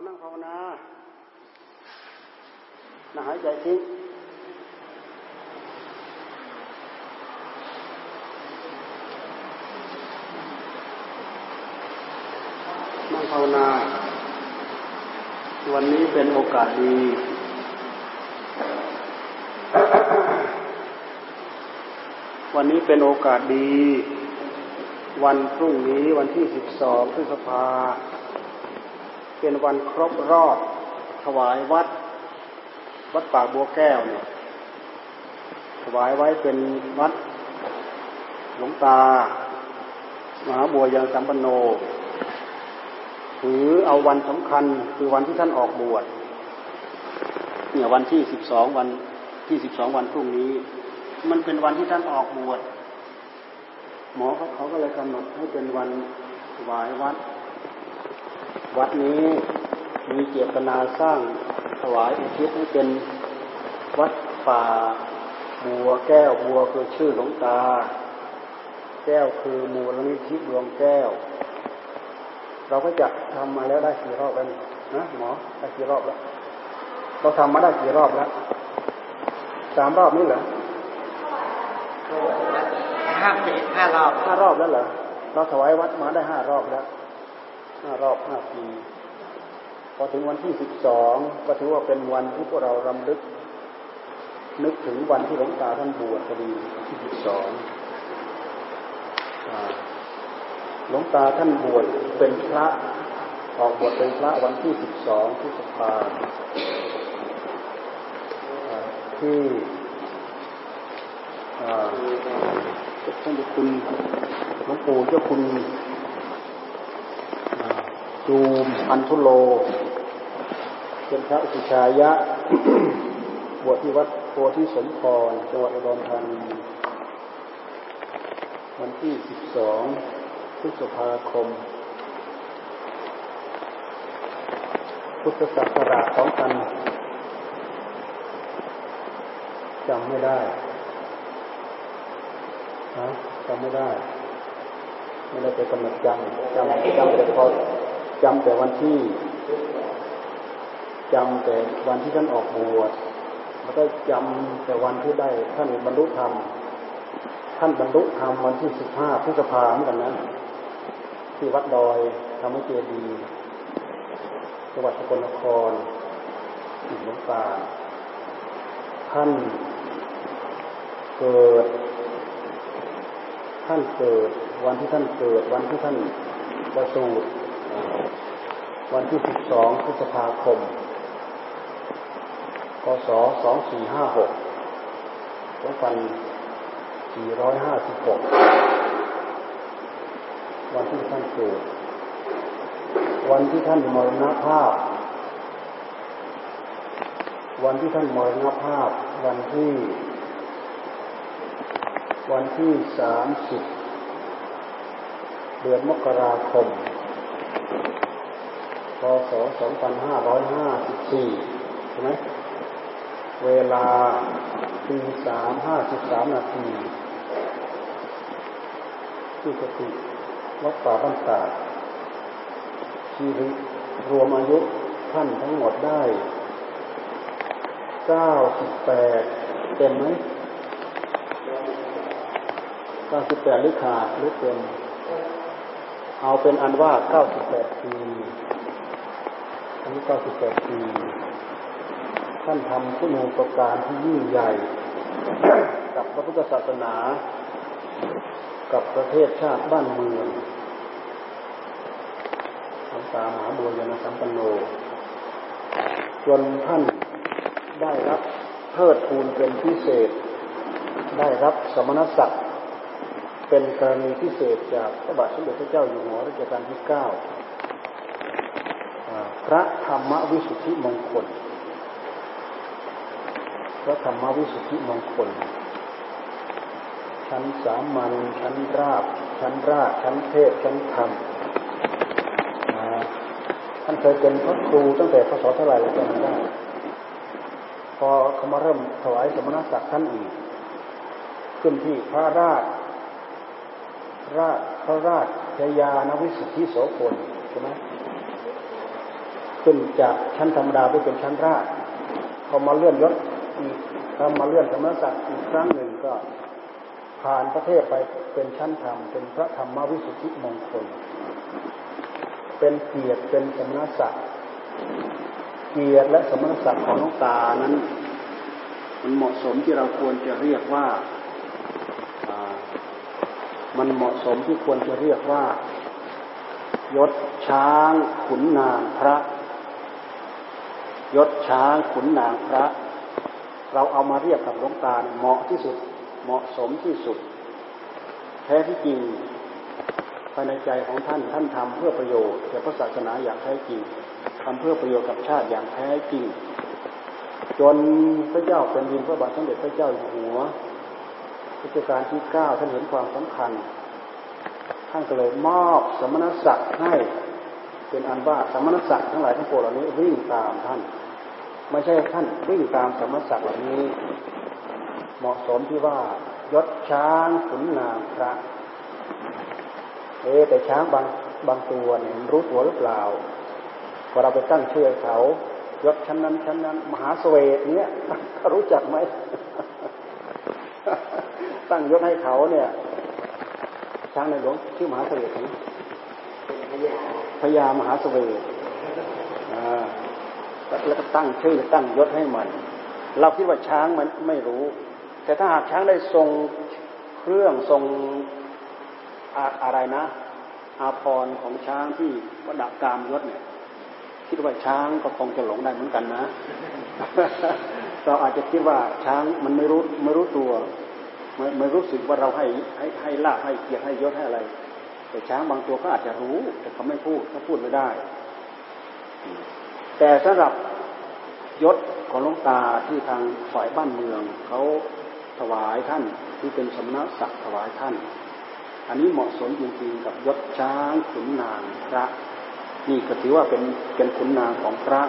นั่งภาวนาหายใจทิ้งนั่งภาวนาวันนี้เป็นโอกาสดีวันนี้เป็นโอกาสดีวันพรุ่งนี้วันที่12 พฤษภาคมเป็นวันครบรอบถวายวัดป่าบัวแก้วเนี่ยถวายไว้เป็นวัดหลวงตามหาบัวยังสัมปันโนถือเอาวันสำคัญคือวันที่ท่านออกบวชเนี่ยวันที่12วันที่12วันพรุ่งนี้มันเป็นวันที่ท่านออกบวชหมอเขาก็เลยกำหนดให้เป็นวันถวายวัดนี้มีเจตนาสร้างถวายอุทิศให้เป็นวัดป่าบัวแก้วบัวคือชื่อหลวงตาแก้วคือมูลนิธิดวงแก้วเราก็จัดทำมาแล้วได้กี่รอบแล้วนะหมอได้กี่รอบแล้วเราทำมาได้กี่รอบแล้ว3 รอบนี่เหรอ 5 รอบ 5 รอบแล้วเหรอเราถวายวัดมาได้5 รอบแล้ว5 รอบ 5 ปีพอถึงวันที่12ก็ถือว่าเป็นวันที่พวกเรารำลึกนึกถึงวันที่หลวงตาท่านบวชพอดีที่12หลวงตาท่านบวชเป็นพระออกบวชเป็นพระวันที่12 พฤษภาคมที่ท่านคุณหลวงปู่เจ้าคุณจูมพันธุโลเป็นพระอุปชายะ บวชที่วัดโพธิสมพรจังหวัดอุดรธานีวันที่12 พฤษภาคมพุทธศักราช2000จำไม่ได้จำไม่ได้ไปกำหนดจำแต่พอจำแต่วันที่ท่านออกบวชแล้วก็จำแต่วันที่ได้ท่านบรรลุธรรมวันที่15 พฤษภาคมเหมือนกันนะที่วัดดอยธรรมเจดีย์จังหวัดสกลนครหลวงตาท่านเกิดวันที่ท่านเกิดวันที่ท่านประสูติวันที่12 พฤษภาคมพ.ศ. 2456 วันที่ท่านเกิดวันที่ท่านมรณภาพวันที่30 เดือนมกราคมพ.ศ. 2554ใช่ไหมเวลา 3:53 นาทีที่กุฏิวัดป่าบ้านตาดชีวิตรวมอายุท่านทั้งหมดได้98เต็มไหม98หรือขาดหรือเต็มเอาเป็นอันว่า98 ปีอันนี้98 ปีท่านทำคุณูปการที่ยิ่งใหญ่กับพระพุทธศาสนากับประเทศชาติบ้านเมืองหลวงตามหาบัวยังสัมปันโนจนท่านได้รับเทิดทูนเป็นพิเศษได้รับสมณศักดิ์เป็นกรณีพิเศษจากพระบาทสมเด็จพระเจ้าอยู่หัวรัชกาลที่ 9พระธรรมวิสุทธิมงคลพระธรรมวิสุทธิมงคลชั้นสามัญชั้นราบชั้นเทพชั้นธรรมท่านเคยเป็นพระครูตั้งแต่พศเท่าไหร่แล้วจำไม่ได้พอเขามาเริ่มถวายสมณศักดิ์ท่านอีกขึ้นที่พระราชชยานวิสุทธิโสพลใช่ไหมขึ้นจากชั้นธรรมดาไปเป็นชั้นราชพอมาเลื่อนยศอีกถ้ามาเลื่อนสมณศักดิ์อีกครั้งหนึ่งก็ผ่านประเทศไปเป็นชั้นธรรมเป็นพระธรรมวิสุทธิมงคลเป็นเกียรติเป็นสมณศักดิ์เกียรติและสมณศักดิ์ของหลวงตานั้นมันเหมาะสมที่เราควรจะเรียกว่ามันเหมาะสมที่ควรจะเรียกว่ายศช้างขุนนางพระยศช้างขุนนางพระเราเอามาเรียกกับหลวงตาเหมาะที่สุดเหมาะสมที่สุดแท้ที่จริงภายในใจของท่านทำเพื่อประโยชน์แก่พระศาสนาอย่างแท้จริงทำเพื่อประโยชน์กับชาติอย่างแท้จริงจนพระเจ้าแผ่นดินพระบาทสมเด็จพระเจ้าอยู่หัวรัชกาลที่9ท่านเห็นความสำคัญท่านก็เลยมอบสมณศักดิ์ให้เป็นอันว่าสมณศักดิ์ทั้งหลายทั้งปวงเหล่านี้วิ่งตามท่านไม่ใช่ท่านวิ่งตามสมณศักดิ์เหล่านี้เหมาะสมที่ว่ายศช้างขุนนางพระแต่ช้างบางตัวเนี่ยรู้ตัวหรือเปล่าพอเราไปตั้งชื่อเขายศชั้นนั้นมหาเสวตเนี่ยเขารู้จักไหม ตั้งยศให้เขาเนี่ยช้างในหลวงชื่อมหาเสวตนะพญามหาเสวตแล้วก็ตั้งชื่อตั้งยศให้มันเราคิดว่าช้างมันไม่รู้แต่ถ้าหากช้างได้ทรงเครื่องทรงอะไรนะอาภรณ์ของช้างที่ประดับกามยศเนี่ยคิดว่าช้างก็คงจะหลงได้เหมือนกันนะเราอาจจะคิดว่าช้างมันไม่รู้ตัวไม่รู้สึกว่าเราให้ลาภให้เกียรติให้ยศให้อะไรแต่ช้างบางตัวก็อาจจะรู้แต่เขาไม่พูดเขาพูดไม่ได้แต่สำหรับยศของหลวงตาที่ทางฝ่ายบ้านเมืองเขาถวายท่านที่เป็นสมณศักดิ์ถวายท่านอันนี้เหมาะสมจริงๆกับยศช้างขุนนางพระนี่ก็ถือว่าเป็นขุนนางของพระ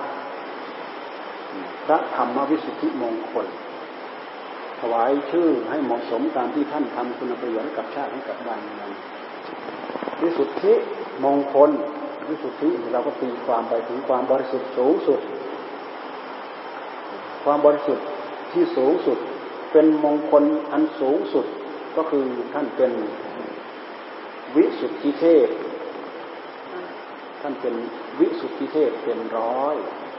ธรรมวิสุทธิมงคลถวายชื่อให้เหมาะสมตามที่ท่านทำคุณประโยชน์ให้กับชาติให้กับบ้านเมืองวิสุทธิมงคลวิสุทธิเราก็ตีความไปถึงความบริสุทธิ์สูงสุดความบริสุทธิ์ที่สูงสุดเป็นมงคลอันสูงสุดก็คือท่านเป็นวิสุทธิเทพท่านเป็นวิสุทธิเทพเป็นร้อย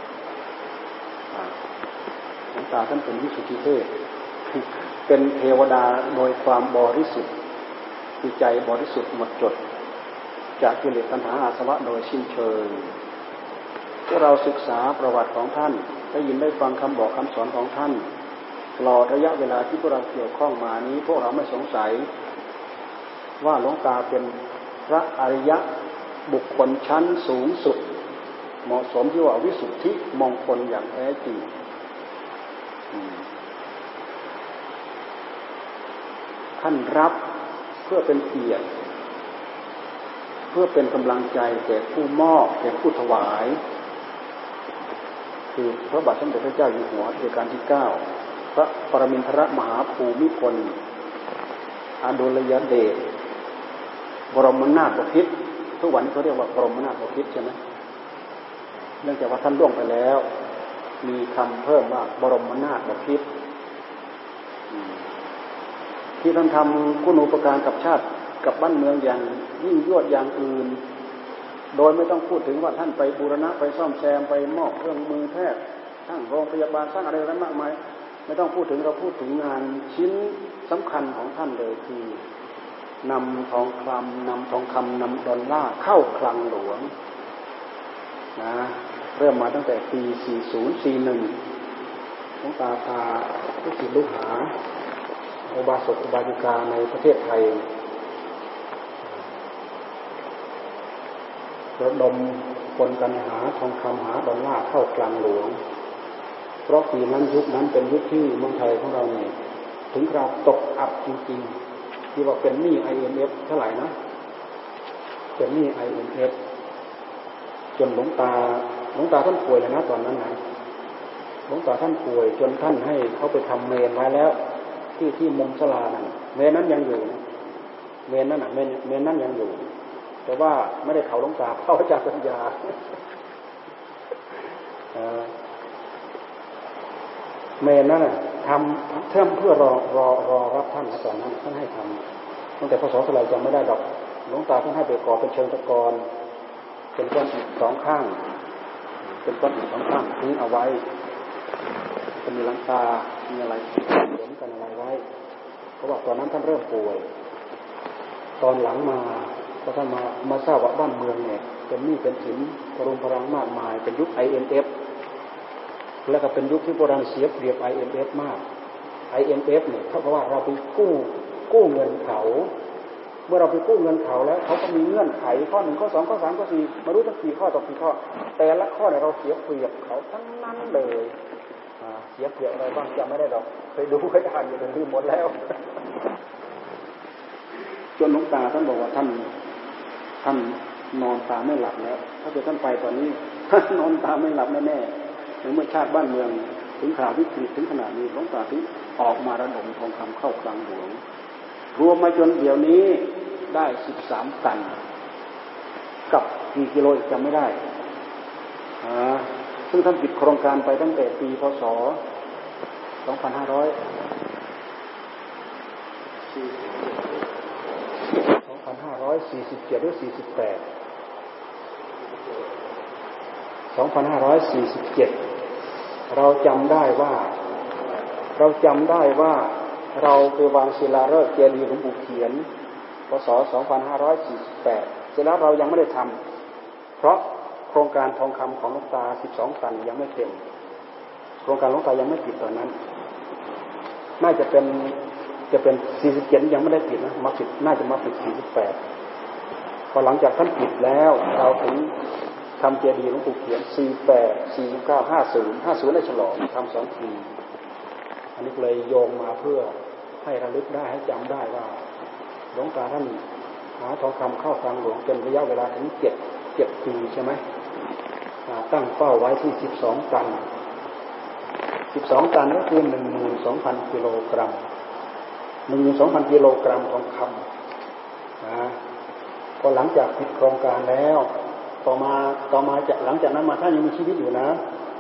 หลวงตาท่านเป็นวิสุทธิเทพเป็นเทวดาโดยความบริสุทธิ์คือใจบริสุทธิ์หมดจดจากกิเลสตัณหาอาสวะโดยสิ้นเชิงพวกเราศึกษาประวัติของท่านได้ยินได้ฟังคำบอกคำสอนของท่านตลอดระยะเวลาที่พวกเราเกี่ยวข้องมานี้พวกเราไม่สงสัยว่าหลวงตาเป็นพระอริยะบุคคลชั้นสูงสุดเหมาะสมที่ว่าวิสุทธิมงคลอย่างแท้จริงท่านรับเพื่อเป็นเกียรติเพื่อเป็นกำลังใจแก่ผู้มอบแก่ผู้ถวายคือพระบาทสมเด็จพระเจ้าอยู่หัวรัชกาลที่9พระปรมินทรมหาภูมิพลอดุลยเดชบรมนาถบพิตรทุกวันนี้เขาเรียกว่าบรมนาถบพิตรใช่ไหมเนื่องจากว่าท่านล่วงไปแล้วมีคำเพิ่มว่าบรมนาถบพิตรที่ท่านทำคุณูปการกับชาติกับบ้านเมืองอย่างยิ่งยวดอย่างอื่นโดยไม่ต้องพูดถึงว่าท่านไปบูรณะไปซ่อมแซมไปมอบเครื่องมือแพทย์สร้างโรงพยาบาลสร้างอะไรนั้นมากมายไม่ต้องพูดถึงเราพูดถึงงานชิ้นสำคัญของท่านเลยคือนำทองคำนำดอลลาร์เข้าคลังหลวงนะเริ่มมาตั้งแต่ปี4041หลวงตาพาลูกศิษย์ลูกหาอุบาสกอุบาสิกาในประเทศไทยระดมคนกันหาทองคำหาดอลลาร์เข้ากลางหลวงเพราะปีนั้นยุคนั้นเป็นยุคที่เมืองไทยของเราเนี่ยถึงเราตกอับจริงๆที่ว่าเป็นหนี้ IMF เท่าไหร่นะเป็นหนี้ IMF จนหลวงตาท่านป่วยเลยนะตอนนั้นนะหลวงตาท่านป่วยจนท่านให้เขาไปทำเมนไว้แล้วที่มุมศาลานั่นเมนนั้นยังอยู่เมนนั้นยังอยู่แต่ว่าไม่ได้เผาหลวงตาเผาอาจารย์ปัญญาเมนนั่นทำเพื่อรอรับท่านตอนนั้นท่านให้ทำตั้งแต่พศเท่าไหร่จำไม่ได้ดอกหลวงตาท่านให้ไปก่อเป็นเชิงตะกอนเป็นก้อนอิฐสองข้างเป็นก้อนอิฐสองข้างทิ้งเอาไว้จะมีหลังคามีอะไรเหมือนกันอะไรไว้เพราะว่าตอนนั้นท่านเริ่มป่วยตอนหลังมาพอท่านมาทราบว่าบ้านเมืองเนี่ยเป็นหนี้เป็นสินพรุงพรังมากมายเป็นยุค IMF แล้วก็เป็นยุคที่โบราณเสียเปรียบ IMF มาก IMF เนี่ยเขาบอกว่าเราไปกู้เงินเขาเมื่อเราไปกู้เงินเขาแล้วเขาก็มีเงื่อนไขข้อ1ข้อ2ข้อ3ข้อ4ไม่รู้ตั้งกี่ข้อต่อกี่ข้อแต่ละข้อเนี่ยเราเสียเปรียบเขาทั้งนั้นเลยเสียเปรียบอะไรบ้างจำไม่ได้หรอกเคยดูเคยอ่านอยู่ลืมหมดแล้วจนหลวงตาท่านบอกว่าท่านนอนตาไม่หลับแล้วถ้าเกิดท่านไปตอนนี้ท่านนอนตาไม่หลับแน่ๆเมื่อชาติบ้านเมืองถึงข่าววิกฤตถึงขนาดนี้หลวงตาถึงออกมาระดมทองคำเข้าคลังหลวงรวมมาจนเดี๋ยวนี้ได้13 ตันกับกี่กิโลอีกจำไม่ได้ซึ่งท่านปิดโครงการไปตั้งแต่ปีพศ 2547 หรือ 48 2547เราจำได้ว่าเราไปวางศิลาฤกษ์เจดีย์หลวงปู่เขียนพศ 2548เสร็จแล้วเรายังไม่ได้ทำเพราะโครงการทองคำของหลวงตา12 ตันยังไม่เต็มโครงการหลวงตายังไม่ปิดตอนนั้นน่าจะเป็น47ยังไม่ได้ปิดนะมาปิดน่าจะมาปิด48พอหลังจากท่านปิดแล้วเราถึงทำเจดีย์หลวงปู่เขียน48 49 50ได้ฉลองทำ2 ทีอันนี้เลยโยงมาเพื่อให้ระลึกได้ให้จำได้ว่าหลวงตาท่านหาทองคำเข้าคลังหลวงเป็นระยะเวลาถึง7 ปีใช่ไหมตั้งเป้าไว้ที่12 ตัน12 ตันก็คือ 12,000 กิโลกรัม 12,000 กิโลกรัมทองคำพอหลังจากปิดโครงการแล้วต่อมาจากหลังจากนั้นมาท่านยังมีชีวิตอยู่นะ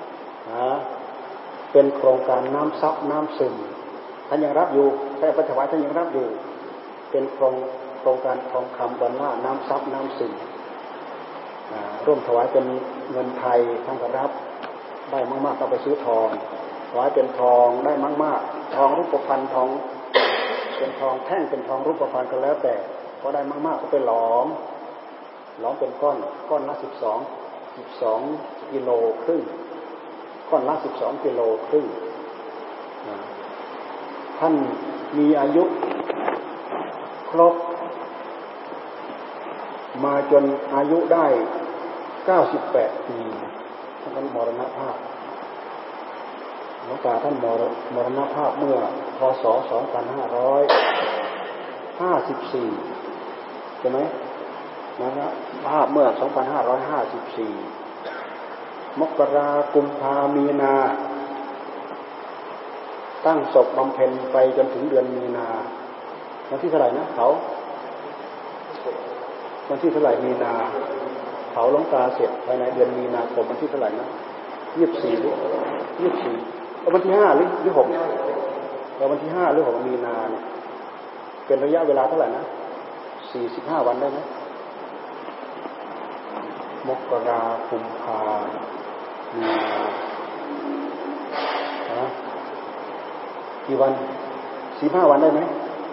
เป็นโครงการน้ำซับน้ำซึมท่านยังรับอยู่ใช้ปัจจุบันท่านยังรับอยู่เป็นโครงการทองคำดอลลาร์น้ำซับน้ำซึมร่วมถวายเป็นเงินไทยท่านก็รับได้มากๆก็ไปซื้อทองถวายเป็นทองได้มากๆทองรูปพรรณทองเป็นทองแท่งเป็นทองรูปพรรณก็แล้วแต่พอได้มากๆก็ไปหลอมเป็นก้อนละ12 กิโลครึ่งก้อนละ12 กิโลครึ่งท่านมีอายุครบมาจนอายุได้98 ปีท่านมรณภาพหลวงตาท่านมรณภาพเมื่อพศ 2554ใช่ไหมนะภาพเมื่อ 2554 มกรากุมภามีนาตั้งศพบำเพ็ญไปจนถึงเดือนมีนาวันที่เท่าไหร่นะเขาวันที่เท่าไหร่มีนาเผาหลวงตาเสร็จภายในเดือนมีนาคมวันที่เท่าไหร่นะ24หรือ24วันที่5หรือ6วันที่5หรือ6มีนาเนี่ยเป็นระยะเวลาเท่าไหร่นะ45 วันได้ไหมมกรากุมภามีนากี่วัน45 วันได้ไหม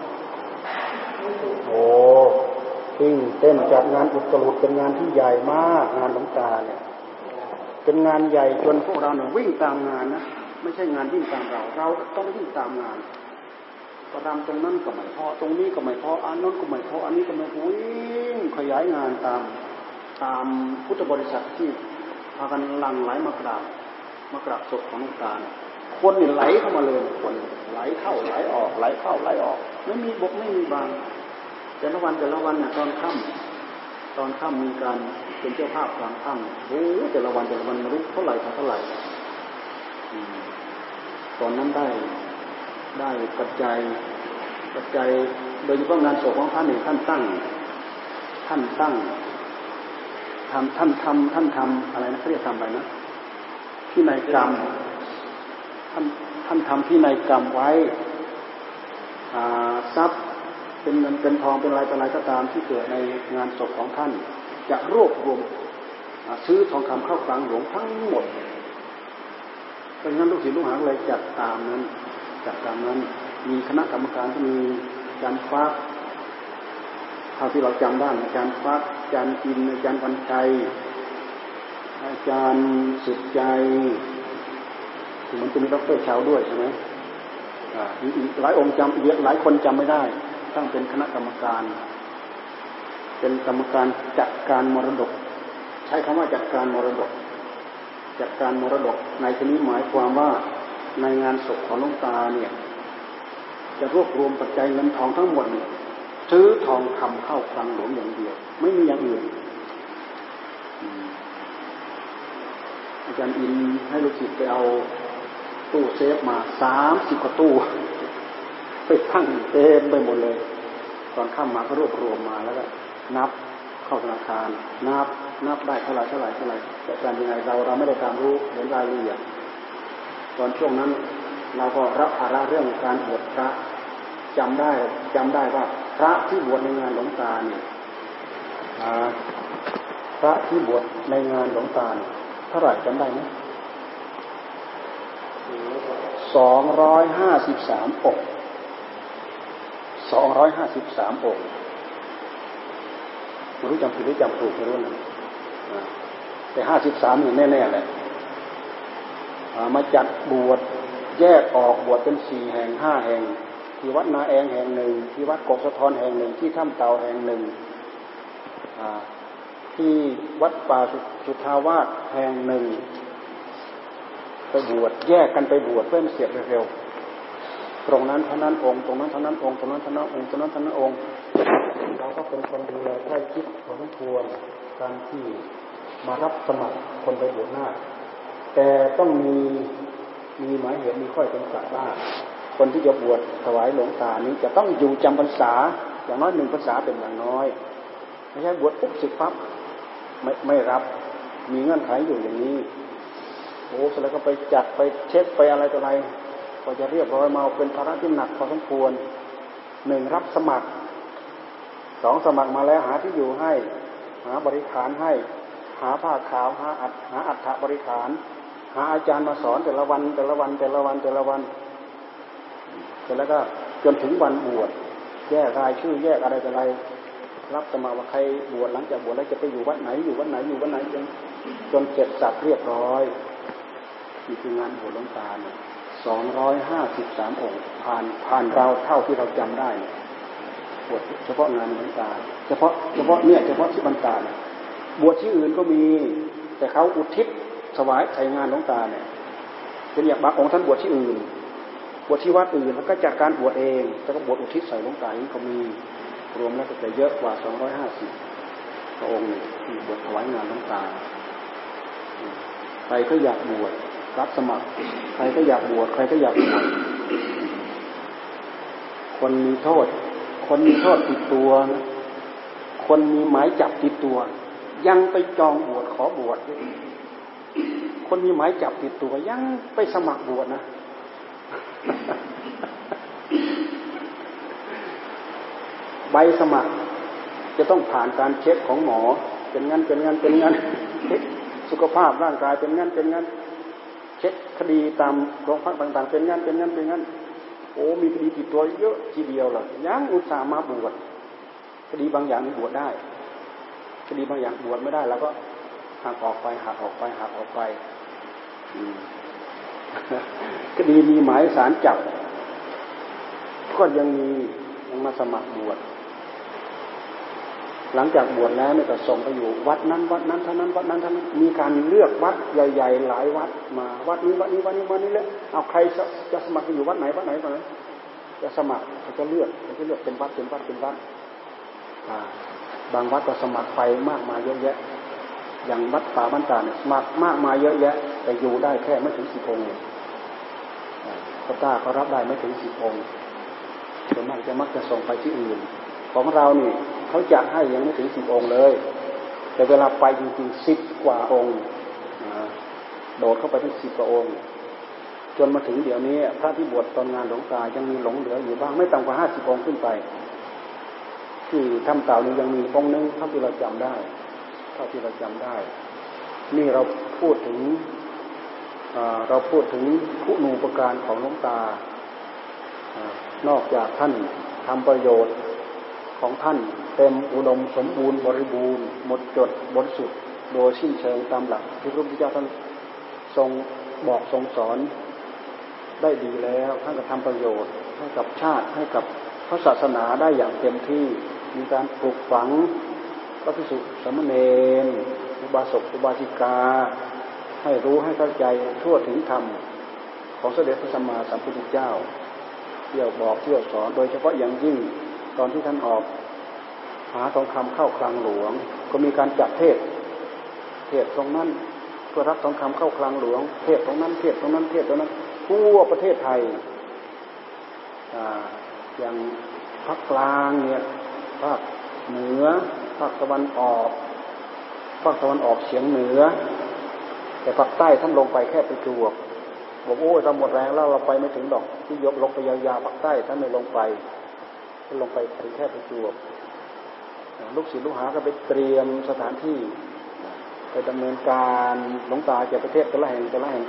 โอ้ปิ้งเต้นจัดงานอุตรุดเป็นงานที่ใหญ่มากงานหลวงตาเนี่ยเป็นงานใหญ่จนพวกเราเนี่ยวิ่งตามงานนะไม่ใช่งานวิ่งตามเราต้องวิ่งตามงานประดำตรงนั้นก็ไม่พอตรงนี้ก็ไม่พออันนั้นก็ไม่พออันนี้ก็ไม่พอวิ่งขยายงานตามพุทธบริษัทที่พากันหลั่งไหลมากราบศพของหลวงตาคนนี่ไหลเข้ามาเลยคนไหลเข้าไหลออกไหลเข้าไหลออกไม่มีบกไม่มีบางแต่ละวันเนี่ยตอนค่ำมีการเป็นเจ้าภาพกลางค่ำโอ้แต่ละวันไม่รู้เท่าไหร่ตอนนั้นได้ปัจจัยโดยเฉพาะงานศพของท่านเนี่ยท่านตั้งท่านทำอะไรนะเขาเรียกทำอะไรนะพินัยกรรมท่านทำพินัยกรรมไว้ทรัพย์เป็นเงินเป็นทองเป็นอะไรต่ออะไรก็ตามที่เกิดในงานศพของท่านจะรวบรวมซื้อทองคำเข้ากลางหลวงทั้งหมดเพราะฉะนั้นลูกศิษย์ลูกหาเลยจัดตามนั้นมีคณะกรรมการที่มีอาจารย์ฟักเท่าที่เราจำได้อาจารย์ฟักอาจารย์อินอาจารย์วันชัยอาจารย์สุดใจที่มันจะมีดร.เชาด้วยใช่ไหมอีกหลายองค์จำหลายคนจำไม่ได้ตั้งเป็นคณะกรรมการเป็นกรรมการจัดการมรดกใช้คำว่าจัดการมรดกในที่นี้หมายความว่าในงานศพของหลวงตาเนี่ยจะรวบรวมปัจจัยเงินทองทั้งหมดซื้อทองคำเข้าคลังหลวงอย่างเดียวไม่มีอย่างอื่นอาจารย์อินให้ลูกศิษย์ไปเอาตู้เซฟมา30 กว่าตู้ไปตั้งเต็มไปหมดเลยตอนค่ำมาก็รวบรวมมาแล้วก็นับเข้าธนาคารนับได้เท่าไหร่แต่การยังไงเราไม่ได้ตามรู้เห็นรายละเอียดตอนช่วงนั้นเราก็รับภาระเรื่องการบวชพระจำได้ว่าพระที่บวชในงานหลวงตาเนี่ยพระที่บวชในงานหลวงตาเท่าไหร่จำได้ไหม253 องค์ไม่รู้จำผิดหรือจำถูกไม่รู้นะแต่53เนี่ยแน่ๆแหละมาจัดบวชแยกออกบวชเป็น4 แห่ง 5 แห่งที่วัดนาแองแห่งหนึ่งที่วัดกกสะท้อนแห่งหนึ่งที่ถ้ำเต่าแห่งหนึ่งที่วัดป่าสุทธาวาสแห่งหนึ่งไปบวชแยกกันไปบวชเพื่อเสร็จเร็วๆตรงนั้นเท่านั้นองค์ตรงนั้นเท่านั้นองค์ตรงนั้นเท่านั้นองค์ตรงนั้นเท่านั้นองค์เราก็เป็นคนดูแลใกล้ชิดพอสมควรการที่มารับสมัครคนไปบวชหน้าแต่ต้องมีหมายเหตุมีข้อจำกัดว่าคนที่จะบวชถวายหลวงตานี้จะต้องอยู่จำพรรษาอย่างน้อย1 พรรษาเป็นอย่างน้อยไม่ใช่บวชปุ๊บสึกปั๊บไม่รับมีเงื่อนไขอยู่อย่างนี้โอ้เสร็จแล้วก็ไปจัดไปเช็คไปอะไรต่ออะไรก็จะเรียบร้อยมาเป็นภาระที่หนักพอสมควร1รับสมัคร2สมัครมาแล้วหาที่อยู่ให้หาบริขารให้หาผ้าขาวหาอัฐบริขารหาอาจารย์มาสอนแต่ละวันเสร็จแล้วก็จนถึงวันบวชแยกรายชื่อแยกอะไรต่ออะไรรับสมัครว่าใครบวชหลังจากบวชแล้วจะไปอยู่วัดไหนจนเสร็จสับเรียบร้อยนี่คืองานบวชหลวงตาเนี่ย253 องค์ผ่านเราเท่าที่เราจำได้บวชเฉพาะงานหลวงตาเฉพาะที่บรรดาบวชที่อื่นก็มีแต่เขาอุทิศถวายใช้งานหลวงตาเนี่ยเป็นอย่างบางองค์ท่านบวชที่อื่นบวชที่วัดอื่นแล้วก็จัดการบวชเองแล้วก็บวชอุทิศใส่หลวงตานี่ก็มีรวมแล้วก็จะเยอะกว่า250 พระองค์ที่บวชถวายงานหลวงตาใครก็อยากบวชรับสมัครใครก็อยากบวชคนมีโทษติดตัวคนมีหมายจับติดตัวยังไปจองบวชขอบวชคนมีหมายจับติดตัวยังไปสมัครบวชนะใบสมัครจะต้องผ่านการเช็คของหมอเป็นงั้นสุขภาพร่างกายเป็นงั้นเช็คคดีตามโรงพักต่างๆเป็นงั้นโอ้มีคดีติดตัวเยอะทีเดียวเลยยังอุตส่าห์มาบวชคดีบางอย่างบวชได้คดีบางอย่างบวชไม่ได้แล้วก็หักออกไปคดีมีหมายศาลจับก็ยังมาสมัครบวชหลังจากบวชแล้วเนี่ยก็ส่งไปอยู่วัดนั้นเท่านั้นมีการเลือกวัดใหญ่ๆหลายวัดมาวัดนี้แล้วเอาใครจะสมัครไปอยู่วัดไหนจะสมัครเขาจะเลือกเป็นวัดบางวัดก็สมัครไปมากมายเยอะแยะอย่างวัดป่าบ้านตาเนี่ยสมัครมากมายเยอะแยะแต่อยู่ได้แค่ไม่ถึง10 องค์พระตาเขารับได้ไม่ถึง10 องค์ส่วนมากจะส่งไปที่อื่นของเรานี่เขาจัดให้ยังไม่ถึง10 องค์เลยแต่เวลาไปจริงๆ10 กว่าองค์โดดเข้าไปทั้ง10 กว่าองค์จนมาถึงเดี๋ยวนี้พระที่บวชตอนงานหลวงตายังมีหลงเหลืออยู่บ้างไม่ต่ำกว่า50 องค์ขึ้นไปที่ถ้ำเต่านี้ยังมีองค์นึงเท่าที่เราจำได้นี่เราพูดถึงคุณูปการของหลวงตานอกจากท่านทำประโยชน์ของท่านเต็มอุดมสมบูรณ์บริบูรณ์หมดจดบริสุทธิ์โดยสิ้นเชิงตามหลักที่พระพุทธเจ้าท่านทรงบอกทรงสอนได้ดีแล้วท่านก็ทำประโยชน์ให้กับชาติให้กับพระศาสนาได้อย่างเต็มที่มีการปลูกฝังพระภิกษุสามเณรอุบาสกอุบาสิกาให้รู้ให้เข้าใจทั่วถึงธรรมของสมเด็จพระสัมมาสัมพุทธเจ้าเที่ยวบอกเที่ยวสอนโดยเฉพาะอย่างยิ่งตอนที่ท่านออกหาทองคำเข้าคลังหลวงก็มีการจัดเทศตรงนั้นเพื่อรับทองคำเข้าคลังหลวงเทศตรงนั้นทั่วประเทศไทยอย่างภาคกลางเนี่ยภาคเหนือภาคตะวันออกเฉียงเหนือแต่ภาคใต้ท่านลงไปแค่ประจวบบอกโอ้ยเราหมดแรงแล้วเราไปไม่ถึงดอกที่ยกลงไปยาวๆภาคใต้ท่านไม่ลงไปท่านลงไปถึงแค่ประจวบลูกศิษย์ลูกหาก็ไปเตรียมสถานที่ไปดำเนินการหลวงตาจากประเทศแต่ละแห่ง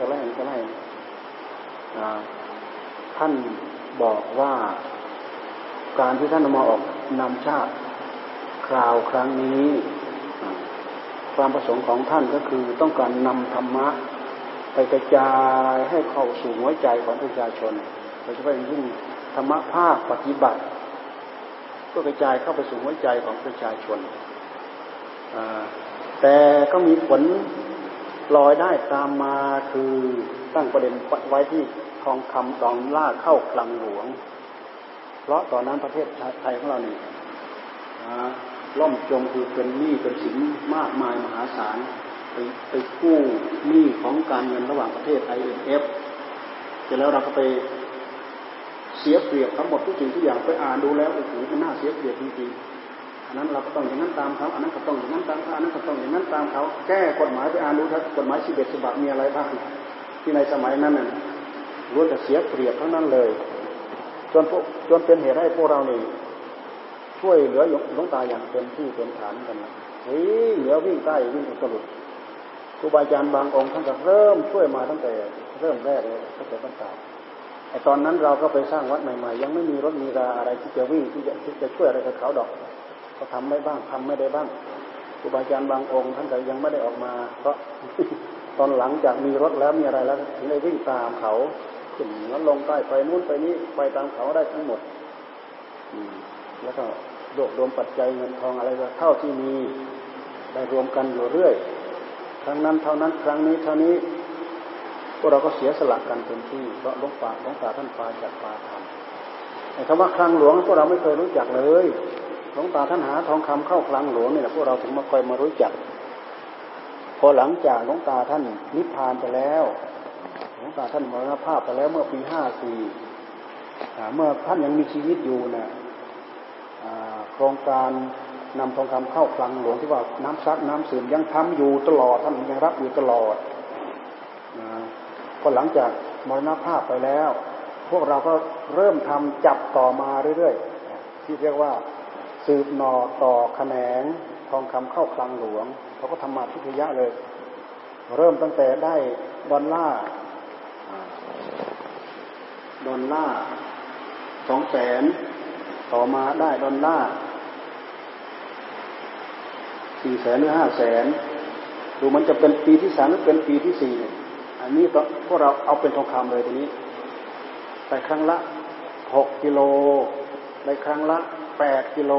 ท่านบอกว่าการที่ท่านมาออกนำชาติคราวครั้งนี้ความประสงค์ของท่านก็คือต้องการนำธรรมะไปกระจายให้เข้าสู่หัวใจของประชาชนโดยเฉพาะอย่างยิ่งธรรมะภาคปฏิบัติก็กระจายเข้าไปสู่หัวใจของประชาชนแต่ก็มีผลลอยได้ตามมาคือตั้งประเด็นไว้ที่ทองคำ$เข้าคลังหลวงเพราะตอนนั้นประเทศไทยของเรานี่ล่มจมคือเป็นหนี้เป็นสินมากมายมหาศาลไปกู้หนี้ของการเงินระหว่างประเทศ IMF เสร็จแล้วเราก็ไปเสียเปรียบทั้งหมดทุกสิ่งทุกอย่างไปอ่านดูแล้วโอ้โหมันน่าเสียเปรียบจริงๆอันนั้นเราก็ต้องอย่างนั้นตามเขาอันนั้นก็ต้องอย่างนั้นตามเขาอันนั้นก็ต้องอย่างนั้นตามเขาแก้กฎหมายไปอ่านดูทั้งกฎหมาย11 ฉบับมีอะไรบ้างที่ในสมัยนั้นน่ะล้วนแต่เสียเปรียบทั้งนั้นเลยจนเป็นเหตุให้พวกเรานี่ช่วยเหลือหลวงตาอย่างเต็มที่เต็มฐานกันเหลือวิ่งใต้วิ่งอุตรุดครูบาอาจารย์บางองค์ท่านก็เริ่มช่วยมาตั้งแต่เริ่มแรกเลยตั้งแต่ต้นไอ้ตอนนั้นเราก็ไปสร้างวัดใหม่ๆยังไม่มีรถมีราอะไรที่จะวิ่งที่จะช่วยอะไรกับเขาดอกเขาทำได้บ้างทำไม่ได้บ้างครูบาอาจารย์บางองค์ท่านก็ยังไม่ได้ออกมาเพราะตอนหลังจากมีรถแล้วมีอะไรแล้วถึงได้วิ่งตามเขาขึ้นเหนือลงใต้ไปนู้นไปนี้ไปตามเขาได้ทั้งหมดแล้วก็รวบรวมปัจจัยเงินทองอะไรก็เท่าที่มีได้รวมกันอยู่เรื่อยครั้งนั้นเท่านั้นครั้งนี้เท่านี้พวกเราก็เสียสละกันเต็มที่เพราะหลวงตาท่านปาจัดปาทำไอ้คำว่าคลังหลวงพวกเราไม่เคยรู้จักเลยหลวงตาท่านหาทองคำเข้าคลังหลวงนี่แหละพวกเราถึงมาคอยมารู้จักพอหลังจากหลวงตาท่านนิพพานไปแล้วหลวงตาท่านมรณภาพไปแล้วเมื่อปี54เมื่อท่านยังมีชีวิตอยู่นะโครงการนำทองคำเข้าคลังหลวงที่ว่าน้ำซักน้ำดื่มยังทำอยู่ตลอดท่านยังรับอยู่ตลอดพอหลังจากมรณภาพไปแล้วพวกเราก็เริ่มทำจับต่อมาเรื่อยๆที่เรียกว่าสืบหน่อต่อแขนงทองคำเข้าคลังหลวงเขาก็ทำมาทุกระยะเลยเริ่มตั้งแต่ได้ดอลลาร์200,000ต่อมาได้ดอลลาร์400,000 หรือ 500,000ดูมันจะเป็นปีที่3หรือเป็นปีที่4อันนี้พวกเราเอาเป็นทองคำเลยทีนี้ไปครั้งละ6 กิโลไปครั้งละ8 กิโล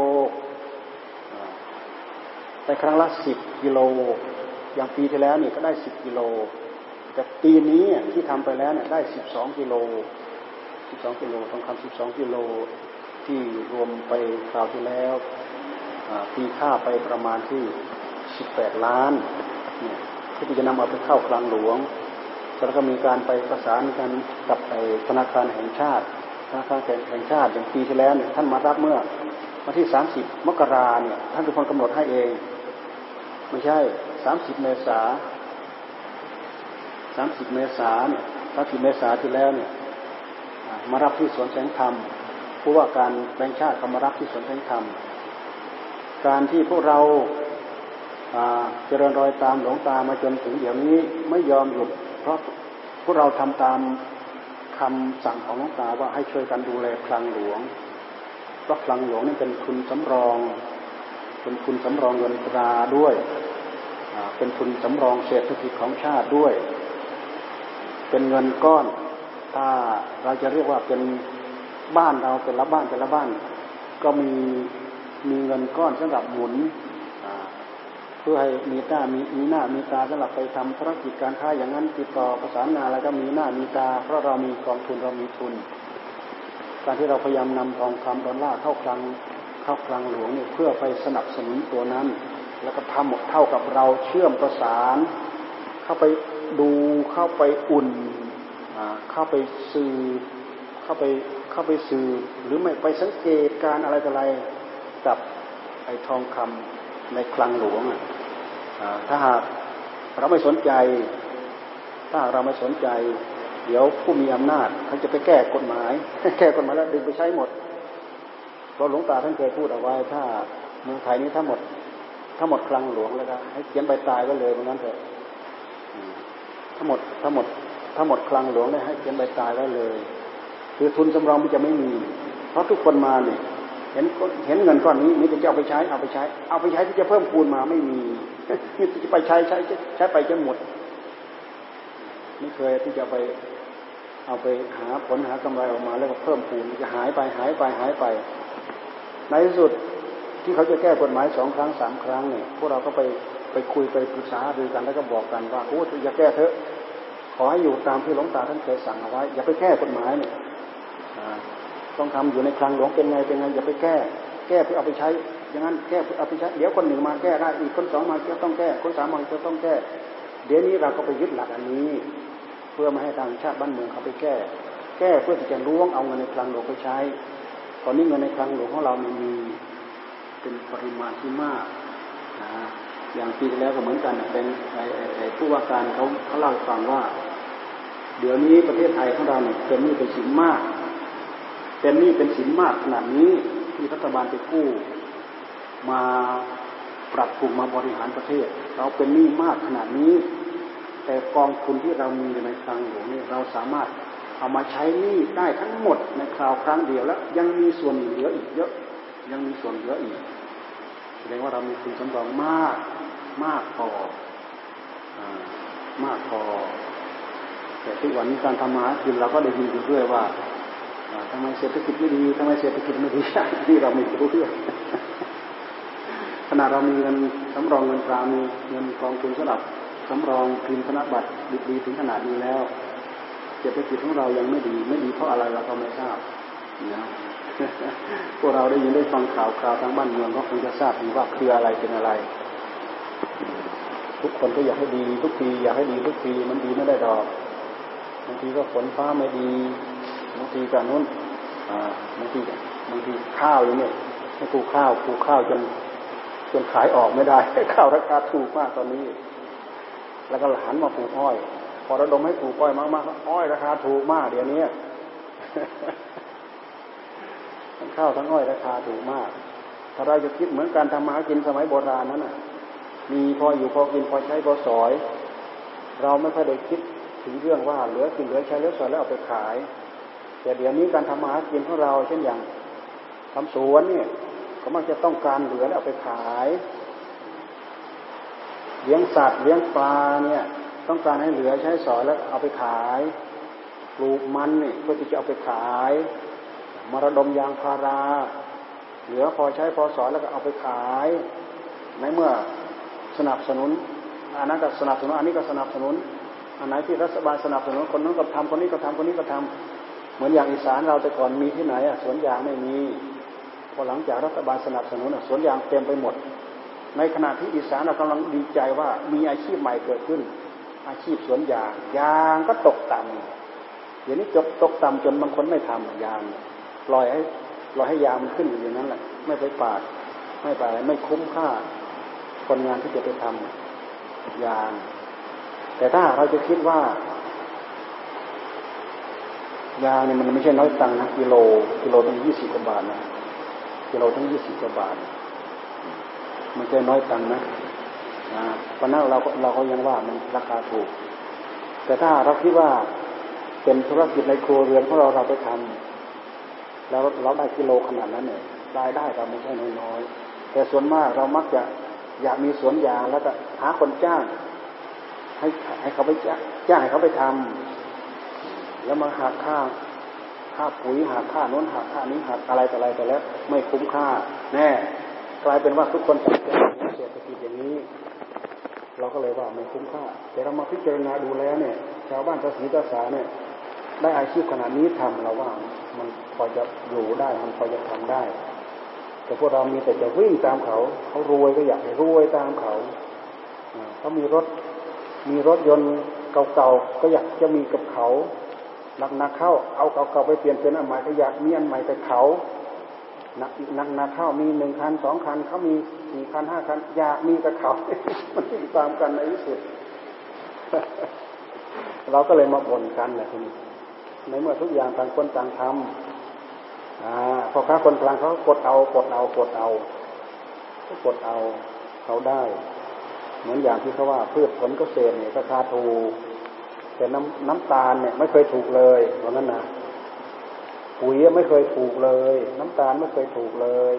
ไปครั้งละ10 กิโลอย่างปีที่แล้วนี่ก็ได้10 กิโลแต่ปีนี้ที่ทำไปแล้วเนี่ยได้12 กิโลทองคำ12 กิโลที่รวมไปคราวที่แล้วตีค่าไปประมาณที่18 ล้านเนี่ยที่จะนำเอาไปเข้าคลังหลวงแล้วก็มีการไปประสานกันกับธนาคารแห่งชาติอย่างปีที่แล้วเนี่ยท่านมารับเมื่อวันที่30 มกราเนี่ยท่านเป็นคนกำหนดให้เองไม่ใช่30 เมษายน 30 เมษายนเนี่ย30 เมษายนที่แล้วเนี่ยมารับที่สวนแสงธรรมผู้ว่าการแบงค์ชาติเขามารับที่สวนแสงธรรมการที่พวกเราเจริญรอยตามหลวงตามาจนถึงเดี๋ยวนี้ไม่ยอมหยุดเพราะพวกเราทำตามคำสั่งของหลวงตาว่าให้ช่วยกันดูแลคลังหลวงเพราะคลังหลวงนี่เป็นทุนสำรองเป็นทุนสำรองเงินตราด้วยเป็นทุนสำรองเศรษฐกิจของชาติด้วยเป็นเงินก้อนถ้าเราจะเรียกว่าเป็นบ้านเราแต่ละบ้านก็มีเงินก้อนสำหรับหมุนเพื่อให้มีหน้ามีตาสำหรับไปทำธุรกิจการค้าอย่างนั้นติดต่อประสานงานแล้วก็มีหน้ามีตาเพราะเรามีกองทุนเรามีทุนการที่เราพยายามนำทองคำดอลลาร์เข้าคลังหลวงเนี่ยเพื่อไปสนับสนุนตัวนั้นแล้วก็ทำหมดเท่ากับเราเชื่อมประสานเข้าไปดูเข้าไปอุ่นเข้าไปสื่อเข้าไปสื่อหรือไม่ไปสังเกตการอะไรต่ออะไรกับไอ้ทองคำในคลังหลวงถ้าหากเราไม่สนใจเดี๋ยวผู้มีอำนาจเขาจะไปแก้กฎหมายแล้วดึงไปใช้หมดเพราะหลวงตาท่านเคยพูดเอาไว้ถ้าเมืองไทยนี้ถ้าหมดคลังหลวงแล้วก็ให้เขียนใบตายไว้เลยเพราะนั้นเถอะถ้าหมดคลังหลวงเนี่ยให้เขียนใบตายไว้เลยคือทุนสำรองมันจะไม่มีเพราะทุกคนมาเนี่ยเห็นเงินก้อนนี้นี่จะเอาไปใช้ที่จะเพิ่มพูนมาไม่มีนี่จะไปใช้ไปจนหมดไม่เคยที่จะไปเอาไปหาผลหากำไรออกมาแล้วก็เพิ่มพูนจะหายไปในที่สุดที่เขาจะแก้กฎหมาย2 ครั้ง 3 ครั้งเนี่ยพวกเราก็ไปคุยไปปรึกษาดูกันแล้วก็บอกกันว่าโอ้อย่าแก้เถอะขอให้อยู่ตามที่หลวงตาท่านเคยสั่งเอาไว้อย่าไปแก้กฎหมายเนี่ยต้องทำอยู่ในคลังหลวงเป็นไงอย่าไปแก้เพื่อเอาไปใช้อย่างนั้นแก้เพื่อเอาไปใช้เดี๋ยวคนหนึ่งมาแก้ได้อีกคน2มาก็ต้องแก้คน3มาก็ต้องแก้เดี๋ยวนี้เราก็ไปยึดหลักอันนี้เพื่อไม่ให้ทางชาติบ้านเมืองเขาไปแก้เพื่อที่จะล้วงเอาเงินในคลังหลวงไปใช้ตอนนี้เงินในคลังหลวงของเรามีเป็นปริมาณที่มากอย่างปีที่แล้วก็เหมือนกันเป็นผู้ว่าการเขาเล่าให้ฟังว่าเดี๋ยวนี้ประเทศไทยของเราเนี่ยเป็นหนี้เป็นสินมากขนาดนี้ที่รัฐบาลไปกู้มาปรับปรุงมาบริหารประเทศเราเป็นหนี้มากขนาดนี้แต่กองทุนที่เรามีในคลังหลวงนี่เราสามารถเอามาใช้หนี้ได้ทั้งหมดในคราวครั้งเดียวแล้วยังมีส่วนเหลืออีกเยอะแสดงว่าเรามีทุนสำรองมากพอแต่ทุกวันนี้การทำมาหากินเราก็ได้ยินอยู่เรื่อยว่าทำไมเศรษฐกิจไม่ดีที่เราไม่รู้เรื่องขณะเรามีเงินสำรองเงินตรามีเงินกองทุนสำหรับสำรองพิมพ์ธนบัตรดีถึงขนาดนี้แล้วเศรษฐกิจของเรายังไม่ดีเพราะอะไรเราก็ไม่ทราบนะพวกเราได้ยินได้ฟังข่าวทางบ้านเมืองก็คงจะทราบดีว่าคืออะไรเป็นอะไรทุกคนก็อยากให้ดีทุกปีมันดีไม่ได้ดอกบางทีก็ฝนฟ้าไม่ดีบางทีก็นู้นบางทีข้าวอย่างนี้ให้ปลูกข้าวจนขายออกไม่ได้ข้าวราคาถูกมากตอนนี้แล้วก็หันมาปลูกอ้อยพอระดมให้ปลูกอ้อยมากๆอ้อยราคาถูกมากเดี๋ยวนี้ทั้งข้าวทั้งอ้อยราคาถูกมากถ้าเราจะคิดเหมือนการทำมาหากินสมัยโบราณนั้นน่ะมีพออยู่พอกินพอใช้พอสอยเราไม่ค่อยได้คิดถึงเรื่องว่าเหลือกินเหลือใช้เหลือสอยแล้วเอาไปขายแต่เดี๋ยวนี้การทำมาหากินของเราเช่นอย่างทำสวนเนี่ยก็มักจะต้องการเหลือแล้วเอาไปขายเลี้ยงสัตว์เลี้ยงปลาเนี่ยต้องการให้เหลือใช้สอยแล้วเอาไปขายปลูกมันเนี่ยเพื่อที่จะเอาไปขายมรดมยางพาราเหลือพอใช้พอสอยแล้วก็เอาไปขายในเมื่อสนับสนุนอันนั้นก็สนับสนุนอันนี้ก็สนับสนุนอันไหนที่รัฐบาลสนับสนุนคนนั้นก็ทำคนนี้ก็ทำเหมือนอย่างอีสานเราแต่ก่อนมีที่ไหนสวนยางไม่มีพอหลังจากรัฐบาลสนับสนุนสวนยางเต็มไปหมดในขณะที่อีสานเรากำลังดีใจว่ามีอาชีพใหม่เกิดขึ้นอาชีพสวนยางก็ตกต่ำเดี๋ยวนี้ตกต่ำจนบางคนไม่ทำยางปล่อยให้ยางมันขึ้นอยู่อย่างนั้นแหละไม่ไปปาดไม่คุ้มค่าคนงานที่จะไปทำยางแต่ถ้าเราจะคิดว่ายาเนี่ยมันไม่ใช่น้อยตังค์นะกิโลตั้ง20 กว่าบาทนะกิโลตั้ง20 กว่าบาทมันใช่น้อยตังค์นะเพราะนั้นเราก็ยังว่ามันราคาถูกแต่ถ้าเราคิดว่าเป็นธุรกิจในครัวเรือนของเราไปทำแล้วเราได้กิโลขนาดนั้นเนี่ยรายได้เราไม่ใช่น้อยๆแต่ส่วนมากเรามักจะอยากมีสวนยางแล้วก็หาคนจ้างให้เขาไปจ้างให้เขาไปทำแล้วมาหักค่าปุ๋ยหักค่าโน้นหักค่านี้หักอะไรต่ออะไรแต่แล้วไม่คุ้มค่าแน่กลายเป็นว่าทุกคนตัดสินใจเศรษฐกิจอย่างนี้เราก็เลยว่าไม่คุ้มค่าแต่เรามาพิจารณาดูแล้วเนี่ยชาวบ้านภาษีภาษาเนี่ยได้อาชีพขนาดนี้ทำเราว่ามันพอจะอยู่ได้มันพอจะทำได้แต่พวกเรามีแต่จะวิ่งตามเขารวยก็อยากให้รวยตามเขาเขามีรถยนต์เก่าๆก็อยากจะมีกับเขาหนักเข้าเอาเก่าๆไปเปลี่ยนเป็นอันใหม่ก็อยากมีอันใหม่กับเขาหนักเข้ามี1 คัน 2 คันเขามี4 คัน 5 คันอยากมีกับเขามันวิ่งตามกันในที่สุดเราก็เลยมาบ่นกันแหละทีนี้ในเมื่อทุกอย่างต่างคนต่างทำพอค้าคนกลางเขากดเอาเขาได้เหมือนอย่างที่เขาว่าพืชผลเกษตรเนี่ยราคาถูกแต่น้ำตาลเนี่ยไม่เคยถูกเลยเพราะงั้นนะปุ๋ยไม่เคยถูกเลยน้ำตาลไม่เคยถูกเลย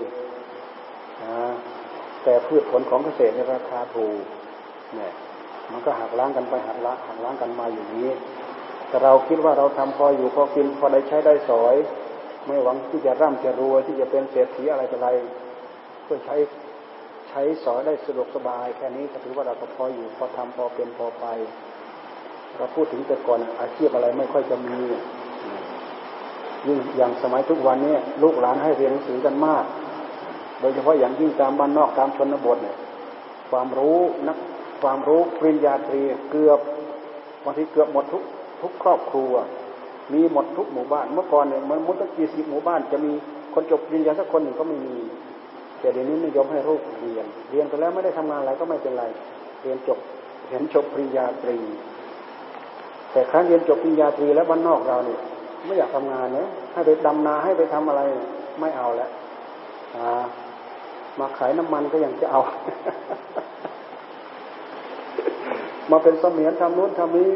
แต่พืชผลของเกษตรในราคาถูกเนี่ยมันก็หักล้างกันไปหักล้างกันมาอย่างนี้แต่เราคิดว่าเราทำพออยู่พอกินพอได้ใช้ได้สอยไม่หวังที่จะร่ำจะรวยที่จะเป็นเศรษฐีอะไรต่ออะไรเพื่อใช้สอยได้สะดวกสบายแค่นี้ก็ถือว่าเราพออยู่พอทำพอเป็นพอไปเราพูดถึงแต่ก่อนอาชีพอะไรไม่ค่อยจะมียิ่งอย่างสมัยทุกวันนี้ลูกหลานให้เรียนหนังสือกันมากโดยเฉพาะอย่างยิ่งตามบ้านนอกตามชนบทเนี่ยความรู้ปริญญาตรีบางทีเกือบหมดทุกครอบครัวมีหมดทุกหมู่บ้านเมื่อก่อนเนี่ยมันมุดตั้งกี่สิบหมู่บ้านจะมีคนจบปริญญาสักคนหนึ่งก็ไม่มีแต่เดี๋ยวนี้นิยมให้ลูกเรียนไปแล้วไม่ได้ทำงานอะไรก็ไม่เป็นไรเรียนจบปริญญาตรีแต่ครั้งเรียนจบปริญญาตรีแล้วบ้านนอกเราเนี่ยไม่อยากทำงานเนี่ยให้ไปดำนาให้ไปทำอะไรไม่เอาแล้วมาขายน้ำมันก็ยังจะเอา มาเป็นเสมียนทำนู้นทำนี้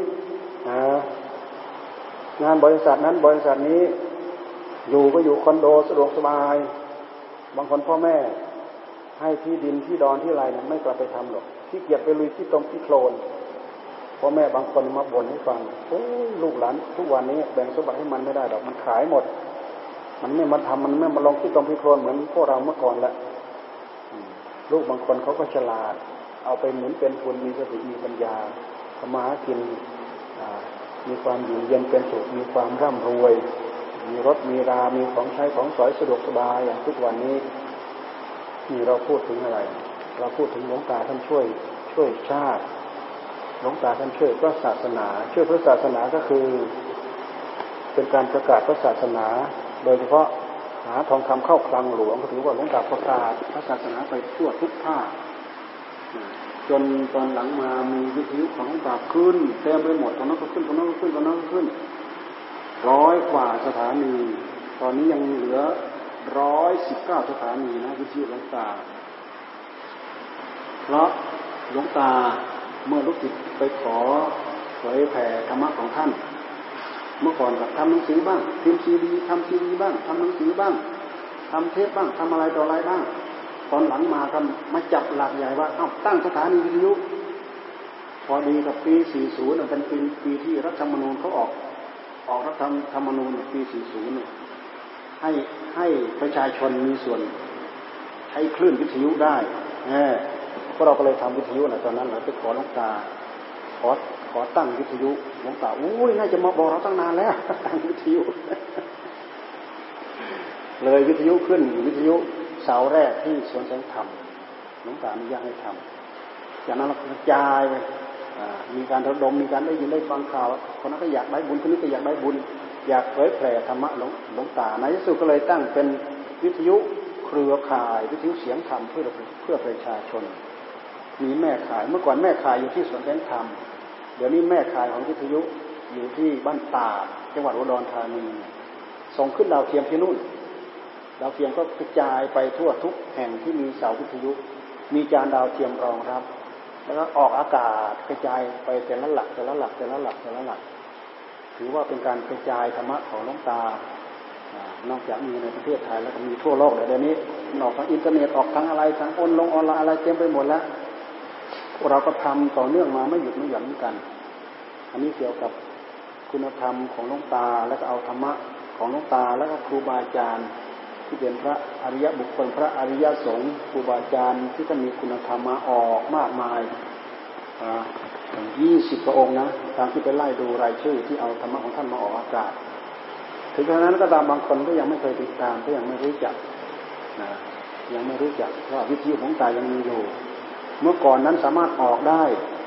งานบริษัทนั้นบริษัทนี้อยู่ก็อยู่คอนโดสะดวกสบายบางคนพ่อแม่ให้ที่ดินที่ดอนที่ไรเนี่ยไม่กลับไปทำหรอกขี้เกียจไปลุยที่ตมที่โคลนพ่อแม่บางคนมาบ่นให้ฟังโอ้ลูกหลานทุกวันนี้แบ่งสมบัติให้มันไม่ได้หรอกมันขายหมดมันไม่มาทำมันไม่มาลงที่ตมที่โคลนเหมือนพวกเราเมื่อก่อนละลูกบางคนเขาก็ฉลาดเอาไปหมุนเป็นทุนมีสติมีปัญญาทำมาหากินมีความอยู่เย็นเป็นสุขมีความร่ำรวยมีรถมีรามีของใช้ของสอยสะดวกสบายอย่างทุกวันนี้นี่เราพูดถึงอะไรเราพูดถึงหลวงตาท่านช่วยชาติหลวงตาท่านช่วยพระศาสนาช่วยพระศาสนาก็คือเป็นการประกาศพระศาสนาโดยเฉพาะหาทองคำเข้าคลังหลวงก็ถือว่าหลวงตาประกาศพระศาสนาไปทั่วทุกภาคจนตอนหลังมามีวิทยุของหลวงตาขึ้นเต็มไปหมดตอนนั้นก็ขึ้นตอนนั้นก็ขึ้น100 กว่าสถานีตอนนี้ยังเหลือ119 สถานีนะวิทยุหลวงตาเพราะหลวงตาเมื่อลูกศิษย์ไปขอเผยแผ่ธรรมะของท่านเมื่อก่อนก็ทำหนังสือบ้างพิมพ์ซีดีทำซีดีบ้างทำหนังสือบ้างทำเทปบ้างทำอะไรต่ออะไรบ้างตอนหลังมากันมาจับหลักใหญ่ว่าตั้งสถานีวิทยุพอดีกับปี40เป็นปีที่รัฐธรรมนูญเขาออกรัฐธรรมนูญปี40ให้ประชาชนมีส่วนใช้คลื่นวิทยุได้พวกเราก็เลยทำวิทยุตอนนั้นเราไปขอหลวงตาขอตั้งวิทยุหลวงตาน่าจะมาบอกเราตั้งนานแล้วตั้งวิทยุเลยวิทยุขึ้นวิทยุเสาแรกที่สวนแสงธรรมหลวงตาอนุญาตให้ทำจากนั้นเรากระจายไปมีการระดมมีการได้ยินได้ฟังข่าวคนนั้นก็อยากได้บุญคนนี้ก็อยากได้บุญอยากเผยแผ่ธรรมะหลวงตาในที่สุดก็เลยตั้งเป็นวิทยุเครือข่ายวิทยุเสียงธรรมเพื่อประชาชนมีแม่ข่ายเมื่อก่อนแม่ข่ายอยู่ที่สวนแสงธรรมดี๋ยวนี้แม่ข่ายของวิทยุอยู่ที่บ้านตาดจังหวัดอุดรธานีส่งขึ้นดาวเทียมที่นู่นดาวเทียมก็กระจายไปทั่วทุกแห่งที่มีเสาวิทยุมีจานดาวเทียมรองรับแล้วก็ออกอากาศกระจายไปแต่ละหลักถือว่าเป็นการกระจายธรรมะของหลวงตานอกจากมีในประเทศไทยแล้วก็มีทั่วโลกเลยเดี๋ยวนี้ออกทางอินเทอร์เน็ตออกทางอะไรทางออนไลน์อะไรเต็มไปหมดแล้วเราก็ทำต่อเนื่องมาไม่หยุดไม่หย่อนกันอันนี้เกี่ยวกับคุณธรรมของหลวงตาแล้วก็เอาธรรมะของหลวงตาแล้วก็ครูบาอาจารย์ที่เป็นพระอริยบุคคลพระอริยสงฆ์ครูบาอาจารย์ที่ท่านมีคุณธรรมมาออกมากมาย20 พระองค์นะตามที่ไปไล่ดูรายชื่อที่เอาธรรมะของท่านมาออกอากาศถึงขนาดนั้นก็ตามบางคนก็ยังไม่เคยติดตามก็ยังไม่รู้จักยังไม่รู้จักว่าวิทยุของตายังมีอยู่เมื่อก่อนนั้นสามารถออกได้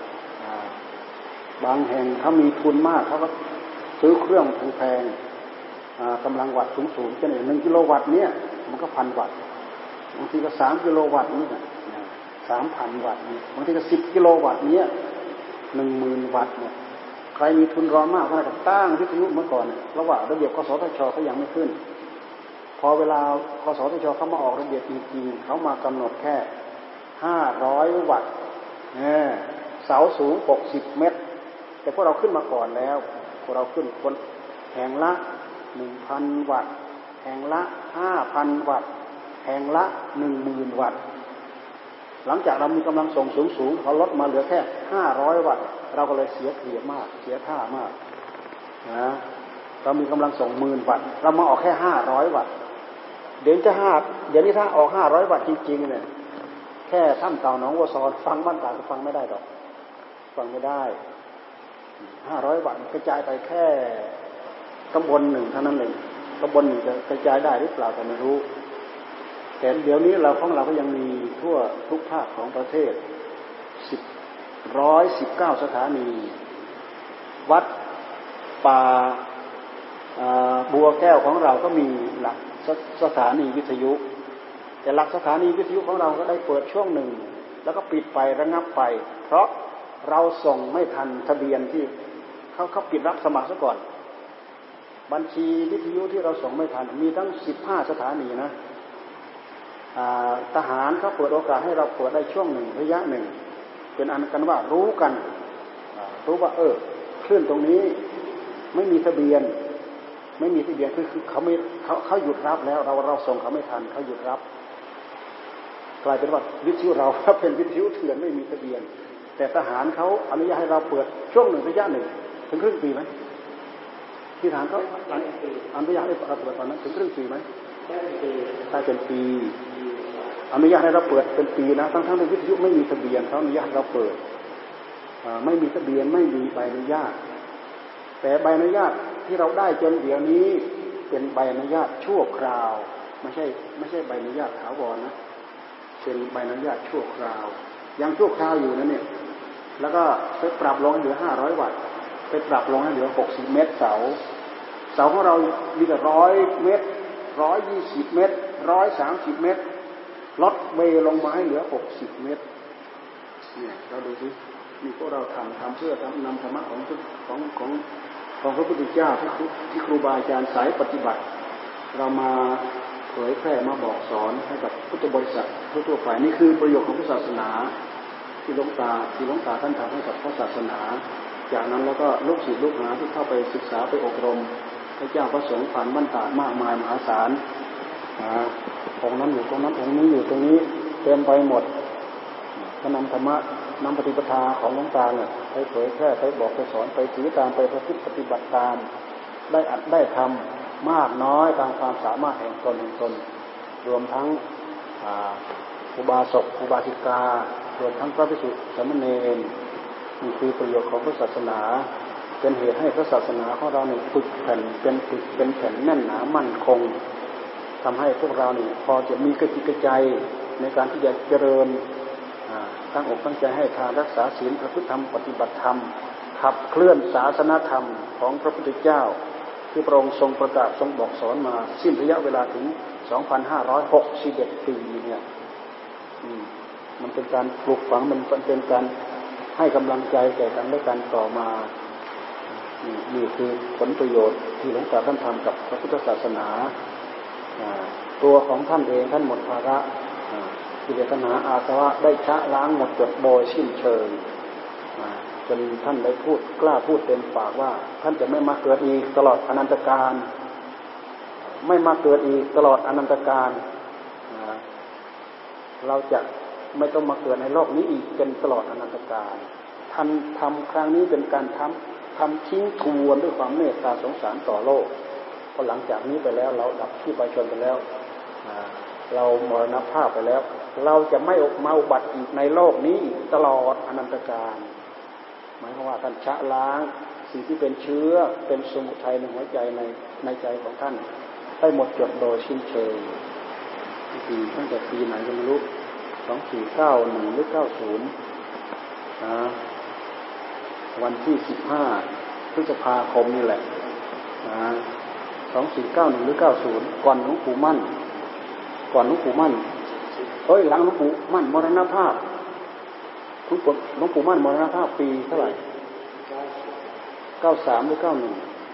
บางแห่งเขามีทุนมากเขาก็ซื้อเครื่องแพงๆกำลังวัตต์สูงๆเช่น1 กิโลวัตต์เนี่ยมันก็1,000 วัตต์บางทีก็3 กิโลวัตต์นี่นะ3,000 วัตต์นี่บางทีก็10 กิโลวัตต์เนี่ย10,000 วัตต์เนี่ยใครมีทุนร้อนมากก็จะตั้งวิทยุเมื่อก่อนเพราะว่าระเบียบกสทชเขายังไม่ขึ้นพอเวลากสทชเขามาออกระเบียบจริงๆเขามากำหนดแค่500 วัตต์เสาสูง60 เมตรแต่พวกเราขึ้นมาก่อนแล้วพวกเราขึ้นคนแห่งละ 1,000 วัตต์แห่งละ 5,000 วัตต์แห่งละ 10,000 วัตต์หลังจากเรามีกำลังส่งสูงๆเขาลดมาเหลือแค่500 วัตต์เราก็เลยเสียเปรียบมากเสียท่ามากนะเรามีกำลังส่ง10,000 วัตต์เรามาออกแค่500 วัตต์เดี๋ยวนี้ถ้าออก500 วัตต์จริงๆเนี่ยแค่ถ้ำเต่าหนองวัวซอนฟังบ้านตาก็ฟังไม่ได้หรอกฟังไม่ได้500 วัตต์กระจายไปแค่ตำบลหนึ่งเท่านั้นเลยตำบลหนึ่งจะกระจายได้หรือเปล่าแต่ไม่รู้แต่เดี๋ยวนี้เราก็ยังมีทั่วทุกภาคของประเทศ119 สถานีวัดป่าบัวแก้วของเราก็มีหลักสถานีวิทยุแต่หลักสถานีวิทยุของเราก็ได้เปิดช่วงหนึ่งแล้วก็ปิดไประงับไปเพราะเราส่งไม่ทันทะเบียนที่เขาปิดรับสมัครซะก่อนบัญชีวิทยุที่เราส่งไม่ทันมีทั้ง15 สถานีนะทหารเขาเปิดโอกาสให้เราเปิดได้ช่วงหนึ่งระยะหนึ่งเป็นอันกันว่ารู้ว่าคลื่นตรงนี้ไม่มีทะเบียนคือเขาหยุดรับแล้วเราส่งเขาไม่ทันเขาหยุดรับกลายเป็นว่าวิทยุเราเป็นวิทยุเถื่อนไม่มีทะเบียนแต่ทหารเขาอนุญาตให้เราเปิดช่วงหนึ่งระยะหนึ่งถึงครึ่งปีไหมที่ทหารเขาอนุญาตให้เราเปิดตอนนั้นถึงครึ่งปีไหมได้เป็นปีอนุญาตให้เราเปิดเป็นปีนะทั้งที่วิทยุไม่มีทะเบียนเขาอนุญาตเราเปิดไม่มีทะเบียนไม่มีใบอนุญาตแต่ใบอนุญาตที่เราได้จนเดี๋ยวนี้เป็นใบอนุญาตชั่วคราวไม่ใช่ใบอนุญาตถาวรนะเป็นใบอนุญาตชั่วคราวยังชั่วคราวอยู่นะเนี่ยแล้วก็ไปปรับลงเหลือ500 วัตต์ไปปรับลงให้เหลือ60 เมตรเสาของเรามีแต่100 เมตร120 เมตร130 เมตรลดเวลงมาให้เหลือ60 เมตรเนี่ยเราดูสินี่พวกเราทำเพื่อนำธรรมะของพระพุทธเจ้าที่ครูบาอาจารย์สายปฏิบัติเรามาเผยแพร่มาบอกสอนให้กับพุทธบริษัททั่วไปนี่คือประโยชน์ของพุทธศาสนาที่หลวงตาท่านทำให้กับพระศาสนาจากนั้นแล้วก็ลูกศิษย์ลูกหาที่เข้าไปศึกษาไปอบรมพระเจ้าพระสงฆ์ผ่านบ้านตาดมากมายมหาศาลองค์นั้นอยู่ตรงนั้นองค์นี้อยู่ตรงนี้เต็มไปหมดก็นำธรรมะนำปฏิปทาของหลวงตาเนี่ยไปเผยแพร่ไปบอกไปสอนไปถือตามไปประพฤติปฏิบัติตามได้อัดได้ทำมากน้อยตามความสามารถแห่งตนรวมทั้งอุบาสกอุบาสิการวมทั้งพระภิกษุสามเณรนี่คือประโยชน์ของพระศาสนาเป็นเหตุให้พระศาสนาของเราเนี่ยฝึกแผ่นเป็นแผ่นแน่นหนามั่นคงทำให้พวกเราเนี่ยพอจะมีกระจิตกระใจในการที่จะเจริญตั้งอกตั้งใจให้ทานรักษาศีลประพฤติธรรมปฏิบัติธรรมขับเคลื่อนศาสนธรรมของพระพุทธเจ้าที่พระองค์ทรงประกาศทรงบอกสอนมาสิ้นระยะเวลาถึง 2,561 ปีเนี่ยมันเป็นการปลูกฝังมันเป็นการให้กำลังใจแก่กันและกันต่อมานี่คือผลประโยชน์ที่หลวงตาท่านทำกับพระพุทธศาสนาตัวของท่านเองท่านหมดภาระกิเลสตัณหาอาสวะได้ชะล้างหมดจดโดยสิ้นเชิงจนท่านได้พูดกล้าพูดเต็มปากว่าท่านจะไม่มาเกิดอีกตลอดอนันตกาลไม่มาเกิดอีกตลอดอนันตกาลเราจะไม่ต้องมาเกิดในโลกนี้อีกเป็นตลอดอนันตกาลท่านทำครั้งนี้เป็นการทำทิ้งทวนด้วยความเมตตาสงสารต่อโลกพอหลังจากนี้ไปแล้วเราดับที่ประชนไปแล้วเรามรณภาพไปแล้วเราจะไม่ออกมาอุบัติอีกในโลกนี้อีกตลอดอนันตกาลหมายความว่าท่านชะล้างสิ่งที่เป็นเชื้อเป็นสมุทัยในหัวใจในใจของท่านได้หมดจดโดยสิ้นเชิงปีตั้งแต่ปีไหนก็ไม่รู้2491หรือ90วันที่15พฤษภาคมนี่แหละ2491หรือ90ก่อนหลวงปู่มั่นหลังหลวงปู่มั่นมรณภาพหลวงปู่มั่นมรณภาพปีเท่าไหร่93หรือ91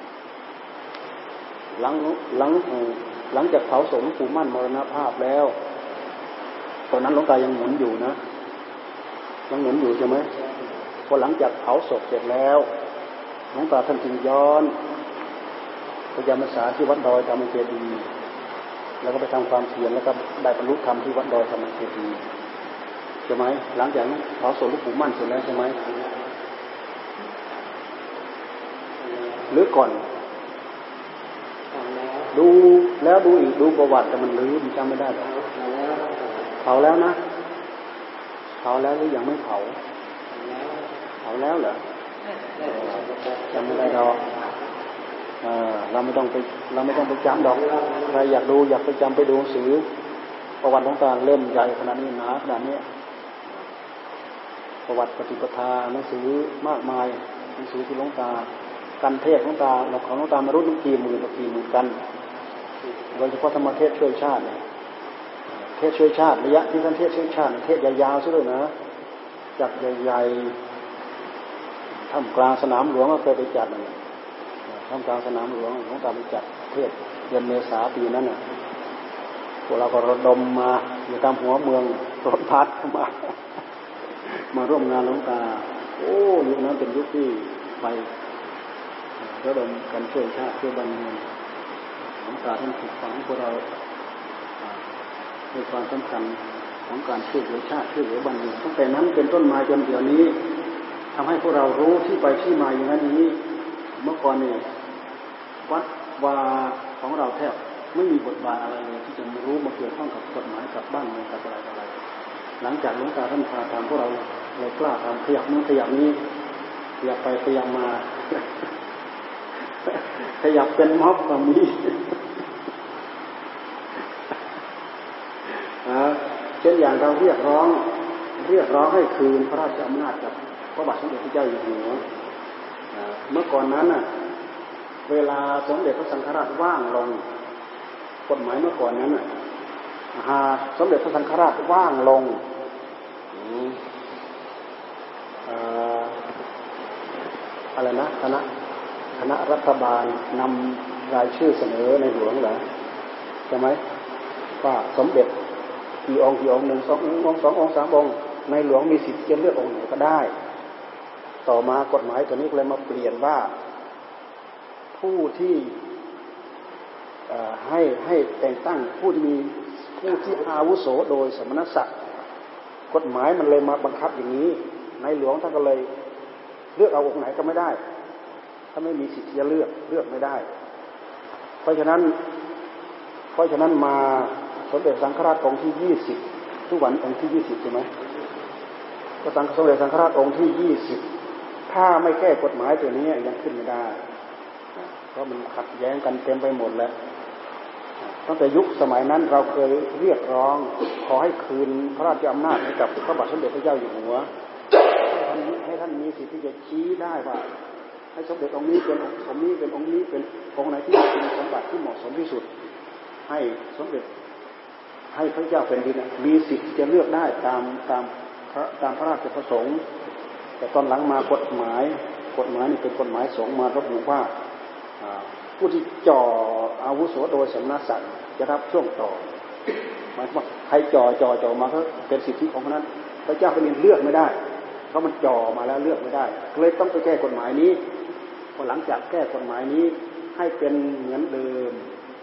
หลังจากเผาศพหลวงปู่มั่นมรณภาพแล้วตอนนั้นหลวงตายังหมุนอยู่นะยังหมุนอยู่ใช่ไหมพอหลังจากเผาศพเสร็จแล้วหลวงตาท่านจึงย้อนไปจำพรรษาที่วัดดอยธรรมเจดีย์แล้วก็ไปทำความเพียรแล้วก็ได้บรรลุธรรมที่วัดดอยธรรมเจดีย์ใช่ไหมหลังจากนั้นเผาศพหลวงปู่มั่นเสร็จแล้วใช่ไหมหรือก่อนดูแล้วดูอีกดูประวัติแต่มันลืมจำไม่ได้หรอกเผาแล้วนะเผาแล้วหรือยังไม่เผาแล้วเหรอจำไม่ได้ดอกเราไม่ต้องไปจำดอกใครอยากดูอยากไปจำไปดูหนังสือประวัติของการเล่มใหญ่ขนาดนี้หนาขนาดนี้ประวัติปฏิปทาหนังสือมากมายหนังสือที่หลวงตากันเทศของตาของหลวงตามารุ่นกี่หมื่นกันโดยเฉพาะธรรมเทศช่วยชาติเทศช่วยชาติระยะที่ท่านเทศช่วยชาติเทศยาวๆซะด้วยนะจัดใหญ่ๆท่ามกลางสนามหลวงก็เคยไปจัดท่ามกลางสนามหลวงหลวงตาไปจัดเทศเดือนเมษาปีนั้นพวกเราก็ระดมมาอยู่ตามหัวเมืองรถพัดมาร่วมงานหลวงตาโอ้ยุคนั้นเป็นยุคที่ไประดมกันช่วยชาติช่วยบ้านเมืองหลวงตาท่านฝึกฝังพวกเราในความสำคัญของการช่วยเหลือชาติช่วยเหลือบ้านเมืองตั้งแต่นั้นเป็นต้นมาจนเดี๋ยวนี้ทำให้พวกเรารู้ที่ไปที่มาอย่างนั้นนี้เมื่อก่อนเนี่ยวัดวาของเราแทบไม่มีบทบาทอะไรเลยที่จะมารู้มาเกี่ยวข้องกับกฎหมายกับบ้านเมืองกับอะไรหลังจากหลวงตาท่านพาทำพวกเราเลยกล้าทำขยับนู้นขยับนี้ขยับไปขยับมาขยับเป็นม็อบก็มีเช่นอย่างเราเรียกร้องให้คืนพระราชอำนาจกับพระบาทสมเด็จพระเจ้าอยู่หัวเมื่อก่อนนั้นเวลาสมเด็จพระสังฆราชว่างลงกฎหมายเมื่อก่อนนั้นหากสมเด็จพระสังฆราชว่างลงอะไรนะคณะรัฐบาลนำรายชื่อเสนอในหลวงเหรอใช่ไหมว่าสมเด็จกี่องค์1 2 องค์2 องค์ 3 องค์ในหลวงมีสิทธิ์จะเลือกองค์ไหนก็ได้ต่อมากฎหมายตัวนี้เลยมาเปลี่ยนว่าผู้ที่ให้แต่งตั้งผู้ที่อาวุโสโดยสมณศักดิ์กฎหมายมันเลยมาบังคับอย่างนี้ในหลวงท่านก็เลยเลือกเอาองค์ไหนก็ไม่ได้ถ้าไม่มีสิทธิ์จะเลือกไม่ได้เพราะฉะนั้นมาสมเด็จสังฆราชองค์ที่20ทุกวันองค์ที่20ใช่ไหมก็สมเด็จสังฆราชองค์ที่20ถ้าไม่แก้กฎหมายตัวนี้ยังขึ้นไม่ได้เพราะมันขัดแย้งกันเต็มไปหมดแล้วตั้งแต่ยุคสมัยนั้นเราเคยเรียกร้องขอให้คืนพระราชอำนาจให้กับพระบาทสมเด็จพระเจ้าอยู่หัวให้ท่านมีสิทธิ์ที่จะชี้ได้ว่าให้สมเด็จองค์นี้เป็นองค์นี้เป็นองค์นี้เป็นองค์ไหนที่เป็นสมบัติที่เหมาะสมที่สุดให้สมเด็จให้พระเจ้าแผ่นดินมีสิทธิ์จะเลือกได้ตามพระราชประสงค์แต่ตอนหลังมากฎหมายนี่เป็นกฎหมายสงฆ์มาระบุว่าผู้ที่จ่ออาวุโสโดยสมณศักดิ์จะรับช่วงต่อหมายความว่าใครจ่อมาก็เป็นสิทธิของคนนั้นพระเจ้าแผ่นดินเลือกไม่ได้เพราะมันจ่อมาแล้วเลือกไม่ได้เลยต้องไปแก้กฎหมายนี้พอหลังจากแก้กฎหมายนี้ให้เป็นเหมือนเดิม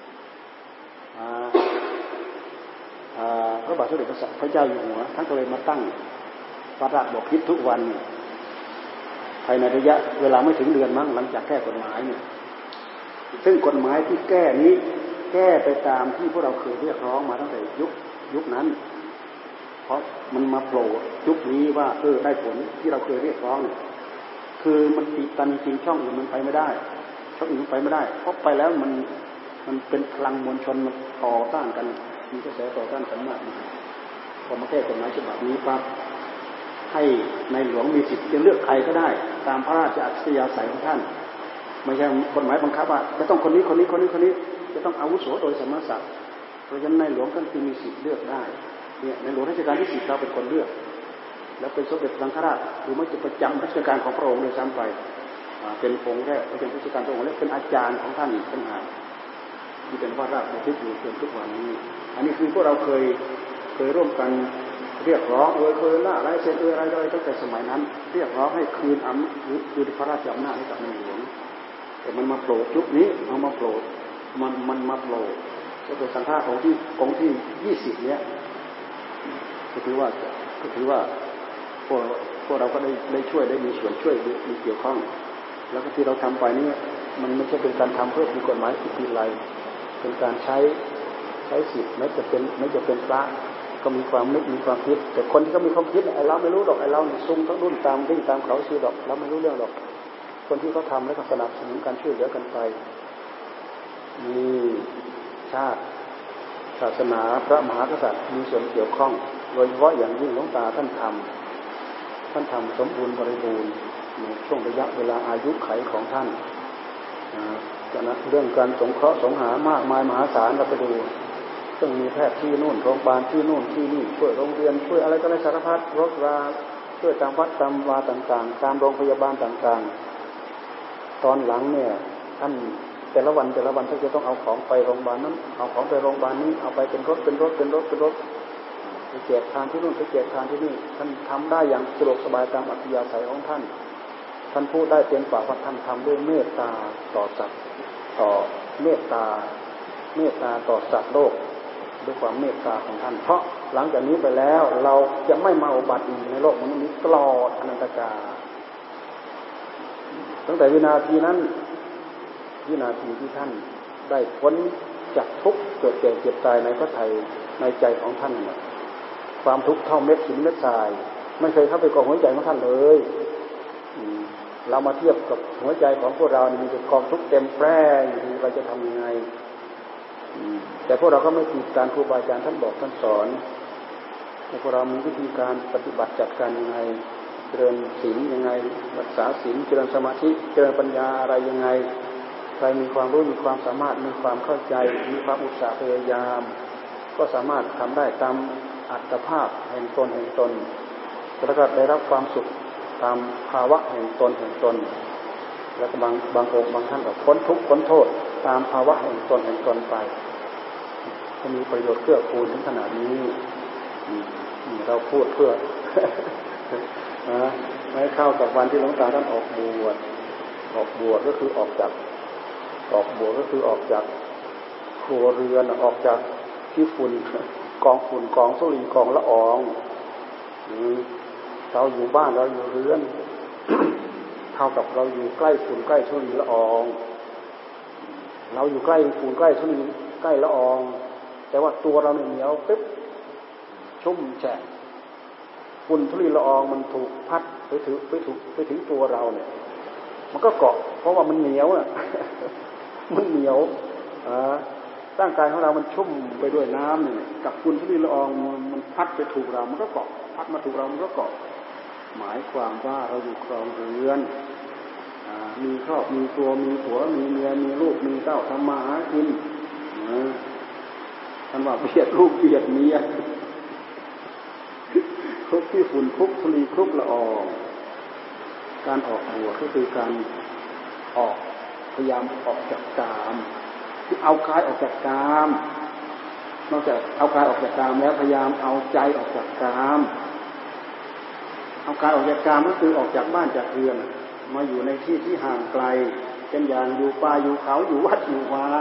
พระบาทสมเด็จพระเจ้าอยู่หัวท่านก็เลยมาตั้งพระราชบพิตรทุกวันภายในระยะเวลาไม่ถึงเดือนมั้งหลังจากแก้กฎหมายเนี่ยซึ่งกฎหมายที่แก้นี้แก้ไปตามที่พวกเราเคยเรียกร้องมาตั้งแต่ยุคนั้นเพราะมันมาโผล่ยุคนี้ว่าได้ผลที่เราเคยเรียกร้องเนี่ยคือมันติดตันจริงช่องอื่นมันไปไม่ได้ช่องอื่นไปไม่ได้เพราะไปแล้วมันเป็นพลังมวลชนมันต่อต้านกันมีกระแสต่อต้านกันมากพอมาแก้กฎหมายฉบับนี้ปั๊บให้ในหลวงมีสิทธิ์จะเลือกใครก็ได้ตามพระราชอัธยาศัยของท่านไม่ใช่กฎหมายบังคับว่าจะต้องคนนี้จะต้องอาวุโสโดยสมณศักดิ์เพราะฉะนั้นในหลวงท่านจึงมีสิทธิ์เลือกได้เนี่ยในหลวงรัชกาลที่10เราเป็นคนเลือกแล้วเป็นสมเด็จพระสังฆราชหรือไม่จะประจำรัชกาลของพระองค์โดยซ้ำไปเป็นองค์แรกเป็นรัชกาลพระองค์แรกเป็นอาจารย์ของท่านอีกต่างหากที่เป็นพระราชบพิตรอยู่จนทุกวันนี้อันนี้คือพวกเราเคยร่วมกันเรียกร้องเคยล่าไรเซ็นอะไรตั้งแต่สมัยนั้นเรียกร้องให้คืนคืนพระราชอำนาจให้กับในหลวงแต่มันมาโปรดยุคนี้เอามาโปรดมันมาโปรดก็เป็นสังฆราชองค์ที่20เนี้ยก็ถือว่าพวกเราก็ได้ช่วยได้มีส่วนช่วยมีเกี่ยวข้องแล้วก็ที่เราทำไปนี่มันไม่ใช่เป็นการทำเพื่อผิดกฎหมายผิดอะไรเป็นการใช้สิทธิ์ไม่จะเป็นพระก็มีความนึกมีความคิดแต่คนที่เขามีความคิดไอ้เราไม่รู้หรอกไอ้เราซุ่มทั้งรุ่นตามวิ่งตามเขาซื้อหรอกเราไม่รู้เรื่องหรอกคนที่เขาทำแล้วก็สนับสนุนการช่วยเหลือกันไปมีชาติศาสนาพระมหากษัตริย์มีส่วนเกี่ยวข้องโดยเฉพาะอย่างยิ่งหลวงตาท่านทำสมบูรณ์บริบูรณ์ในช่วงระยะเวลาอายุไขของท่านจากนั้นเรื่องการสงเคราะห์สงหามากมายมหาศาลเราไปดูต้องมีแพทย์ที่นู่นโรงพยาบาลที่นู่นที่นี่ช่วยโรงเรียนช่วยอะไรก็ได้สารพัดรถราช่วยตามวัดตามวาต่างๆตามโรงพยาบาลต่างๆตอนหลังเนี่ยท่านแต่ละวันท่านจะต้องเอาของไปโรงพยาบาลนั้นเอาของไปโรงพยาบาลนี้เอาไปเป็นรถไปแจกทานที่นู่นไปแจกทานที่นี่ท่านทำได้อย่างสะดวกสบายตามอัธยาศัยของท่านพูดได้เต็มปากว่าท่านทำด้วยเมตตาต่อสัตว์ต่อเมตตาต่อสัตว์โลกด้วยความเมตตาของท่านเพราะหลังจากนี้ไปแล้วเราจะไม่มาอุบัติอีกในโลกมนุษย์นี้ตลอดอนันตกาลตั้งแต่วินาทีนั้นวินาทีที่ท่านได้พ้นจากทุกข์เกิดแก่เจ็บตายในพระทัยในใจของท่านความทุกข์เท่าเม็ดหินเม็ดทรายไม่เคยเข้าไปกองหัวใจของท่านเลยเรามาเทียบกับหัวใจของพวกเรานี่มีแต่กองทุกข์เต็มแปร่อยู่เราจะทำยังไงแต่พวกเราก็ไม่ติดการครูบาอาจารย์ท่านบอกท่านสอนพวกเรามีวิธีการปฏิบัติจัดการยังไงเจริญศีลยังไงรักษาศีลเจริญสมาธิเจริญปัญญาอะไรยังไงใครมีความรู้มีความสามารถมีความเข้าใจมีความอุตสาห์พยายามก็สามารถทำได้ตามอัตภาพแห่งตนแล้วก็ได้รับความสุขตามภาวะแห่งตนแล้วก็บางองค์บางท่านก็พ้นทุกข์พ้นโทษตามภาวะแห่งตนไปจะมีประโยชน์เกื้อกูลถึงขนาดนี้เราพูดเพื่อ ไม่เข้ากับวันที่หลวงตาท่านออกบวชก็คือออกบวชก็คือออกจากครัวเรือนออกจากที่ฝุ่นกองฝุ่นกองธุลีกองละอองเราอยู่บ้านเราอยู่เรือน เท่ากับเราอยู่ใกล้ฝุ่นใกล้ธุลีละอองเราอยู่ใกล้ฝุ่นใกล้ธุลีใกล้ละอองแต่ว่าตัวเราเหนียวปึ๊บชุ่มแฉะฝุ่นธุลีละอองมันถูกพัดไปถึงตัวเราเนี่ยมันก็เกาะเพราะว่ามันเหนียวอ่ะ มันเหนียวร่างกายของเรามันชุ่มไปด้วยน้ำเนี่ยกับฝุ่นธุลีละอองมันพัดไปถูกเรามันก็เกาะพัดมาถูกเรามันก็เกาะหมายความว่าเราอยู่ครองเรือนมีครอบมีครัวมีผัวมีเมียมีลูกมีเต้าทำมาหากินท่านว่าเบียดลูกเบียดเมียคลุกที่ฝุ่นคลุกธุลีคลุกละอองการออกบวชก็คือการออกพยายามออกจากกามที่เอากายออกจากกามนอกจากเอากายออกจากกามแล้วพยายามเอาใจออกจากกามเอากายออกจากกามก็คือออกจากบ้านจากเรือนมาอยู่ในที่ที่ห่างไกลเช่นอย่างอยู่ป่าอยู่เขาอยู่วัดอยู่วา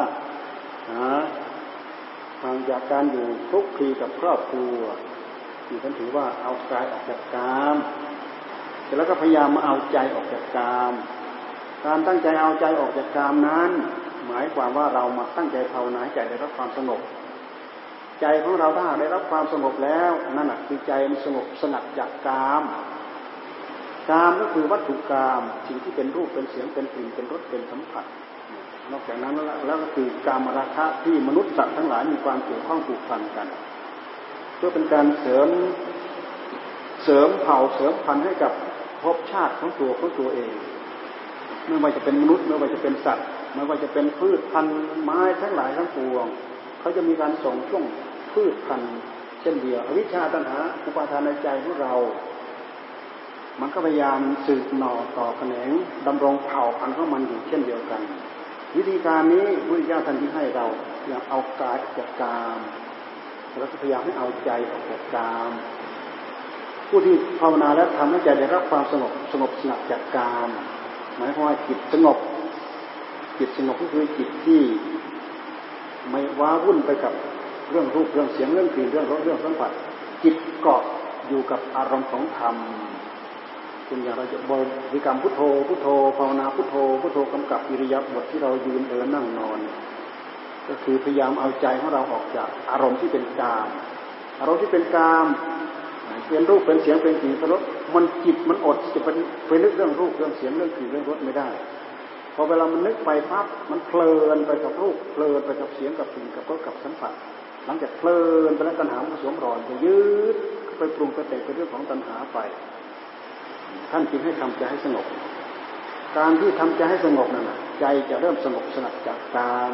ห่างจากการอยู่คลุกคลีกับครอบครัวที่ท่านถือว่าเอากายออกจากกามเสร็จแล้วก็พยายามมาเอาใจออกจากกามการตั้งใจเอาใจออกจากกามนั้นหมายความว่าเรามาตั้งใจภาวนาใจได้รับความสงบใจของเราถ้าได้รับความสงบแล้วนั่นคือใจมันสงบสงัดจากกามกามก็คือวัตถุกามสิ่งที่เป็นรูปเป็นเสียงเป็นกลิ่นเป็นรสเป็นสัมผัสนอกจากนั้นแล้วก็คือกามราคะที่มนุษย์สัตว์ทั้งหลายมีความเกี่ยวข้องผูกพันกันเพื่อเป็นการเสริมเผ่าเสริมพันธุ์ให้กับภพชาติของตัวเองไม่ว่าจะเป็นมนุษย์ไม่ว่าจะเป็นสัตว์ไม่ว่าจะเป็นพืชพันธุ์ไม้ทั้งหลายทั้งปวงเขาจะมีการส่งช่วงพืชพันธุ์เช่นเดียวอวิชชาตัณหาอุปาทานในใจของเรามันก็พยายามสืบหน่อต่อแขนงดำรงเผ่าพันธุ์ของมันอยู่เช่นเดียวกันวิธีการนี้พระพุทธเจ้าท่านที่ให้เราอย่างเอากายออกจากกามแล้วก็พยายามให้เอาใจออกจากกามผู้ที่ภาวนาแล้วทำให้ใจได้รับความสงบสงัดจากกามหมายความว่าจิตสงบก็คือจิตที่ไม่ว้าวุ่นไปกับเรื่องรูปเรื่องเสียงเรื่องกลิ่นเรื่องรสเรื่องสัมผัสจิตเกาะอยู่กับอารมณ์ของธรรมคุณอย่างเราจะบริกรรมพุทโธภาวนาพุทโธกำกับอิริยาบถที่เรายืนเดินนั่งนอนก็คือพยายามเอาใจของเราออกจากอารมณ์ที่เป็นกามอารมณ์ที่เป็นกามเป็นรูปเป็นเสียงเป็นกลิ่นเป็นรสมันจิตมันอดจะไปนึกเรื่องรูปเรื่องเสียงเรื่องกลิ่นเรื่องรสไม่ได้พอเวลามันนึกไปปั๊บมันเพลินไปกับรูปเพลินไปกับเสียงกับกลิ่นกับรสกับสัมผัสหลังจากเพลินไปแล้วตัณหามันสวมรอยไปยึดไปปรุงไปแต่งเป็นเรื่องของตัณหาไปท่านจึงให้ทำใจให้สงบการที่ทำใจให้สงบนั่นน่ะใจจะเริ่มสงบสงัดจากกาม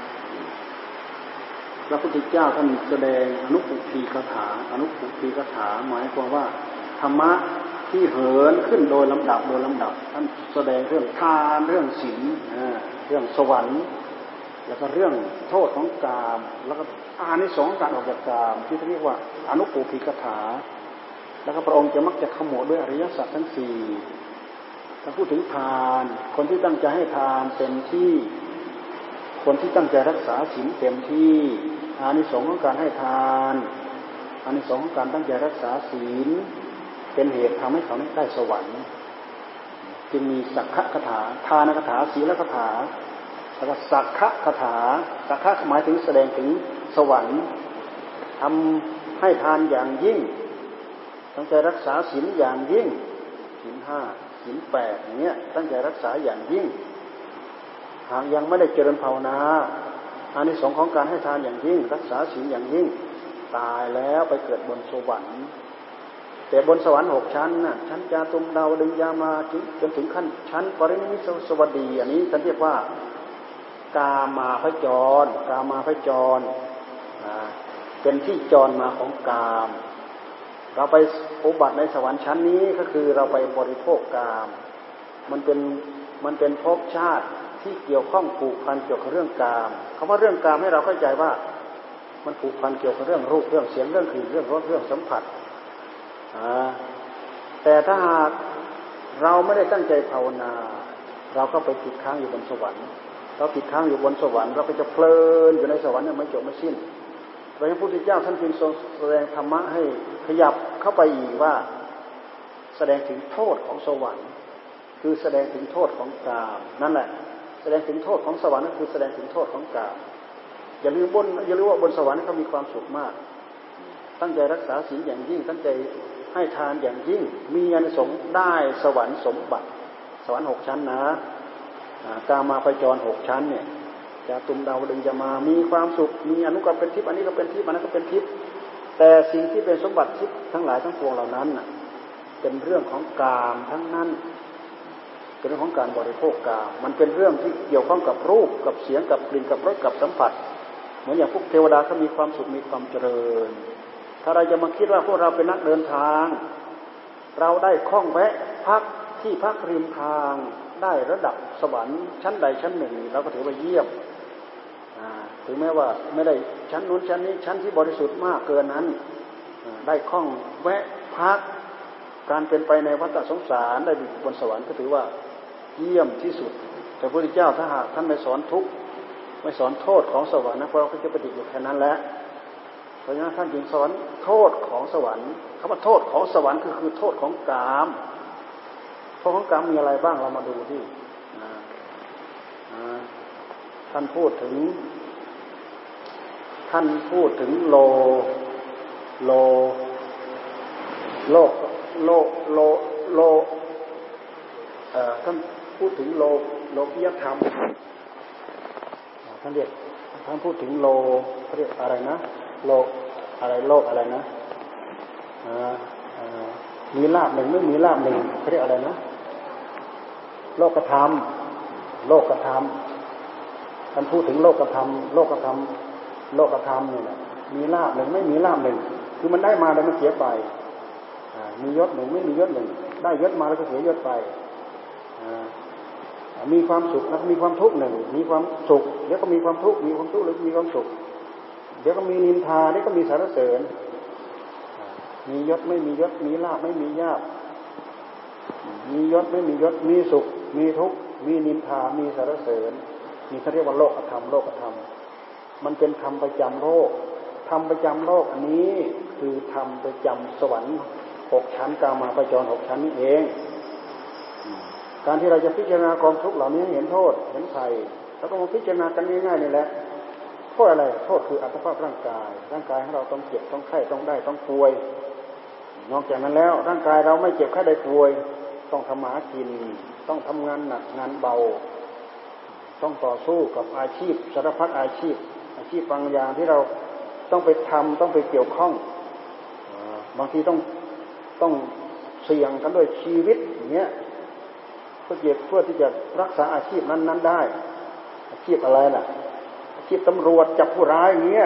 พระพุทธเจ้าท่านแสดงอนุปุพีคถาหมายความว่าธรรมะที่เหินขึ้นโดยลำดับท่านแสดงเรื่องทานเรื่องศีลเรื่องสวรรค์แล้วก็เรื่องโทษของกามแล้วก็อานิสงส์การออกจากกามที่เรียกว่าอนุปุพีคถาแล้วก็พระองค์จะมักจะขมวดด้วยอริยสัจทั้งสี่ถ้าพูดถึงทานคนที่ตั้งใจให้ทานเต็มที่คนที่ตั้งใจรักษาศีลเต็มที่อานิสงส์ของการให้ทานอานิสงส์ของการตั้งใจรักษาศีลเป็นเหตุทำให้เขาได้สวรรค์จึงมีสักขะคาถาทานคาถาศีลคาถาแล้วก็สักขะคาถาสักขะหมายถึงแสดงถึงสวรรค์ทำให้ทานอย่างยิ่งตั้งใจรักษาศีลอย่างยิ่งศีล5ศีล8อย่างเงี้ยตั้งใจรักษาอย่างยิ่งหากยังไม่ได้เจริญภาวนาอานิสงส์ของการให้ทานอย่างยิ่งรักษาศีลอย่างยิ่งตายแล้วไปเกิดบนสวรรค์แต่บนสวรรค์6ชั้นน่ะชั้นจาตุมดาวดึงยามาจนถึงขั้นชั้นปรินิมิตสวัสดีอันนี้ท่านเรียกว่ากามาพจรเป็นที่จรมาของกามเราไปอุบัติในสวรรค์ชั้นนี้ก็คือเราไปบริโภคกามมันเป็นภพชาติที่เกี่ยวข้องผูกพันเกี่ยวกับเรื่องกามคำว่าเรื่องกามให้เราเข้าใจว่ามันผูกพันเกี่ยวกับเรื่องรูปเรื่องเสียงเรื่องกลิ่นเรื่องรสเรื่องสัมผัสแต่ถ้าหากเราไม่ได้ตั้งใจภาวนาเราก็ไปติดค้างอยู่บนสวรรค์เราติดค้างอยู่บนสวรรค์เราก็จะเพลินอยู่ในสวรรค์เนี่ยไม่จบไม่สิ้นพระพุทธเจ้าท่านจึงทรงแสดงธรรมะให้ขยับเข้าไปอีกว่าแสดงถึงโทษของสวรรค์คือแสดงถึงโทษของกามนั่นแหละแสดงถึงโทษของสวรรค์ก็คือแสดงถึงโทษของกามอย่าลืมว่าบนสวรรค์เขามีความสุขมากตั้งใจรักษาศีลอย่างยิ่งตั้งใจให้ทานอย่างยิ่งมีอานิสงส์ได้สวรรค์สมบัติสวรรค์6ชั้นนะกามาพจร6ชั้นเนี่ยจะตุมดาวดึงจะมามีความสุขมีอนุกรรมเป็นทิพย์อันนี้ก็เป็นทิพย์อันนั้นก็เป็นทิพย์แต่สิ่งที่เป็นสมบัติทิพย์ทั้งหลายทั้งปวงเหล่านั้นเป็นเรื่องของกามทั้งนั้นเป็นเรื่องของการบริโภคกามมันเป็นเรื่องที่เกี่ยวข้องกับรูปกับเสียงกับกลิ่นกับรสกับสัมผัสเหมือนอย่างพวกเทวดาเขามีความสุขมีความเจริญถ้าเราจะมาคิดว่าพวกเราเป็นนักเดินทางเราได้คล่องแวะพักทที่พักริมทางได้ระดับสวรรค์ชั้นใดชั้นหนึ่งเราก็ถือว่าเยี่ยมถึงแม้ว่าไม่ได้ชั้นนู้นชั้นนี้ชั้นที่บริสุทธิ์มากเกินนั้นได้คล่องแวะพักการเป็นไปในวัฏสงสารได้อยู่บนสวรรค์ก็ถือว่าเยี่ยมที่สุดแต่พระพุทธเจ้าถ้าหากท่านไม่สอนทุกข์ไม่สอนโทษของสวรรค์นะพวกเราก็จะปฏิบัติอยู่แค่นั้นแหละเพราะฉะนั้นท่านจึงสอนโทษของสวรรค์คำว่าโทษของสวรรค์คือโทษของกามโทษของกามมีอะไรบ้างเรามาดูที่ท่านพูดถึงโลท่านพูดถึงโลกิยธรรมท่านพูดถึงเขาเรียกอะไรนะโลกอะไรนะมีลาภหนึ่งไม่มีลาภหนึ่งเขาเรียกอะไรนะโลกธรรมท่านพูดถึงโลกธรรมนี่แหละมีลาภหนึ่งไม่มีลาภหนึ่งคือมันได้มาแล้วมันเสียไปมียศหนึ่งไม่มียศหนึ่งได้ยศมาแล้วก็เสียยศไปมีความสุขแล้วมีความทุกข์หนึ่งมีความสุขเดี๋ยวก็มีความทุกข์มีความทุกข์หรือมีความสุขเดี๋ยวก็มีนินทาเดี๋ยวก็มีสรรเสริญมียศไม่มียศมีลาภไม่มีลาภมียศไม่มียศมีสุขมีทุกข์มีนินทามีสรรเสริญนี่เขาเรียกว่าโลกธรรมมันเป็นธรรมประจำโลกธรรมประจำโลกอันนี้คือธรรมประจำสวรรค์6ชั้นกามาพจร6ชั้นนี้เองการที่เราจะพิจารณากองทุกข์เหล่านี้เห็นโทษเห็นภัยแล้วก็มาพิจารณากันง่ายๆนี่แหละโทษอะไรโทษคืออัตภาพร่างกายของเราต้องเจ็บต้องไข้ต้องได้ต้องป่วยนอกจากนั้นแล้วร่างกายเราไม่เจ็บไข้ได้ป่วยต้องทำหากินต้องทำงานหนักงานเบาต้องต่อสู้กับอาชีพสารพัดอาชีพบางอย่างที่เราต้องไปทำต้องไปเกี่ยวข้องบางทีต้องเสี่ยงกันด้วยชีวิตอย่างเงี้ยเพื่อที่จะรักษาอาชีพนั้นได้อาชีพอะไรล่ะอาชีพตำรวจจับผู้ร้ายอย่างเงี้ย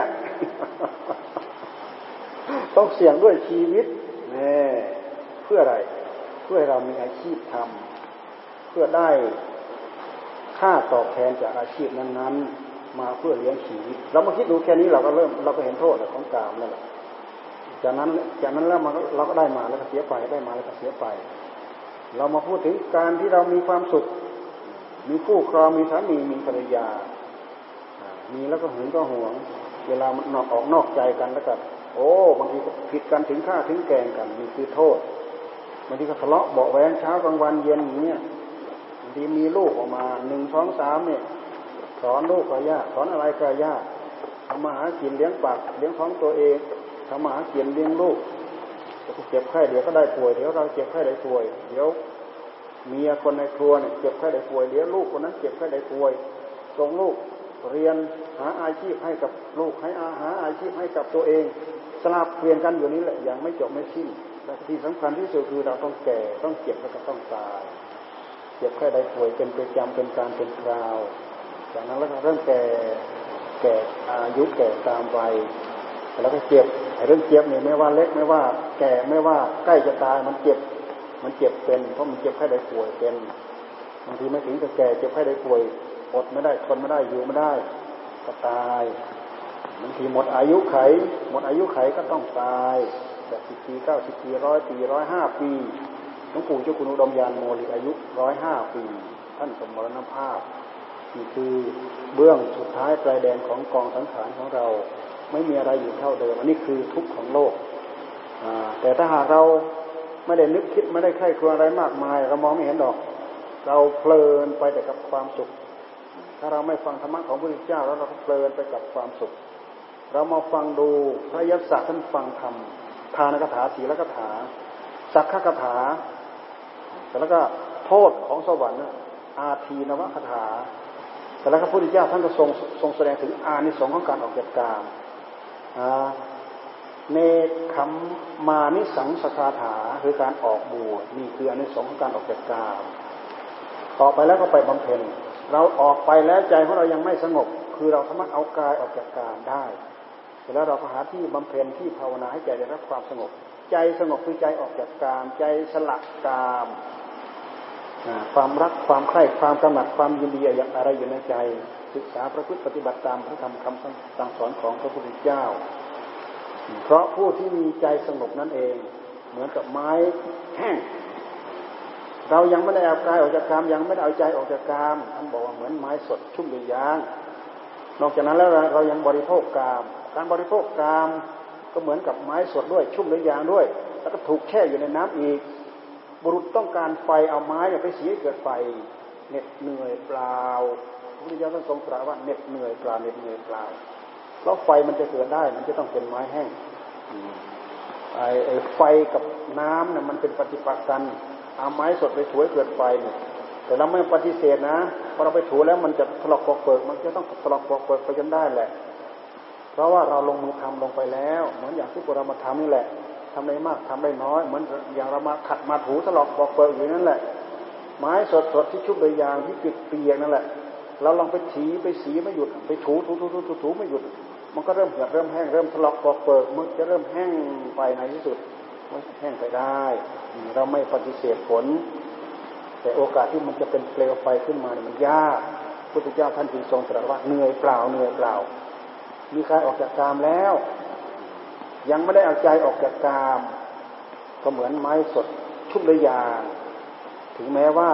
ต้องเสี่ยงด้วยชีวิตแน่เพื่ออะไรเพื่อให้เรามีอาชีพทำเพื่อได้ค่าตอบแทนจากอาชีพนั้นๆมาเพื่อเลี้ยงชีวิตเรามาคิดดูแค่นี้เราก็เห็นโทษของกามแล้วล่ะจากนั้นแล้วเราก็ได้มาแล้วก็เสียไปได้มาแล้วก็เสียไปเรามาพูดถึงการที่เรามีความสุขมีคู่ครองมีสามีมีภรรยามีแล้วก็หึงก็หวงเวลามันออกนอกใจกันแล้วก็บางทีก็ผิดกันถึงฆ่าถึงแกล้งกันนี่คือโทษบางทีก็ทะเลาะเบาะแว้งเช้ากลางวันเย็นอย่างเงี้ยบางทีมีลูกออกมา1 2 3เนี่ยสอนลูกก็ยากสอนอะไรก็ยากทำมาหากินเลี้ยงปากเลี้ยงท้องตัวเองทำมาหากินเลี้ยงลูกเจ็บไข้เดี๋ยวก็ได้ป่วยเดี๋ยวเราเจ็บไข้ได้ป่วยเดี๋ยวเมียคนในครัวเนี่ยเจ็บไข้ได้ป่วยเดี๋ยวลูกคนนั้นเจ็บไข้ได้ป่วยส่งลูกเรียนหาอาชีพให้กับลูกหาอาชีพให้กับตัวเองสลับเปลี่ยนกันอยู่นี้แหละยังไม่จบไม่สิ้นและที่สำคัญที่สุดคือเราต้องแก่ต้องเจ็บแล้วก็ต้องตายเจ็บไข้ได้ป่วยเป็นประจำเป็นการเป็นคราวจากนั้นแล้วก็เริ่มแก่อายุแก่ตามวัยแล้วก็เจ็บเรื่องเจ็บเนี่ยไม่ว่าเล็กไม่ว่าแก่ไม่ว่าใกล้จะตายมันเจ็บเป็นเพราะมันเจ็บไข้ได้ป่วยเป็นบางทีไม่ถึงกับแก่เจ็บไข้ได้ป่วยอดไม่ได้ทนไม่ได้อยู่ไม่ได้ก็ตายบางทีหมดอายุไขก็ต้องตาย80 ปี90 ปี100 ปี105 ปีหลวงปู่เจ้าคุณอุดมยานโมลีอายุ105 ปีท่านสมรณภาพนี่คือเบื้องสุดท้ายปลายแดนของกองสังขารของเราไม่มีอะไรอยู่เท่าเดิมอันนี้คือทุกข์ของโลกแต่ถ้าหากเราไม่ได้นึกคิดไม่ได้ใคร่ครวญอะไรมากมายเรามองไม่เห็นดอกเราเพลินไปแต่กับความสุขถ้าเราไม่ฟังธรรมะของพระพุทธเจ้าแล้วเราก็เพลินไปกับความสุขเรามาฟังดูพระยศท่านฟังธรรมทานกถาศีลกถาสักขกถาแล้วก็โทษของสวรรค์อาทีนวคถาแล้วพระพุทธเจ้าท่านก็ทรงแสดงถึงอานิสงส์ของการออกจากกามเนคขมมานิสังสคาถาคือการออกบวชนี่คืออานิสงส์ของการออกจากกามต่อไปแล้วก็ไปบำเพ็ญเราออกไปแล้วใจของเรายังไม่สงบคือเราสามารถเอากายออกจากกามได้แล้วเราก็หาที่บำเพ็ญที่ภาวนาให้ใจได้รับความสงบใจสงบคือใจออกจากกามใจสละกามความรักความใคร่ความกำหนัดความยินดีอะไรอยู่ในใจศึกษาประพฤติปฏิบัติตามพระธรรมคำสั่งสอนของพระพุทธเจ้าเพราะผู้ที่มีใจสงบนั่นเองเหมือนกับไม้แห้งเรายังไม่ได้เอากายออกจากกามยังไม่ได้เอาใจออกจากกามท่านบอกว่าเหมือนไม้สดชุ่มด้วยยางนอกจากนั้นแล้วเรายังบริโภคกามการบริโภคกามก็เหมือนกับไม้สดด้วยชุ่มด้วยยางด้วยแล้วก็ถูกแช่อยู่ในน้ำอีกบุรุษต้องการไฟเอาไม้ไปสีให้เกิดไฟเหน็ดเหนื่อยเปล่าพระพุทธเจ้าท่านทรงตรัสว่าเหน็ดเหนื่อยเปล่าเหน็ดเหนื่อยเปล่าเพราะไฟมันจะเกิดได้มันจะต้องเป็นไม้แห้งไอ้ไฟกับน้ำเนี่ยมันเป็นปฏิปักษ์กันเอาไม้สดไปถูให้เกิดไฟเนี่ยแต่เราไม่ปฏิเสธนะพอเราไปถูแล้วมันจะถลอกปอกเปิกมันจะต้องถลอกปอกเปิกไปจนได้แหละเพราะว่าเราลงมือทำลงไปแล้วเหมือนอย่างที่พวกเรามาทำนี่แหละทำได้มากทำได้น้อยเหมือนอย่างเรามาขัดมาถูถลอกปอกเปิกอยู่นั่นแหละไม้สดๆที่ชุบด้วยยางที่เปียกๆนั่นแหละเราลองไปถีไปสีไม่หยุดไปถูไม่หยุดมันก็เริ่มเหือดเริ่มแห้งเริ่มถลอกปอกเปิกมันจะเริ่มแห้งไปในที่สุดมันแห้งไปได้เราไม่ปฏิเสธผลแต่โอกาสที่มันจะเป็นเปลวไฟขึ้นมาเนี่ยมันยากพระพุทธเจ้าท่านจึงทรงตรัสว่าเหนื่อยเปล่าเหนื่อยเปล่ามีกายออกจากกามแล้วยังไม่ได้เอาใจออกจากกามก็เหมือนไม้สดชุ่มด้วยยางถึงแม้ว่า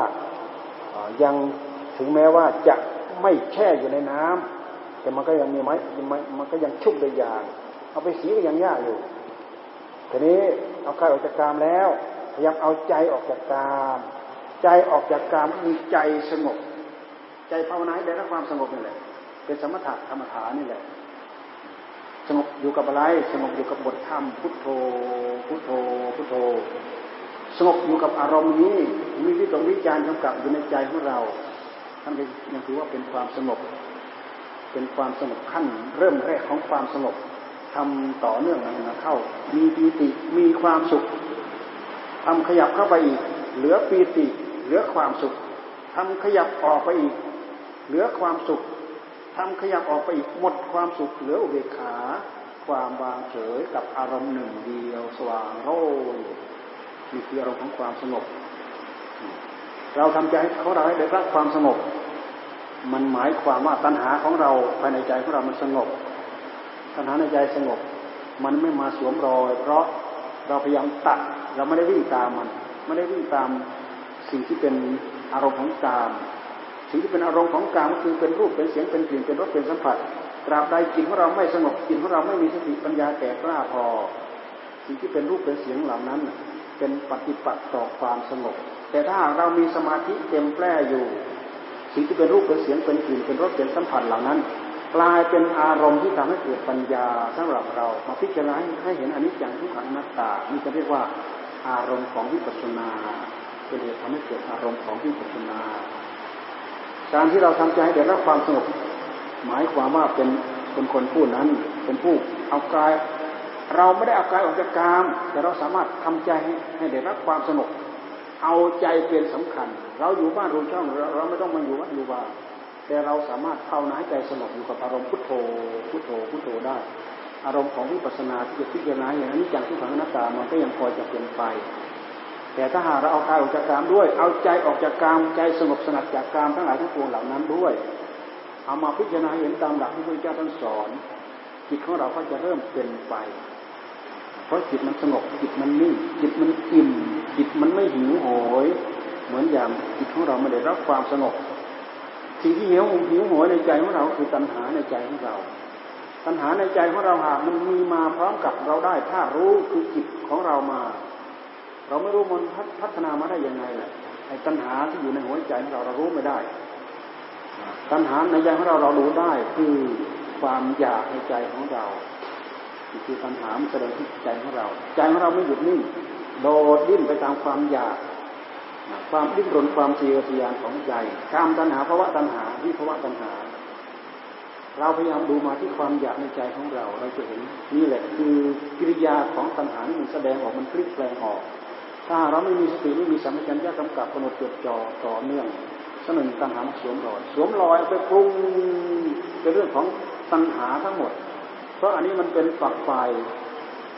จะไม่แช่อยู่ในน้ำแต่มันก็ยังมีไม้มันก็ยังชุ่มด้วยยางเอาไปสีก็ยังยากอยู่ทีนี้เอากายออกจากกามแล้วพยายามเอาใจออกจากกามใจออกจากกามมีใจสงบใจภาวนาให้ได้รับความสงบนี่แหละเป็นสมถะธรรมฐานนี่แหละสงบอยู่กับอะไรสงบอยู่กับบทธรรมพุทโธพุทโธพุทโธสงบอยู่กับอารมณ์นี้มีที่ตรงวิจารณ์กำกับอยู่ในใจของเราท่านยังถือว่าเป็นความสงบเป็นความสงบขั้นเริ่มแรกของความสงบทำต่อเนื่องนะเข้ามีปีติมีความสุขทำขยับเข้าไปอีกเหลือปีติเหลือความสุขทำขยับออกไปอีกเหลือความสุขทำขยับออกไปอีกหมดความสุขเหลืออุเบกขาความวางเฉยกับอารมณ์หนึ่งเดียวสว่างโร่นี่คืออารมณ์ของความสงบเราทำใจของเราให้ได้รับความสงบมันหมายความว่าตัณหาของเราภายในใจของเรามันสงบตัณหาในใจสงบมันไม่มาสวมรอยเพราะเราพยายามตัดเราไม่ได้วิ่งตามมันไม่ได้วิ่งตามสิ่งที่เป็นอารมณ์ของกามสิ่งที่เป็นอารมณ์ของกามก็คือเป็นรูปเป็นเสียงเป็นกลิ่นเป็นรสเป็นสัมผัสตราบใดจิตของเราไม่สงบจิตของเราไม่มีสติปัญญาแก่กล้าพอสิ่งที่เป็นรูปเป็นเสียงเหล่านั้นเป็นปฏิปักษ์ต่อความสงบแต่ถ้าเรามีสมาธิเต็มแปร่อยู่สิ่งที่เป็นรูปเป็นเสียงเป็นกลิ่นเป็นรสเป็นสัมผัสเหล่านั้นกลายเป็นอารมณ์ที่ทำให้เกิดปัญญาสำหรับเรามาพิจารณาให้เห็นอนิจจังทุกขังอนัตตานี่จะเรียกว่าอารมณ์ของวิปัสสนาเป็นเหตุทำให้เกิดอารมณ์ของวิปัสสนาการที่เราทำใจให้ได้รับความสงบหมายความว่าเป็นคนผู้นั้นเป็นผู้เอากายเราไม่ได้เอากายออกจากกามแต่เราสามารถทำใจให้ได้รับความสงบเอาใจเป็นสำคัญเราอยู่บ้านรู้ช่องเราไม่ต้องมาอยู่วัดอยู่ว่าแต่เราสามารถภาวนาให้ใจสงบอยู่กับอารมณ์พุทโธพุทโธพุทโธได้อารมณ์ของวิปัสสนาที่จะพิจารณาอย่างนี้จังทุกขังอนัตตามันก็ยังพอจะเป็นไปแต่ถ้าหากเราเอากายออกจากกามด้วยเอาใจออกจากกามใจสงบสงัดจากกามทั้งหลายทั้งปวงเหล่านั้นด้วยเอามาพิจารณาเห็นตามหลักที่พระพุทธเจ้าท่านสอนจิตของเราก็จะเริ่มเป็นไปเพราะจิตมันสงบจิตมันนิ่งจิตมันอิ่มจิตมันไม่หิวโหยเหมือนอย่างจิตของเราไม่ได้รับความสงบสิ่งที่หิวโหยในใจของเราคือตัณหาในใจของเราตัณหาในใจของเราหากมันมีมาพร้อมกับเราได้ถ้ารู้คือจิตของเรามาเราไม่รู้มันพัฒนามาได้ยังไงแหละไอ้ตัณหาที่อยู่ในหัวใจของเรารู้ไม่ได้ตัณหาในใจของเรารู้ได้คือความอยากในใจของเราคือตัณหามันแสดงที่ใจของเราใจของเราไม่หยุดนิ่งโดดดิ้นไปตามความอยากความดิ้นรนความทะเยอทะยานของใจกามตัณหาภวะตัณหาวิภวะตัณหาเราพยายามดูมาที่ความอยากในใจของเราเราจะเห็นนี่แหละคือกิริยาของตัณหาที่มันแสดงออกมันพลิกแปลงออกถ้าเราไม่มีสติไม่มีสัมปชัญญะกำกับกำหนดจดจ่อต่อเนื่องสนั่นตัณหาสวมรอยไปปรุงเป็นเรื่องของตัณหาทั้งหมดเพราะอันนี้มันเป็นฝัก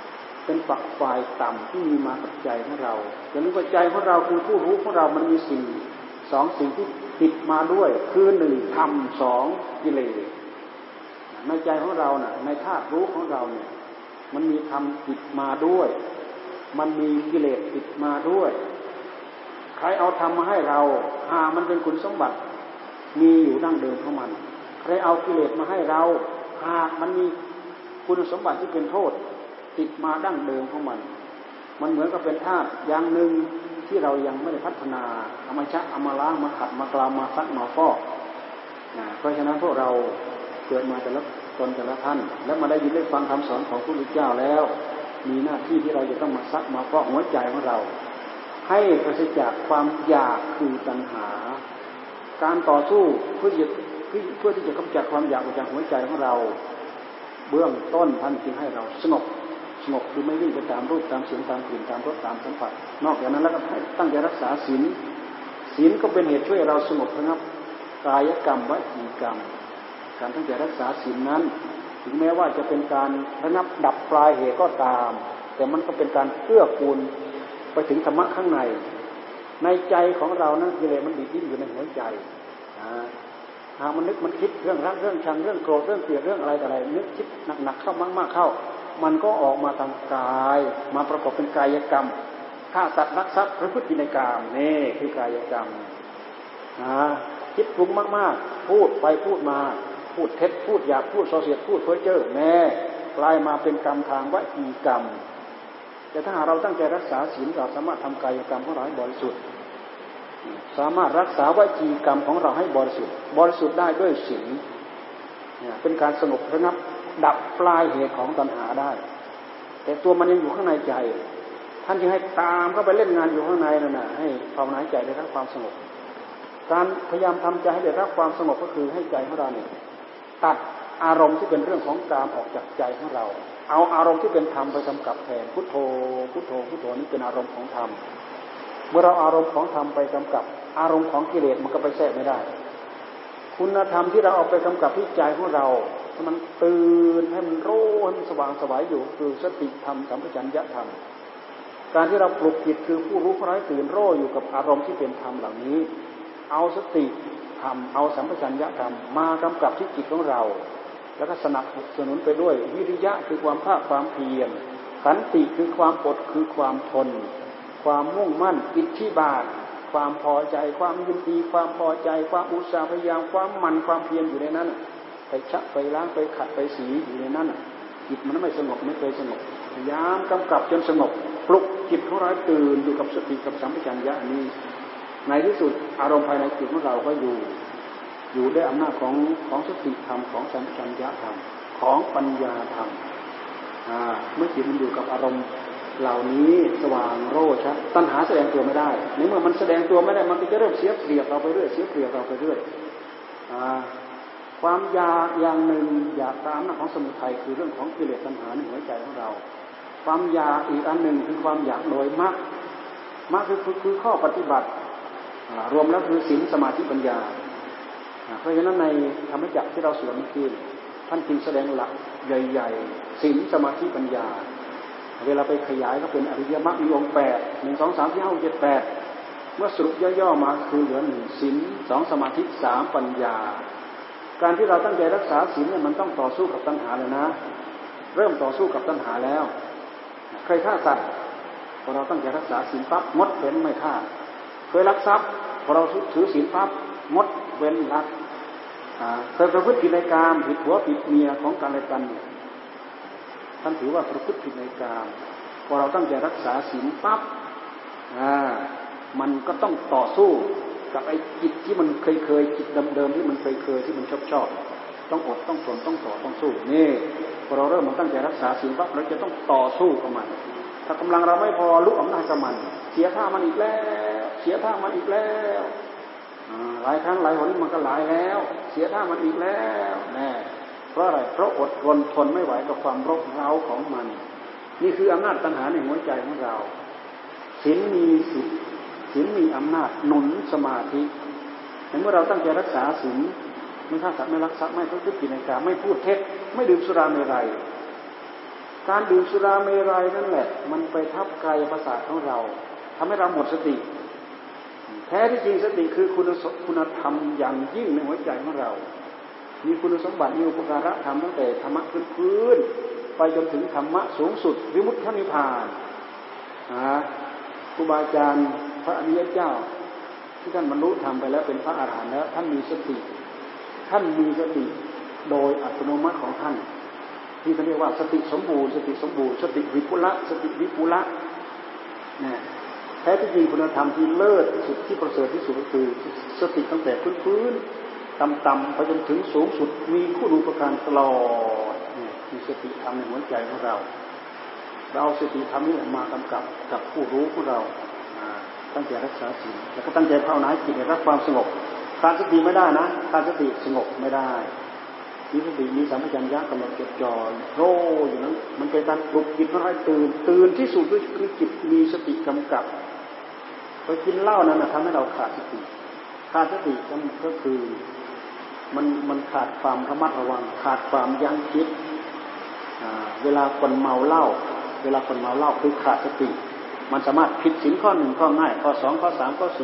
ฝ่ายต่ำที่มีมากับใจของเราอย่าลืมว่าใจของเราคือผู้รู้ของเรามันมีสิ่งสองสิ่งที่ติดมาด้วยคือหนึ่งธรรมสองกิเลสในใจของเราน่ะในธาตุรู้ของเราเนี่ยมันมีธรรมติดมาด้วยมันมีกิเลสติดมาด้วยใครเอาธรรมมาให้เรามันเป็นคุณสมบัติมีอยู่ดั้งเดิมของมันใครเอากิเลสมาให้เรามันมีคุณสมบัติที่เป็นโทษติดมาดั้งเดิมของมันเหมือนกับเป็นธาตุอย่างหนึ่งที่เรายังไม่ได้พัฒนาเอามาชักเอามาล้างมาขัดมากราวมาซักมาฟอกเพราะฉะนั้นพวกเราเกิดมาแต่ละตนแต่ละท่านแล้วมาได้ยินได้ฟังคำสอนของพระพุทธเจ้าแล้วมีหน้าที่ที่เราจะต้องมาซักมาฟอกหัวใจของเราให้ปราศจากความอยากคือตัณหาการต่อสู้เพื่อที่จะกำจัดความอยากออกจากหัวใจของเราเบื้องต้นท่านจึงให้เราสงบคือไม่วิ่งไปตามรูปตามเสียงตามกลิ่นตามรสตามสัมผัสนอกจากนั้นแล้วก็ให้ตั้งใจรักษาศีลก็เป็นเหตุช่วยเราสงบระงับกายกรรมวจีกรรมการตั้งใจรักษาศีลนั้นถึงแม้ว่าจะเป็นการระงับดับปลายเหตุก็ตามแต่มันก็เป็นการเกื้อกูลไปถึงธรรมะข้างในใจของเรานั้นกิเลสมันดิ้นอยู่ในหัวใจมันนึกมันคิดเรื่องรักเรื่องชังเรื่องโกรธเรื่องเกลียดเรื่องอะไรต่ออะไรนึกคิดหนักๆเข้ามากๆเข้ามันก็ออกมาทางกายมาประกอบเป็นกายกรรมฆ่าสัตว์ลักทรัพย์ประพฤติในกามนี่คือกายกรรมคิดปรุงมากๆพูดไปพูดมาพูดเท็จพูดหยาบพูดส่อเสียดพูดเพ้อเจ้อแม่กลายมาเป็นกรรมทางวจีกรรมแต่ถ้าเราตั้งใจรักษาศีลเราสามารถทำกายกรรมของเราให้บริสุทธิ์สามารถรักษาวจีกรรมของเราให้บริสุทธิ์ได้ด้วยศีลเป็นการสงบระงับดับปลายเหตุของตัณหาได้แต่ตัวมันยังอยู่ข้างในใจท่านจึงให้ตามเข้าไปเล่นงานอยู่ข้างในนั่นน่ะให้ภาวนาใจได้รับความสงบการพยายามทำใจให้ได้รับความสงบก็คือให้ใจของเราเนี่ยตัดอารมณ์ที่เป็นเรื่องของกามออกจากใจของเราเอาอารมณ์ที่เป็นธรรมไปกำกับแทนพุทโธพุทโธพุทโธนี่เป็นอารมณ์ของธรรมเมื่อเราอารมณ์ของธรรมไปกำกับอารมณ์ของกิเลสมันก็ไปแทรกไม่ได้คุณธรรมที่เราเอาไปกำกับที่ใจของเราให้มันตื่นให้มันรู้ให้มันสว่างไสวอยู่คือสติธรรมสัมปชัญญะธรรมการที่เราปลุกจิตคือผู้รู้ผู้ร้ายตื่นรู้อยู่กับอารมณ์ที่เป็นธรรมเหล่านี้เอาสติธรรมเอาสัมปชัญญะธรรมมากำกับที่จิตของเราแล้วก็สนับสนุนไปด้วยวิริยะคือความภาคความเพียรขันติคือความอดคือความทนความมุ่งมั่นอิทธิบาทความพอใจความยินดีความพอใจความอุตสาหพยายามความหมั่นความเพียรอยู่ในนั้นไปชักไปล้างไปขัดไปสีอยู่ในนั้นจิตมันไม่สงบไม่เคยสงบพยายามกำกับจนสงบปลุกจิตของเราตื่นอยู่กับสติกับสัมปชัญญะนี้ในที่สุดอารมณ์ภายในจิตของเราก็อยู่ด้วยอำนาจของสติธรรมของสัมปชัญญะธรรมของปัญญาธรรมเมื่อจิตมันอยู่กับอารมณ์เหล่านี้สว่างโรชัดตัณหาแสดงตัวไม่ได้ในเมื่อมันแสดงตัวไม่ได้มันก็จะเริ่มเสียเปรียบเราไปเรื่อยเสียเปรียบเราไปเรื่อยความอยากอย่างหนึ่งอยากตามหน้าของสมุทัยคือเรื่องของกิเลสตัณหาในหัวใจของเราความอยากอีกอันหนึ่งคือความอยากโดยมรรคคือข้อปฏิบัติรวมแล้วคือศีลสมาธิปัญญาเพราะฉะนั้นในธรรมจักรที่เราสวดเมื่อกี้ท่านจึงแสดงหลักใหญ่ๆศีลสมาธิปัญญาเวลาไปขยายก็เป็นอริยมรรคมีองค์8 1 2 3 4 5 6 7 8เมื่อสรุปย่อๆมาคือเหลือ1ศีล2สมาธิ3ปัญญาการที่เราตั้งใจรักษาศีลเนี่ยมันต้องต่อสู้กับตัณหาเลยนะเริ่มต่อสู้กับตัณหาแล้วเคยฆ่าสัตว์พอเราตั้งใจรักษาศีลปั๊บงดเว้นไม่ฆ่าเคยลักทรัพย์พอเราถือศีลปั๊บงดเว้นลักเคยประพฤติผิดในกามผิดผัวผิดเมียของกันและกันท่านถือว่าประพฤติผิดในกามพอเราตั้งใจรักษาศีลปั๊บมันก็ต้องต่อสู้กับไอ้จิตที่มันเคยจิตเดิมๆที่มันเคยที่มันชอบต้องอดต้องทนต้องต่อต้องสู้นี่พอเราเริ่มมันตั้งใจรักษาศีลปั๊บเราจะต้องต่อสู้กับมันถ้ากำลังเราไม่พอลุกอำนาจกับมันเสียท่ามันอีกแล้วเสียท่ามันอีกแล้วหลายครั้งหลายหนมันก็หลายแล้วเสียท่ามันอีกแล้วแน่เพราะอะไรเพราะอดทนไม่ไหวกับความรบเร้าของมันนี่คืออำนาจตัณหาในหัวใจของเราศีลมีสิทธิ์ศีลมีอำนาจหนุนสมาธิเมื่อเราตั้งใจรักษาศีลไม่ฆ่าสัตว์ไม่ลักทรัพย์ไม่ประพฤติผิดในกามไม่พูดเท็จไม่ดื่มสุราเมรัยการดื่มสุราเมรัยนั่นแหละมันไปทับกายประสาทของเราทำให้เราหมดสติแท้ที่จริงสติคือคุณธรรมอย่างยิ่งในหัวใจของเรามีคุณสมบัติมีอุปการะธรรมตั้งแต่ธรรมะพื้นๆไปจนถึงธรรมะสูงสุดวิมุตตินิพพานครูบาอาจารย์พระอริยเจ้าที่ท่านบรรลุธรรมไปแล้วเป็นพระอรหันต์แล้วท่านมีสติโดยอัตโนมัติของท่านที่เขาเรียกว่าสติสมบูรณ์สติวิปุละเนี่ยแท้ที่จริงคุณธรรมที่เลิศสุดที่ประเสริฐที่สุดก็คือสติตั้งแต่พื้นต่ำไปจนถึงสูงสุดมีคุณูปการตลอดนี่คือสติธรรมในหัวใจของเราเอาสติธรรมนี้มากำกับผู้รู้ของเราตั้งใจรักษาศีลแล้วก็ตั้งใจภาวนาจิตให้รับความสงบขาดสติไม่ได้นะขาดสติสงบไม่ได้มีสติมีสัมปชัญญะกำหนดจดจ่อโรอย่างนั้นมันเป็นการปลุกจิตให้ตื่นที่สุดคือจิตมีสติกำกับไปกินเหล้านั้นทำให้เราขาดสติก็คือมันขาดความระมัดระวังขาดความยั้งคิดเวลาคนเมาเหล้าคือขาดสติมันสามารถผิดศีลข้อ 1ข้อง่ายข้อ 2ข้อ 3ข้อ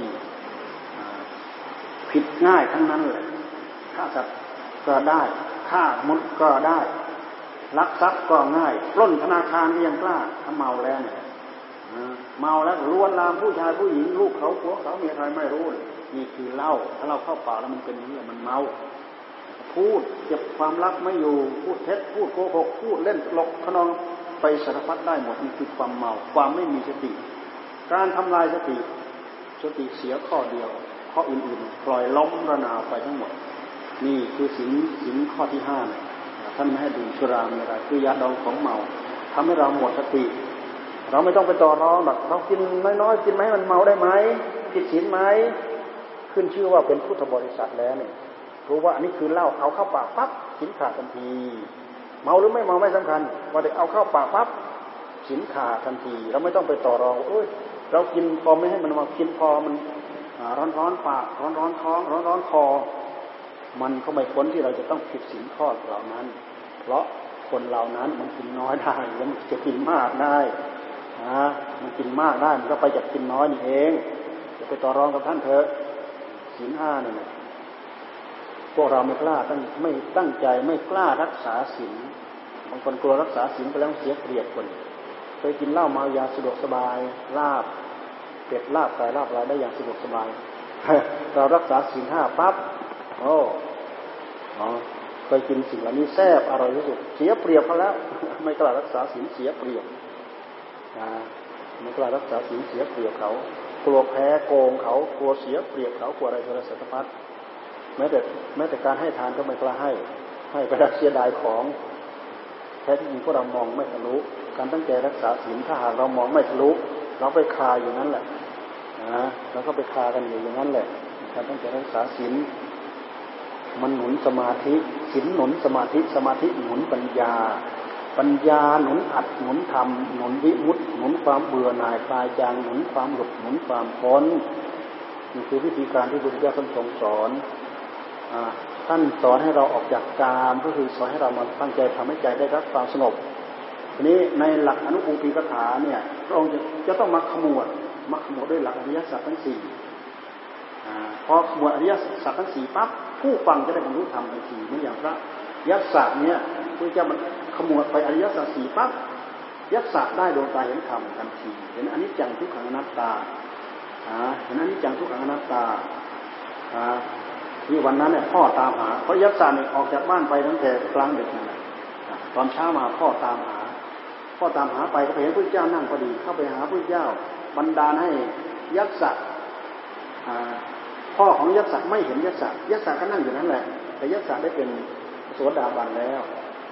4ผิดง่ายทั้งนั้นเลยฆ่าสัตว์ก็ได้ฆ่ามนุษย์ก็ได้ลักทรัพย์ก็ง่ายปล้นธนาคารก็ยังกล้าถ้าเมาแล้วเนี่ยเมาแล้วลวนลามผู้ชายผู้หญิงลูกเขาผัวเขาเมียใครไม่รู้นี่คือเหล้าถ้าเราเข้าปากแล้วมันเป็นอย่างนี้มันเมาพูดเก็บความลับไม่อยู่พูดเท็จพูดโกหกพูดเล่นตลกขนองไปสารพัดได้หมดนี่คือความเมาความไม่มีสติการทำลายสติเสียข้อเดียวข้ออื่นๆปล่อยล้มระนาวไปทั้งหมดนี่คือศีลข้อที่5เนี่ยท่านไม่ให้ดื่มสุรามีอะไรคือยาดองของเมาทำให้เราหมดสติเราไม่ต้องไปต่อรองแบบเรากินน้อยๆกินไหมมันเมาได้ไหมผิดศีลไหมขึ้นชื่อว่าเป็นพุทธบริษัทแล้วเนี่ยรู้ว่าอันนี้คือเหล้าเอาเข้าปากปั๊บศีลขาดทันทีเมาหรือไม่เมาไม่สำคัญว่าแต่เอาเข้าปากปั๊บศีลขาดทันทีเราไม่ต้องไปต่อรองเรากินพอไม่ให้มันมากินพอมันร้อนปากร้อนท้องร้อนคอมันก็ไม่พ้นที่เราจะต้องผิดศีลข้อเหล่านั้นเพราะคนเหล่านั้นมันกินน้อยได้แล้วมันจะกินมากได้มันกินมากได้มันก็ไปจากกินน้อยนี่เองจะไปต่อรองกับท่านเถอะศีล5นี่พวกเราไม่กล้าไม่ตั้งใจไม่กล้ารักษาศีลบางคนกลัวรักษาศีลไปแล้วเสียเปรียบคนไปกินเหล้าเมายาสะดวกสบายลาบเป็ดลาบไก่ลาบอะไรได้อย่างสะดวกสบายเรารักษาศีล5ปั๊บเคยกินสิ่งเหล่านี้แซ่บอร่อยที่สุดเสียเปรียบเขาแล้วไม่กล้ารักษาศีลเสียเปรียบไม่กล้ารักษาศีลเสียเปรียบเขากลัวแพ้โกงเขากลัวเสียเปรียบเขากลัวอะไรสารพัดแม้แต่การให้ทานก็ไม่กล้าให้ไปรักเสียดายของแท้ที่จริงพวกเรามองไม่ทะลุการตั้งใจรักษาศีลถ้าหากเรามองไม่ทะลุเราไปคาอยู่นั้นแหละแล้วก็ไปคากันอยู่อย่างนั้นแหละการตั้งใจรักษาศีลมันหนุนสมาธิศีลหนุนสมาธิหนุนปัญญาหนุนอัตหนุนธรรมหนุนวิมุตติหนุนความเบื่อหน่ายคลายจางหนุนความหลุดหนุนความพ้นนี่คือวิธีการที่พระพุทธเจ้าทรงสอนท่านสอนให้เราออกจากกามก็คือสอนให้เรามาตั้งใจทำให้ใจได้รับความสงบทีนี้ในหลักอนุปูปิกถาเนี่ยพระองค์จะต้องมาขมวดด้วยหลักอริยสัจทั้ง4พอขมวดอริยสัจทั้ง4ปั๊บผู้ฟังจะได้บรรลุธรรมทันทีเหมือนอย่างพระยัสสะเนี่ยพระเจ้ามันขมวดไปอริยสัจ4ปั๊บยัสสะได้ดวงตาเห็นธรรมทันทีเห็นอนิจจังทุกขังอนัตตาเห็นอนิจจังทุกขังอนัตตาที่วันนั้นเนี่ยพ่อตามหาเพราะยัสสะเนี่ยออกจากบ้านไปตั้งแต่กลางดึกนั่นแหละตอนเช้ามาพ่อตามหาไปก็เห็นพระเจ้านั่งพอดีเข้าไปหาพระเจ้าบันดาลให้ยัสสะพ่อของยัสสะไม่เห็นยัสสะก็นั่งอยู่นั่นแหละแต่ยัสสะได้เป็นโสดาบันแล้ว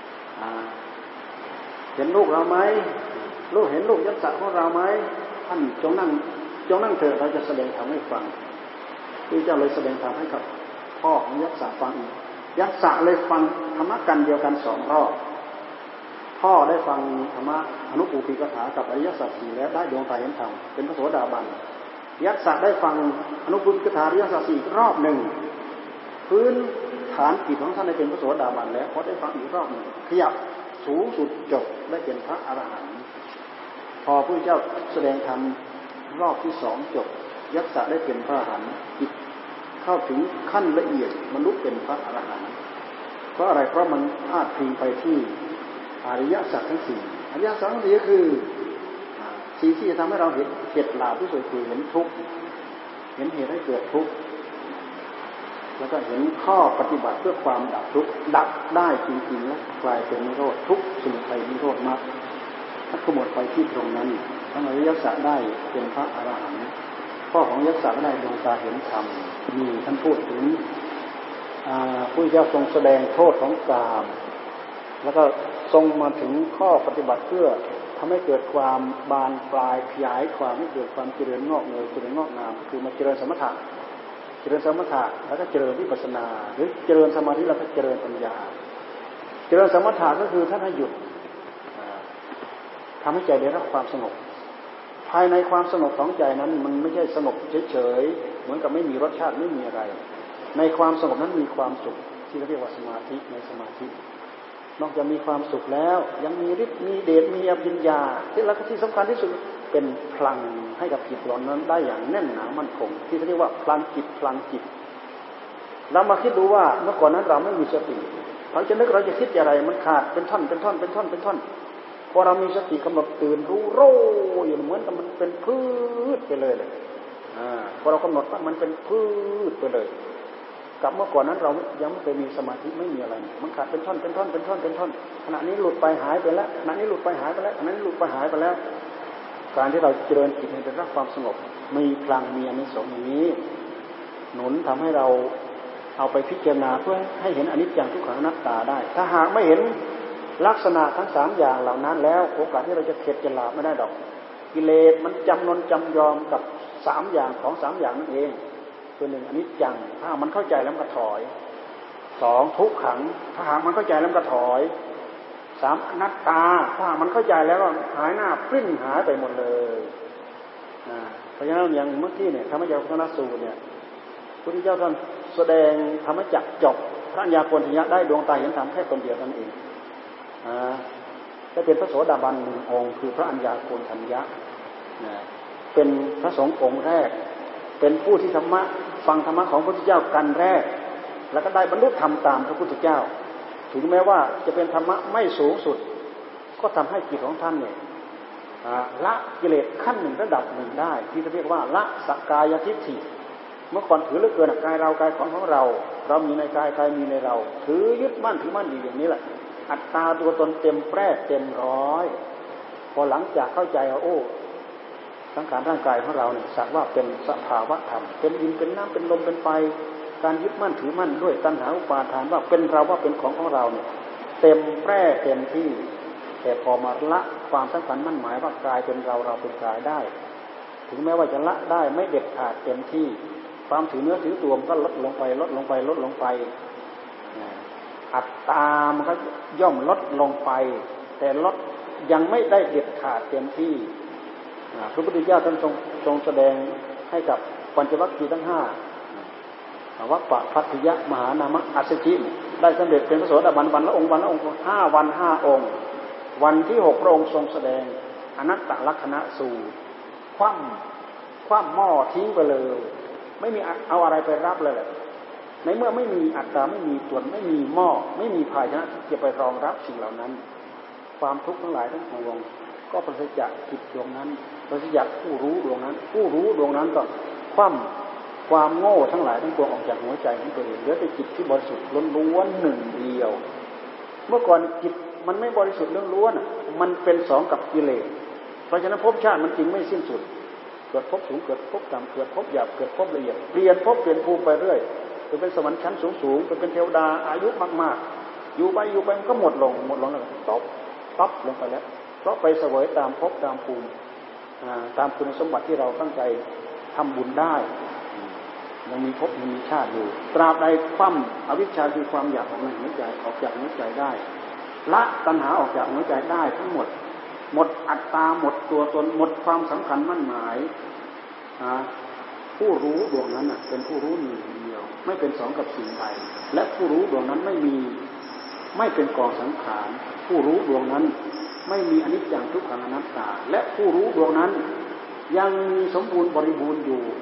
เห็นลูกเราไหมลูกเห็นลูกยัสสะของเราไหมท่านจงนั่งเถิดเราจะแสดงธรรมให้ฟังพระเจ้าเลยแสดงธรรมให้กับพ่อของยัสสะฟังอีกยัสสะเลยฟังธรรมะกันเดียวกัน2 รอบพ่อได้ฟังธรรมะอนุปูปิกถากับอริยสัจ4แล้วได้ดวงตาเห็นธรรมเป็นพระโสดาบันยัสสะได้ฟังอนุปูปิกถาอริยสัจ4อีกรอบหนึ่งพื้นฐานจิตของท่านได้เป็นพระโสดาบันแล้วพอได้ฟังอีกรอบหนึ่งขยับสูงสุดจบได้เป็นพระอรหันต์พอพระเจ้าแสดงธรรมรอบที่2จบยักษ์ได้เป็นพระอรหันต์จิตเข้าถึงขั้นละเอียดมนุษย์เป็นพระอรหันต์เพราะอะไรเพราะมันพาดพิงไปที่อริยสัจทั้งสี่อริยสัจทั้งสี่ก็คือสิ่งที่จะทำให้เราเห็นเหตุลาภที่สุดคือเห็นทุกข์เห็นเหตุให้เกิดทุกข์แล้วก็เห็นข้อปฏิบัติเพื่อความดับทุกข์ดับได้จริงๆแล้วกลายเป็นนิโรธทุกข์สมุทัยนิโรธมรรคถ้าขมวดไปที่ตรงนั้นทั้งอริยสัจได้เป็นพระอรหันต์ข้อของอริยสัจได้ดวงตาเห็นธรรมมีท่านพูดถึงผู้เจ้าทรงแสดงโทษของกามแล้วก็ทรงมาถึงข้อปฏิบัติเพื่อทำให้เกิดความบานปลายขยายความให้เกิดความเจริญงอกเงยเจริญงอกงามคือมาเจริญสมถะเจริญสมถะแล้วก็เจริญวิปัสสนาหรือเจริญสมาธิแล้วก็เจริญปัญญาเจริญสมถะก็คือท่านให้หยุดทำให้ใจได้รับความสงบภายในความสงบของใจนั้นมันไม่ใช่สงบเฉยๆเหมือนกับไม่มีรสชาติไม่มีอะไรในความสงบนั้นมีความสุขที่เรียกว่าสมาธิในสมาธินอกจากมีความสุขแล้วยังมีฤทธิ์มีเดชมีอภิญญาที่แล้วก็ที่สำคัญที่สุดเป็นพลังให้กับจิตเรานั้นได้อย่างแน่นหนามั่นคงที่เรียกว่าพลังจิตพลังจิตเรามาคิดดูว่าเมื่อก่อนนั้นเราไม่มีสติเราจะนึกเราจะคิดอะไรมันขาดเป็นท่อนเป็นท่อนเป็นท่อนเป็นท่อนพอเรามีสติกำหนดตื่นรู้โร่อยู่เหมือนกับมันเป็นพืชไปเลยพอเรากำหนดว่ามันเป็นพืชไปเลยกับเมื่อก่อนนั้นเรายังไม่เคยมีสมาธิไม่มีอะไรมันขาดเป็นท่อนเป็นท่อนเป็นท่อนเป็นท่อนขณะนี้หลุดไปหายไปแล้วขณะนี้หลุดไปหายไปแล้วขณะนี้หลุดไปหายไปแล้วการที่เราเจริญจิตให้ได้รับความสงบมีพลังมีอานิสงส์อย่างนี้หนุนทำให้เราเอาไปพิจารณาเพื่อให้เห็นอนิจจังทุกขังอนัตตาได้ถ้าหากไม่เห็นลักษณะทั้งสามอย่างเหล่านั้นแล้วโอกาสที่เราจะเข็ดจะหลาบไม่ได้ดอกกิเลสมันจำนนจำยอมกับสามอย่างของสามอย่างนั่นเองตัวหนึ่งอนิจจังถ้ามันเข้าใจแล้วมันก็ถอยสองทุกขังถ้าหากมันเข้าใจแล้วมันก็ถอยสามอนัตตาถ้าหากมันเข้าใจแล้วก็หายหน้าปลิ้นหายไปหมดเลยเพราะฉะนั้นอย่างเมื่อกี้เนี่ยธรรมจักรวัฒนสูตรเนี่ยพระพุทธเจ้าท่านแสดงธรรมจักรจบพระัญญาโกณฑิยะได้ดวงตาเห็นธรรมแค่คนเดียวนั่นเองได้เป็นพระโสดาบันหนึ่งองค์คือพระัญญาโกณฑิยะเป็นพระสงฆ์องค์แรกเป็นผู้ที่ธรรมะฟังธรรมะของพระพุทธเจ้ากันแรกแล้วก็ได้บรรลุธรรมตามพระพุทธเจ้าถึงแม้ว่าจะเป็นธรรมะไม่สูงสุดก็ทำให้จิตของท่านเนี่ยละกิเลสขั้นหนึ่งระดับหนึ่งได้ที่เรียกว่าละสักกายทิฏฐิเมื่อก่อนถือเหลือเกินกายเรากายของเราเรามีในกายกายมีในเราถือยึดมั่นถือมั่นอยู่อย่างนี้แหละอัตตาตัวตนเต็มแปร่เต็มร้อยพอหลังจากเข้าใจว่าโอ้สังขารร่างกายของเราเนี่ยสักว่าเป็นสภาวะธรรมเป็นดินเป็นน้ำเป็นลมเป็นไฟการยึดมั่นถือมั่นด้วยตัณหาอุปาทานว่าเป็นเราว่าเป็นของเราเนี่ยเต็มแปร่เต็มที่แต่พอมาละความสำคัญมั่นหมายว่ากายเป็นเราเราเป็นกายได้ถึงแม้ว่าจะละได้ไม่เด็ดขาดเต็มที่ความถือเนื้อถือตัวมันก็ลดลงไปลดลงไปลดลงไปอัตตามันก็ย่อมลดลงไปแต่ลดยังไม่ได้เด็ดขาดเต็มที่พระพุทธเจ้าท่านทรงแสดงให้กับปัญจวัคคีย์ทั้งห้าวัปปะพัทธิยะมหานามะอัสสชิได้สำเร็จเป็นพระโสดาบันวันละองค์วันละองค์5 วัน 5 องค์วันที่6พระองค์ทรงแสดงอนัตตลักขณสูตรคว่ำหม้อทิ้งไปเลยไม่มีเอาอะไรไปรับเลยในเมื่อไม่มีอัตตาไม่มีตนไม่มีหม้อไม่มีภาชนะจะไปรองรับสิ่งเหล่านั้นความทุกข์ทั้งหลายทั้งปวงก็ปราศจากจิตดวงนั้นปราศจากผู้รู้ดวงนั้นผู้รู้ดวงนั้นก็คว่ำความโง่ทั้งหลายทั้งปวงออกจากหัวใจของตัวเองเหลือแต่จิตที่บริสุทธิ์ล้วนๆหนึ่งเดียวเมื่อก่อนจิตมันไม่บริสุทธิ์ล้วนๆมันเป็นสองกับกิเลสเพราะฉะนั้นภพชาติมันจึงไม่สิ้นสุดเกิดภพสูงเกิดภพต่ำเกิดภพหยาบเกิดภพละเอียดเปลี่ยนภพเปลี่ยนภูมิไปเรื่อยไปเป็นสวรรค์ชั้นสูงๆไปเป็นเทวดาอายุมากๆอยู่ไปมันก็หมดลงแล้วตบลงไปแล้วเพราะไปเสวยตามภพตามภูมิตามคุณสมบัติที่เราตั้งใจทำบุญได้ยังมีภพยังมีชาติอยู่ตราบใดคว่ำอวิชชาคือความอยากของหัวใจออกจากหัวใจได้ละตัณหาออกจากหัวใจได้ทั้งหมดหมดอัตตาหมดตัวตนหมดความสำคัญมั่นหมายผู้รู้ดวงนั้นเป็นผู้รู้หนึ่งเดียวไม่เป็นสองกับสิ่งใดและผู้รู้ดวงนั้นไม่เป็นกองสังขารผู้รู้ดวงนั้นไม่มีอนิจจังทุกขังอนัตตาและผู้รู้ดวงนั้นยังมีสมบูรณ์บริบูรณ์อยู่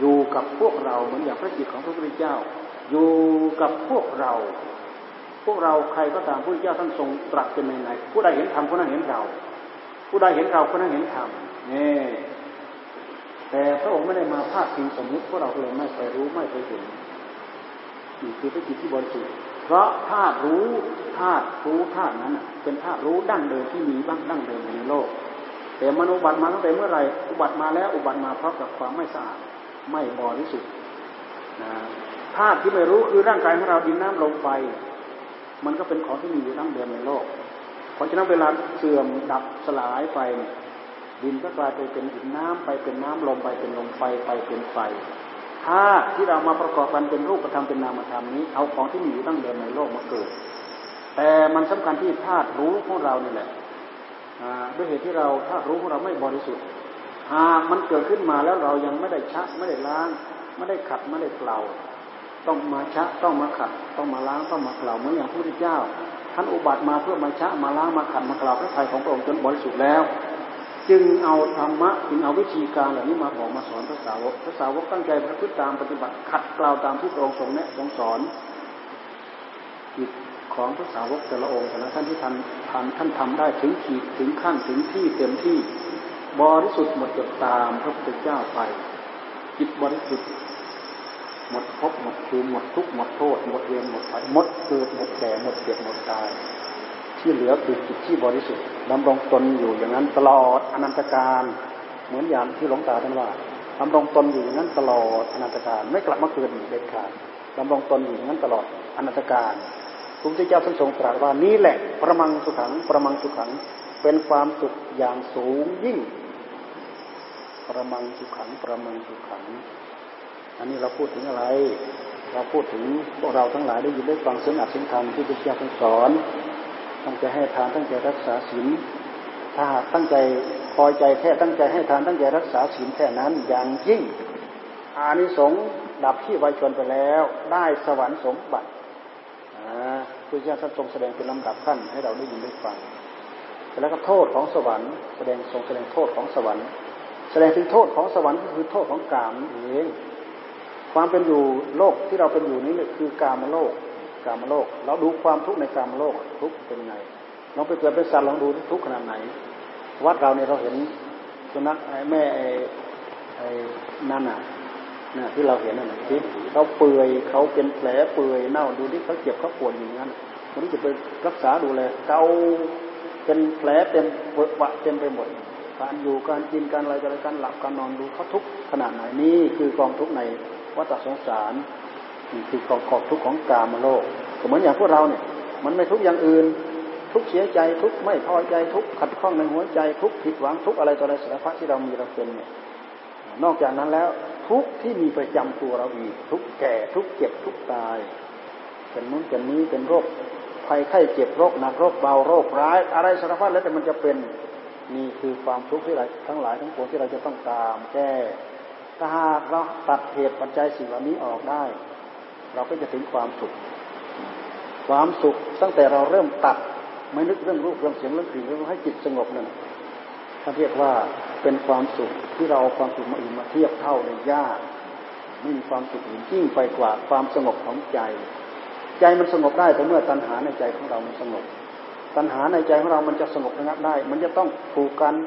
อยู่กับพวกเราเหมือนอย่างพระจิตของพระพุทธเจ้าอยู่กับพวกเราใครก็ตามพระพุทธเจ้าท่านทรงตรัสเป็นในผู้ใดเห็นธรรมผู้นั้นเห็นเราผู้ใดเห็นเราผู้นั้นเห็นธรรมนี่แต่พระองค์ไม่ได้มาพาดพิงสมมุติพวกเราเลยไม่ไปรู้ไม่ไปเห็นนี่คือพระจิตที่บริสุทธิ์เพราะธาตุรู้ธาตุนั้นเป็นธาตุรู้ดั้งเดิมที่มีบ้างดั้งเดิมในโลกแต่มนุษย์อุบัติมาตั้งแต่เมื่อไหร่อุบัติมาแล้วอุบัติมาพร้อมกับความไม่สะอาดไม่บริสุทธิ์ธาตุที่ไม่รู้คือร่างกายของเราดินน้ำลมไฟมันก็เป็นของที่มีอยู่ดั้งเดิมในโลกเพราะฉะนั้นเวลาเสื่อมดับสลายไปดินก็กลายไปเป็นดินน้ำไปเป็นน้ำลมไปเป็นลมไฟไปเป็นไฟธาตุที่เรามาประกอบกันเป็นรูปธรรมเป็นนามธรรมนี้เอาของที่มีอยู่ดั้งเดิมในโลกมาเกิดแต่มันสำคัญที่ธาตุรู้ของเรานี่แหละด้วยเหตุที่เราธาตุรู้ของเราไม่บริสุทธิ์หากมันเกิดขึ้นมาแล้วเรายังไม่ได้ชักไม่ได้ล้างไม่ได้ขัดไม่ได้เกลาต้องมาชักต้องมาขัดต้องมาล้างต้องมาเกลาเหมือนอย่างพระพุทธเจ้าท่านอุบัติมาเพื่อมาชักมาล้างมาขัดมาเกลาพระทัยของพระองค์จนบริสุทธิ์แล้วจึงเอาธรรมะจึงเอาวิธีการเหล่านี้มาบอกมาสอนพระสาวกตั้งใจประพฤติตามปฏิบัติขัดเกลาตามที่พระองค์ทรงแนะทรงสอนจิตของพระสาวกแต่ละองค์แต่ละท่านที่ท่านทำได้ถึงขีดถึงขั้นถึงที่เต็มที่บริสุทธิ์หมดจดตามพระพุทธเจ้าไปจิตบริสุทธิ์หมดภพหมดภูมิหมดทุกข์หมดโทษหมดเวรหมดภัยหมดเกิดหมดแก่หมดเจ็บหมดตายที่เหลือคือจิตที่บริสุทธิ์ดำรงตนอยู่อย่างนั้นตลอดอนันตกาลเหมือนอย่างที่หลวงตาท่านว่าดำรงตนอยู่อย่างนั้นตลอดอนันตกาลไม่กลับมาเกิดอีกเด็ดขาดดำรงตนอยู่อย่างนั้นตลอดอนันตกาลพระพุทธเจ้าท่านทรงตรัสว่านี่แหละประมังสุขังประมังสุขังเป็นความสุขอย่างสูงยิ่งประมังสุขังประมังสุขังอันนี้เราพูดถึงอะไรเราพูดถึงพวกเราทั้งหลายได้ยินได้ฟังซึ่งอัดซึ่งธรรมที่พระพุทธเจ้าท่านสอนตั้งใจให้ทานตั้งใจรักษาศีลถ้าตั้งใจพอใจแค่ตั้งใจให้ทานตั้งใจรักษาศีลแค่นั้นอย่างยิ่งอานิสงส์ดับที่ไวชนไปแล้วได้สวรรค์สมบัติพระพุทธเจ้าทรงแสดงเป็นลำดับขั้นให้เราได้ยินได้ฟังแล้วก็โทษของสวรรค์แสดงโทษของสวรรค์แสดงถึงโทษของสวรรค์ก็คือโทษของกามนั่นเองความเป็นอยู่โลกที่เราเป็นอยู่นี้คือกามโลกเราดูความทุกข์ในกามโลกทุกข์เป็นไงลองไปเกิดเป็นสัตว์ลองดูทุกข์ขนาดไหนวัดเราเนี่ยเราเห็นสุนัขแม่นั่นน่ะที่เราเห็นนั่นน่ะที่เขาเปื่อยเขาเป็นแผลเปื่อยเน่าดูที่เขาเจ็บเขาปวดอย่างนั้นมันจะไปรักษาดูแลเกาเป็นแผลเต็มเวอะวะเต็มไปหมดการอยู่การกินการอะไรการหลับการนอนดูเขาทุกข์ขนาดไหนนี่คือกองทุกข์ในวัฏสงสารนี่คือกองทุกข์ของกามโลกก็เหมือนอย่างพวกเราเนี่ยมันไม่ทุกข์อย่างอื่นทุกข์เสียใจทุกข์ไม่พอใจทุกข์ขัดข้องในหัวใจทุกข์ผิดหวังทุกข์อะไรต่ออะไรสารพัดที่เรามีเราเป็นเนี่ยนอกจากนั้นแล้วทุกข์ที่มีประจำตัวเราอีกทุกข์แก่ทุกข์เจ็บทุกข์ตายเป็นนู้นเป็นนี้เป็นโรคภัยไข้เจ็บโรคหนักโรคเบาโรคร้ายอะไรสารพัดแล้วแต่มันจะเป็นนี่คือความทุกข์ที่เราทั้งหลายทั้งปวงที่เราจะต้องตามแก้ถ้าหากเราตัดเหตุปัจจัยสิ่งเหล่านี้ออกได้เราก็จะถึงความสุขตั้งแต่เราเริ่มตัดไม่นึกเรื่องรูปเรื่องเสียงเรื่องกลิ่นเรื่องให้จิตสงบนั่นท่านเรียกว่าเป็นความสุขที่เราเอาความสุขมาอื่นมาเทียบเท่าได้ยากไม่มีความสุขอื่นยิ่งไปกว่าความสงบของใจมันสงบได้แต่เมื่อตัณหาในใจของเรามันสงบตัณหาในใจของเรามันจะสงบระงับได้มันจะต้องถูกการ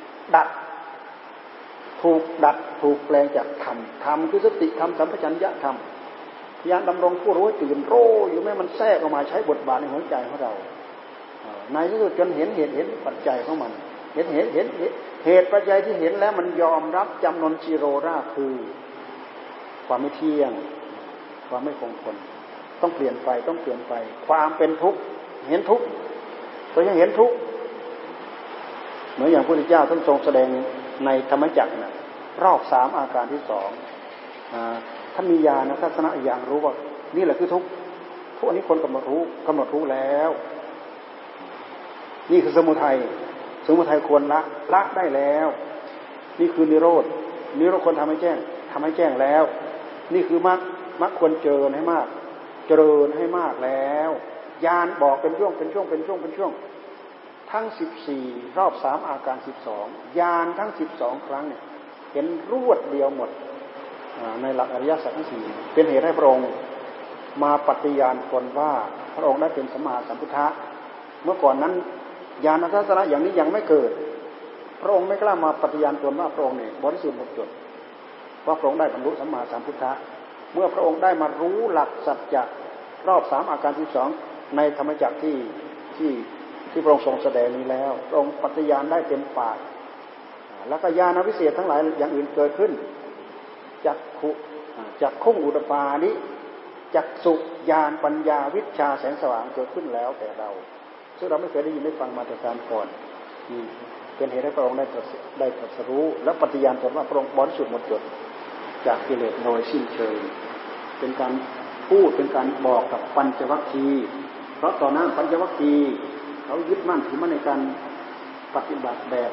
ถูกแปลงจากธรรมคือสติธรรมสัมปชัญญะธรรมญาณดำรงผู้รู้ตื่นโร่อยู่แม้มันแทรกออกมาใช้บทบาทในหัวใจของเราในที่สุดจนเห็นปัจจัยของมันเห็นเหตุปัจจัยที่เห็นแล้วมันยอมรับจำนนจิโรราคือความไม่เที่ยงความไม่คงทนต้องเปลี่ยนไปความเป็นทุกข์เห็นทุกข์ก็ยังเห็นทุกข์เหมือนอย่างพระพุทธเจ้าท่านทรงแสดงในธรรมจักรนะรอบ3อาการที่2ท่านมีญาณทัศนะอย่างรู้ว่านี่แหละคือทุกข์ทุกอันนี้คนกำหนดรู้แล้วนี่คือสมุทัยควรละได้แล้วนี่คือนิโรธควรทำให้แจ้งแล้วนี่คือมรรคควรเจริญให้มากแล้วญาณบอกเป็นช่วงทั้ง14รอบ3อาการ12ญาณทั้ง12ครั้งเนี่ยเห็นรวดเดียวหมดในหลักอริยสัจทั้งสี่เป็นเหตุให้พระองค์มาปฏิญาณตนว่าพระองค์ได้เป็นสัมมาสัมพุทธะเมื่อก่อนนั้นญาณทัศนะอย่างนี้ยังไม่เกิดพระองค์ไม่กล้ามาปฏิญาณตนว่าพระองค์เนี่ยบริสุทธิ์หมดจดว่าพระองค์ได้บรรลุสัมมาสัมพุทธะเมื่อพระองค์ได้มารู้หลักสัจจะรอบ3อาการ12ในธรรมจักรที่พระองค์ทรงแสดงนี้แล้วพระองค์ปฏิญาณได้เต็มปากแล้วก็ญาณวิเศษทั้งหลายอย่างอื่นเกิดขึ้นจักขุอุตปานิจักสุญาณปัญญาวิชชาแสงสว่างเกิดขึ้นแล้วแต่เราซึ่งเราไม่เคยได้ยินได้ฟังมาแต่การก่อนเป็นเหตุให้พระองค์ได้ตรัสรู้และปฏิญาณตนว่าพระองค์บริสุทธิ์หมดจดจากกิเลสโดยสิ้นเชิงเป็นการพูดเป็นการบอกกับปัญจวัคคีย์เพราะตอนนั้นปัญจวัคคีย์เขายึดมั่นถือมั่นในการปฏิบัติแบบ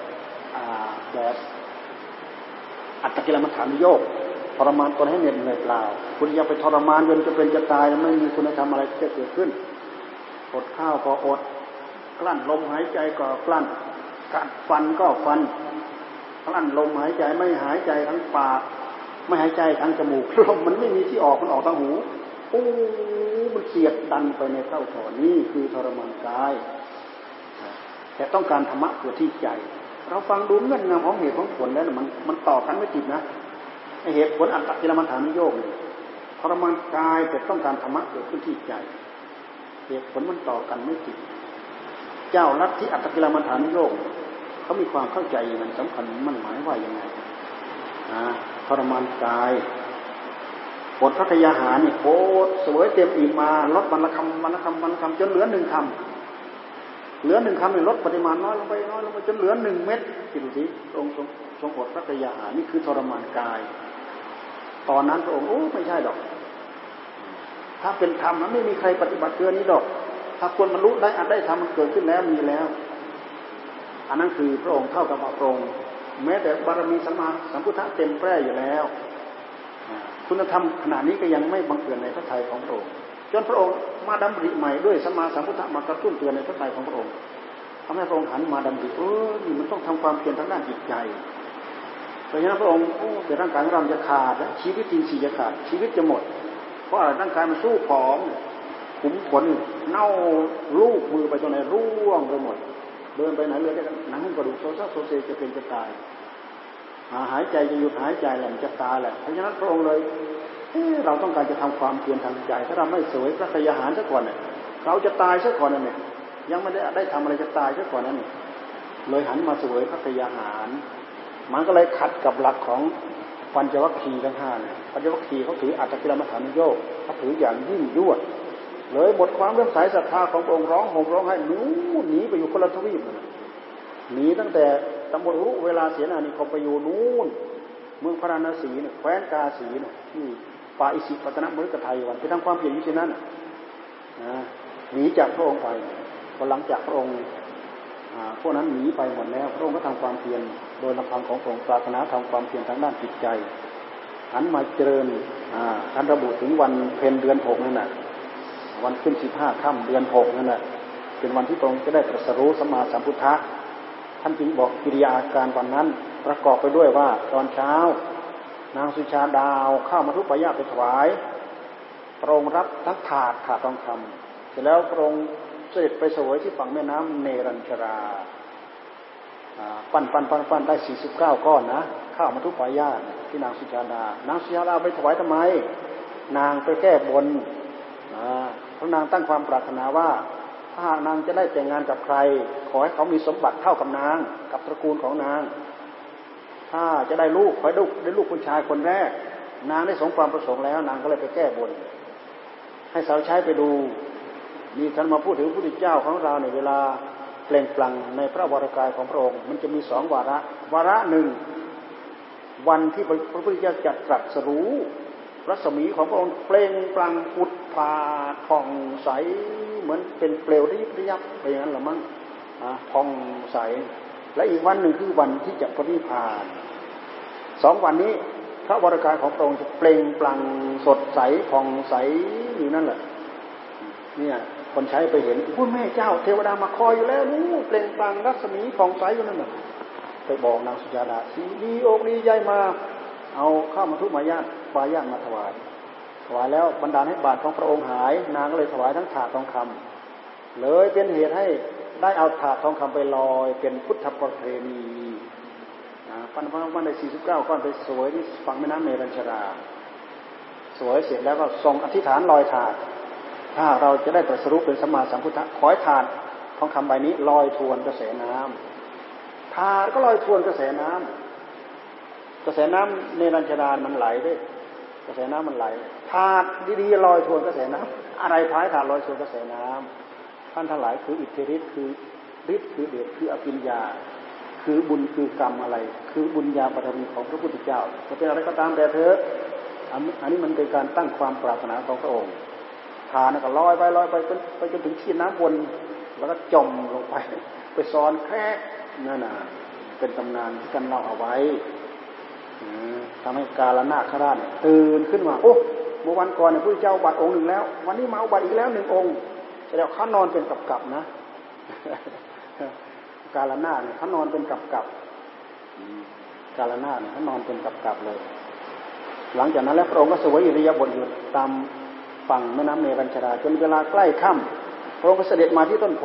อัตตกิลมัฏฐานุโยคทรมานตนให้เหน็ดเหนื่อยเปล่าคุณอย่าไปทรมานจนจะเป็นจะตายไม่มีคุณธรรมอะไรจะเกิดขึ้นอดข้าวก็อดกลั้นลมหายใจก็กลั้นกัดฟันก็ฟันกลั้นลมหายใจไม่หายใจทั้งปากไม่หายใจทั้งจมูกลมมันไม่มีที่ออกมันออกทางหูมันเสียดดันไปในเต้าถอนนี่คือทรมานกายแต่ต้องการธรรมะเกิดที่ใจเราฟังดูเงื่อนงำของเหตุของผลแล้วมันต่อกันไม่ติดนะเหตุผลอัตตกิลมัฏฐานุโยคทรมานกายแต่ต้องการธรรมะเกิดขึ้นที่ใจเหตุผลมันต่อกันไม่ติดเจ้าลัทธิอัตตกิลมัฏฐานุโยคเขามีความเข้าใจมันสำคัญมันหมายว่ายังไงทรมานกายบทพระกยาหารนี่โคตรสวยเต็มอิ่มมาลดวันละคำจนเหลือ1 คำเหลือ1 คำเนี่ยลดปริมาณน้อยลงไปจนเหลือ1 เม็ดคิดดูสิองค์ทรงอดพระกยาหารนี่คือทรมานกายตอนนั้นพระองค์ไม่ใช่ดอกถ้าเป็นธรรมมันไม่มีใครปฏิบัติเกินนี้ดอกถ้าควรบรรลุได้ได้ทำมันเกิดขึ้นแล้วมีแล้วอันนั้นคือพระองค์เท่ากับพระองค์แม้แต่บารมีสัมมาสัมพุทธะเต็มแปร่อยู่แล้วคุณธรรมขณะนี้ก็ยังไม่บังเกิดในพระทัยของพระองค์จนพระองค์มาดำริใหม่ด้วยสัมมาสัมพุทธะมากระตุ้นเตือนในพระทัยของพระองค์ทำให้พระองค์หันมาดำรินี่มันต้องทำความเพียรทางด้านจิตใจเพราะฉะนั้นพระองค์แต่ร่างกายของเราจะขาดและชีวิตจริงจะขาดชีวิตจะหมดเพราะอะไรร่างกายมันสู้ผอมขุมขนเน่าลูกมือไปจนไหนร่วงไปหมดเดินไปไหนเลยได้หนังหุ้มกระดูกโซเซจะเป็นจะตายหายใจจะหยุดหายใจแหละมันจะตายแหละเพราะฉะนั้นพระองค์เลยเราต้องการจะทำความเพียรทางใจถ้าเราไม่เสวยพระกยาหารซะก่อนเนี่ยเราจะตายซะก่อนนั่นเนี่ยยังไม่ได้ทำอะไรจะตายซะก่อนนั่นเนี่ยเลยหันมาเสวยพระกยาหารมันก็เลยขัดกับหลักของปัญจวัคคีย์ทั้ง5เนี่ยปัญจวัคคีย์เขาถืออัตตกิลมัฏฐานุโยคเขาถืออย่างยิ่งยวดเลยหมดความเลื่อมใสศรัทธาของพระองค์ร้องห่มร้องไห้หนีไปอยู่คนละทวีปเลยหนีตั้งแต่ตำบลรุเวลาเสียนานี่เขาไปอยู่นู้นเมืองพระนครศรีเนี่ยแคว้นกาสีเนี่ยที่ป่าอิสิปตนมฤคทายวันไปทำความเพียรอยู่ที่นั่นหนีจากพระองค์ไปพอหลังจากพระองค์พวกนั้นหนีไปหมดแล้วพระองค์ก็ทำความเพียรโดยลำพังของพระองค์ปรารถนาทำความเพียรทางด้านจิตใจหันมาเจริญท่านระบุถึงวันเพ็ญเดือน6นั่นแหละวันขึ้น15 ค่ำเดือน6นั่นแหละเป็นวันที่พระองค์จะได้ตรัสรู้สัมมาสัมพุทธะท่านจึงบอกกิริยาอาการวันนั้นประกอบไปด้วยว่าตอนเช้านางสุชาดาวข้าวมัทุปายาตไปถวายพระองค์รับทั้งถาดทองคำเสร็จแล้วพระองค์เสด็จไปเสวยที่ฝั่งแม่น้ำเนรัญชราปั้นได้49 ก้อนนะข้าวมัทุปายาตที่นางสุชาดานางสุชาดาไปถวายทำไมนางไปแก้บนเพราะนางตั้งความปรารถนาว่าถ้าหากนางจะได้แต่งงานกับใครขอให้เขามีสมบัติเท่ากับนางกับตระกูลของนางถ้าจะได้ลูกขอให้ได้ลูกผู้ชายคนแรกนางได้สมความประสงค์แล้วนางก็เลยไปแก้บนให้สาวใช้ไปดูมีท่านมาพูดถึงพระพุทธเจ้าของเราในเวลาเปล่งปลั่งในพระวรากายของพระองค์มันจะมี2 วาระหนึ่งวันที่พระพุทธเจ้าจัดตรัสรู้รัศมีของพระองค์เปล่งปลั่งอุดผาผ่องใสเหมือนเป็นเปลวระยับไปอย่างนั้นหรือมั้งผ่องใสและอีกวันหนึ่งคือวันที่จะปรินิพพาน2 วันนี้พระวรากายของพระองค์จะเปล่งปลั่งสดใสผ่องใสอยู่นั่นแหละเนี่ยคนใช้ไปเห็นพูดแม่เจ้าเทวดามาคอยอยู่แล้วนู้เปล่งปลั่งรัศมีผ่องใสอยู่นั่นน่ะไปบอกนางสุชาดาดีอกดีใจมาเอาข้าวมัทุปายาตปายาตมาถวายแล้วบรรดาให้บาตรของพระองค์หายนางก็เลยถวายทั้งถาดทองคำเลยเป็นเหตุให้ได้เอาถาดทองคำไปลอยเป็นพุทธประเพณีปันวันใน49ก้อนไปสวยที่ฝั่งแม่น้ำเมรัญชราสวยเสร็จแล้วก็ทรงอธิษฐานลอยถาดถ้าเราจะได้ตรัสรู้เป็นสัมมาสัมพุทธะขอให้ถาดทองคำใบนี้ลอยทวนกระแสน้ำถาดก็ลอยทวนกระแสน้ำเมรัญชรามันไหลด้วยกระแสน้ำมันไหลถาดดีๆลอยทวนกระแสน้ำอะไรพายถาดลอยทวนกระแสน้ำท่านทั้งหลายคืออิทธิฤทธิ์คือฤทธิ์คือเดชคืออภิญญาคือบุญคือกรรมอะไรคือบุญญาบารมีของพระพุทธเจ้าจะเป็นอะไรก็ตามแต่เถอะอันนี้มันเป็นการตั้งความปรารถนาของพระองค์ทานก็ลอยไปจนถึงที่น้ำวนแล้วก็จมลงไปซ้อนแคร่นั่นน่ะเป็นตำนานที่กันเล่าเอาไว้ทำให้กาลนาคราชตื่นขึ้นมาโอ้เมื่อวันก่อนพระพุทธเจ้าบัตรองค์หนึ่งแล้ววันนี้มาเอาบัตรอีกแล้ว1 องค์แสดงเขานอนเป็นกับๆนะกาลนาเนี่ยเขานอนเป็นกับกาลนาเนี่ยเขานอนเป็นกับเลยหลังจากนั้นแล้วพระองค์ก็เสวยอิริยาบถอยู่ตามฝั่งแม่น้ำเมรัญชราจนเวลาใกล้ค่ำพระองค์ก็เสด็จมาที่ต้นโพ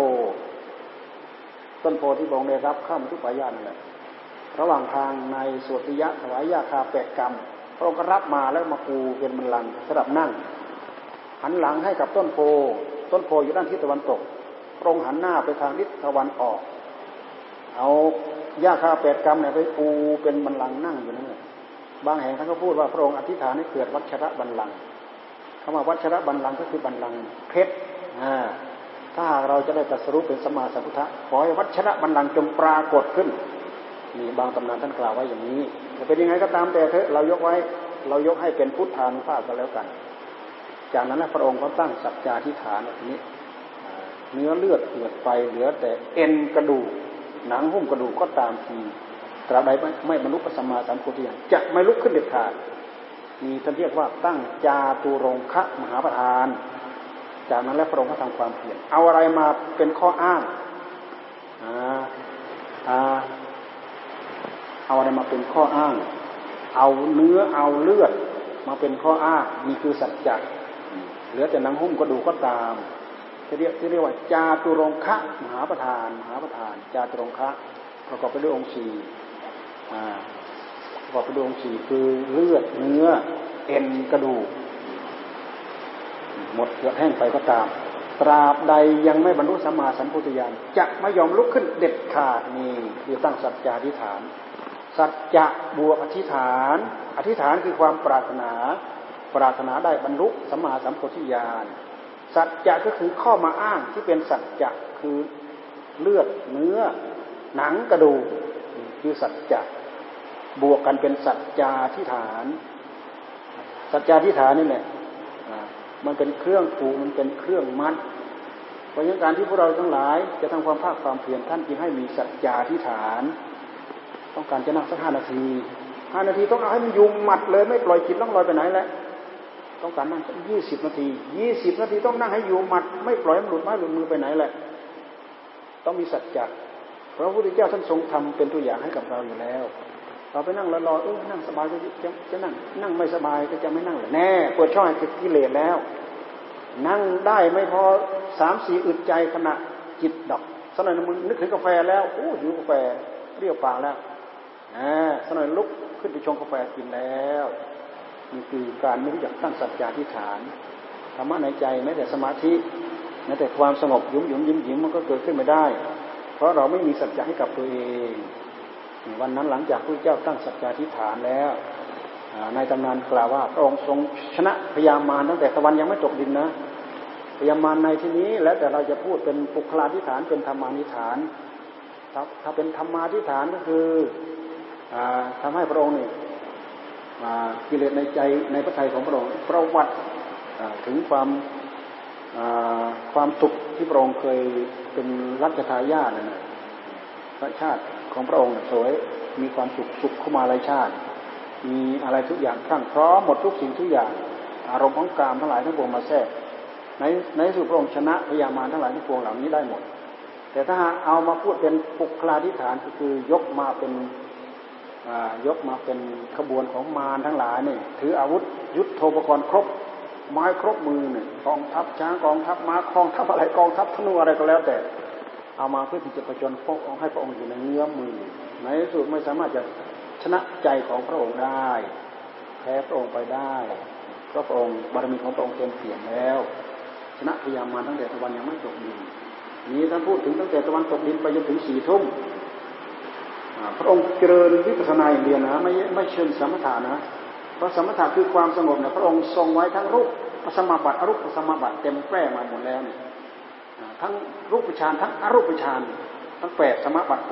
ที่พระองค์ได้รับข้ามทุกปายานั่นแหละระหว่างทางในสวดติยะถวายยาคา8 กรรมพระองค์ก็รับมาแล้วมาปูเป็นบัลลังก์สำหรับนั่งหันหลังให้กับต้นโพอยู่ด้านทิศตะวันตกพระองค์หันหน้าไปทางทิศตะวันออกเอายาคา8 กรรมเนี่ยไปปูเป็นบัลลังก์นั่งอยู่นั่นแหละบางแห่งท่านก็พูดว่าพระองค์อธิษฐานให้เกิดวัชระบัลลังก์คำว่าวัชระบัลลังก์ก็คือบัลลังก์เพชรถ้าเราจะได้ตรัสรู้เป็นสัมมาสัมพุทธะขอให้วัชระบัลลังก์จงปรากฏขึ้นนี่บางตำนานท่านกล่าวไว้อย่างนี้จะเป็นยังไงก็ตามแต่เถอะเรายกให้เป็นพุทธานุภาพกันแล้วกันจากนั้นพระองค์ก็ตั้งสัจจาธิฐานแบบนี้เนื้อเลือดเกิดไปเหลือแต่เอ็นกระดูกหนังหุ้มกระดูกก็ตามทีตราบใดไม่บรรลุสัมมาสัมพุทธญาณจะไม่ลุกขึ้นเด็ดขาดมีท่านเรียกว่าตั้งจาตุรงคะมหาประธานจากนั้นแล้วพระองค์ก็ทำความเพียรเอาอะไรมาเป็นข้ออ้างเอาอะไรมาเป็นข้ออ้างเอาเนื้อเอาเลือดมาเป็นข้ออ้างนี่คือสัจจะเหลือแต่หนังหุ้มกระดูกก็ตามที่เรียกว่าจาตุรงคะมหาประธานจาตุรงคะประกอบไปด้วยองค์4ประกอบไปด้วยองค์4คือเลือดเนื้อเอ็นกระดูกหมดเหือดแห้งไปก็ตามตราบใดยังไม่บรรลุสัมมาสัมพุทธญาณจะไม่ยอมลุกขึ้นเด็ดขาดนี่คือตั้งสัจจาธิฐานสัจจะบวกอธิษฐานคือความปรารถนาได้บรรลุสัมมาสัมพุทธญาณสัจจะก็คือข้อมาอ้างที่เป็นสัจจะคือเลือดเนื้อหนังกระดูกคือสัจจะบวกกันเป็นสัจจาธิฐานนี่แหละมันเป็นเครื่องผูกมันเป็นเครื่องมัดเพราะฉะนั้นการที่พวกเราทั้งหลายจะทำความภาคความเพียรท่านจึงให้มีสัจจาธิฐานต้องการจะนั่งสัก5 นาทีต้องเอาให้มันยุงมัดเลยไม่ปล่อยจิตล่องลอยไปไหนแล้วต้องการนั่งสัก20 นาทีต้องนั่งให้ยุงมัดไม่ปล่อยมันหลุดไม้หลุดมือไปไหนแหละต้องมีสัจจะพระพุทธเจ้าท่านทรงทำเป็นตัวอย่างให้กับเราอยู่แล้วเราไปนั่งรอนั่งสบายจะนั่งไม่สบายก็จะไม่นั่งแน่เปิดช่องให้กิเลสแล้วนั่งได้ไม่พอ3-4อึดใจขณะจิตดับสักหน่อยมึงนึกถึงกาแฟแล้วหิวกาแฟเปรี้ยวปากแล้วสักหน่อยลุกขึ้นไปชงกาแฟกินแล้วนี่คือการไม่รู้จักตั้งสัจจาธิฐานธรรมะในใจแม้แต่สมาธิแม้แต่ความสงบยิ้มมันก็เกิดขึ้นไม่ได้เพราะเราไม่มีสัจจะให้กับตัวเองวันนั้นหลังจากพระเจ้าตั้งสัจจาธิฐานแล้วในตำนานกล่าวว่าพระองค์ทรงชนะพญามารตั้งแต่ตะวันยังไม่ตกดินนะพญามารในที่นี้แล้วแต่เราจะพูดเป็นปุคลาธิฐานเป็นธรรมานิฐานถ้าเป็นธรรมาธิฐานก็คือทำให้พระองค์นี่กิเลสในใจในพระทัยของพระองค์ประวัติถึงความสุขที่พระองค์เคยเป็นรัชทายาทนะพระชาติของพระองค์สวยมีความสุขเข้ามาหลายชาติมีอะไรทุกอย่างพรั่งพร้อมหมดทุกสิ่งทุกอย่างอารมณ์ของกามทั้งหลายทั้งปวงมาแทรกในสุดพระองค์ชนะพญามารทั้งหลายทั้งปวงเหล่านี้ได้หมดแต่ถ้าเอามาพูดเป็นปุคลาธิฐานก็คือยกมาเป็นยกมาเป็นขบวนของมารทั้งหลายเนี่ยถืออาวุธยุทโธปกรณ์ครบไม้ครบมือเนี่ยกองทัพช้างกองทัพม้ากองทัพอะไรกองทัพธนูอะไรก็แล้วแต่เอามาเพื่อที่จะประจนพระองค์ให้พระองค์อยู่ในเงื้อมมือในที่สุดไม่สามารถจะชนะใจของพระองค์ได้แพ้พระองค์ไปได้เพราะพระองค์บารมีของพระองค์เต็มเปี่ยมแล้วชนะพยามารตั้งแต่ตะวันยังไม่ตกดินนี้ท่านพูดถึงตั้งแต่ตะวันตกดินไปจนถึง4 ทุ่มพระองค์เจริญวิปัสสนาอย่างเดียวนะไม่เชิญสมถะนะเพราะสมถะคือความสงบเนี่ยพระองค์ทรงไว้ทั้งรูปสมาบัติอรูปสมาบัติเต็มแปร่มาหมดแล้วเนี่ยทั้งรูปฌานทั้งอรูปฌานทั้ง8สมาบัติ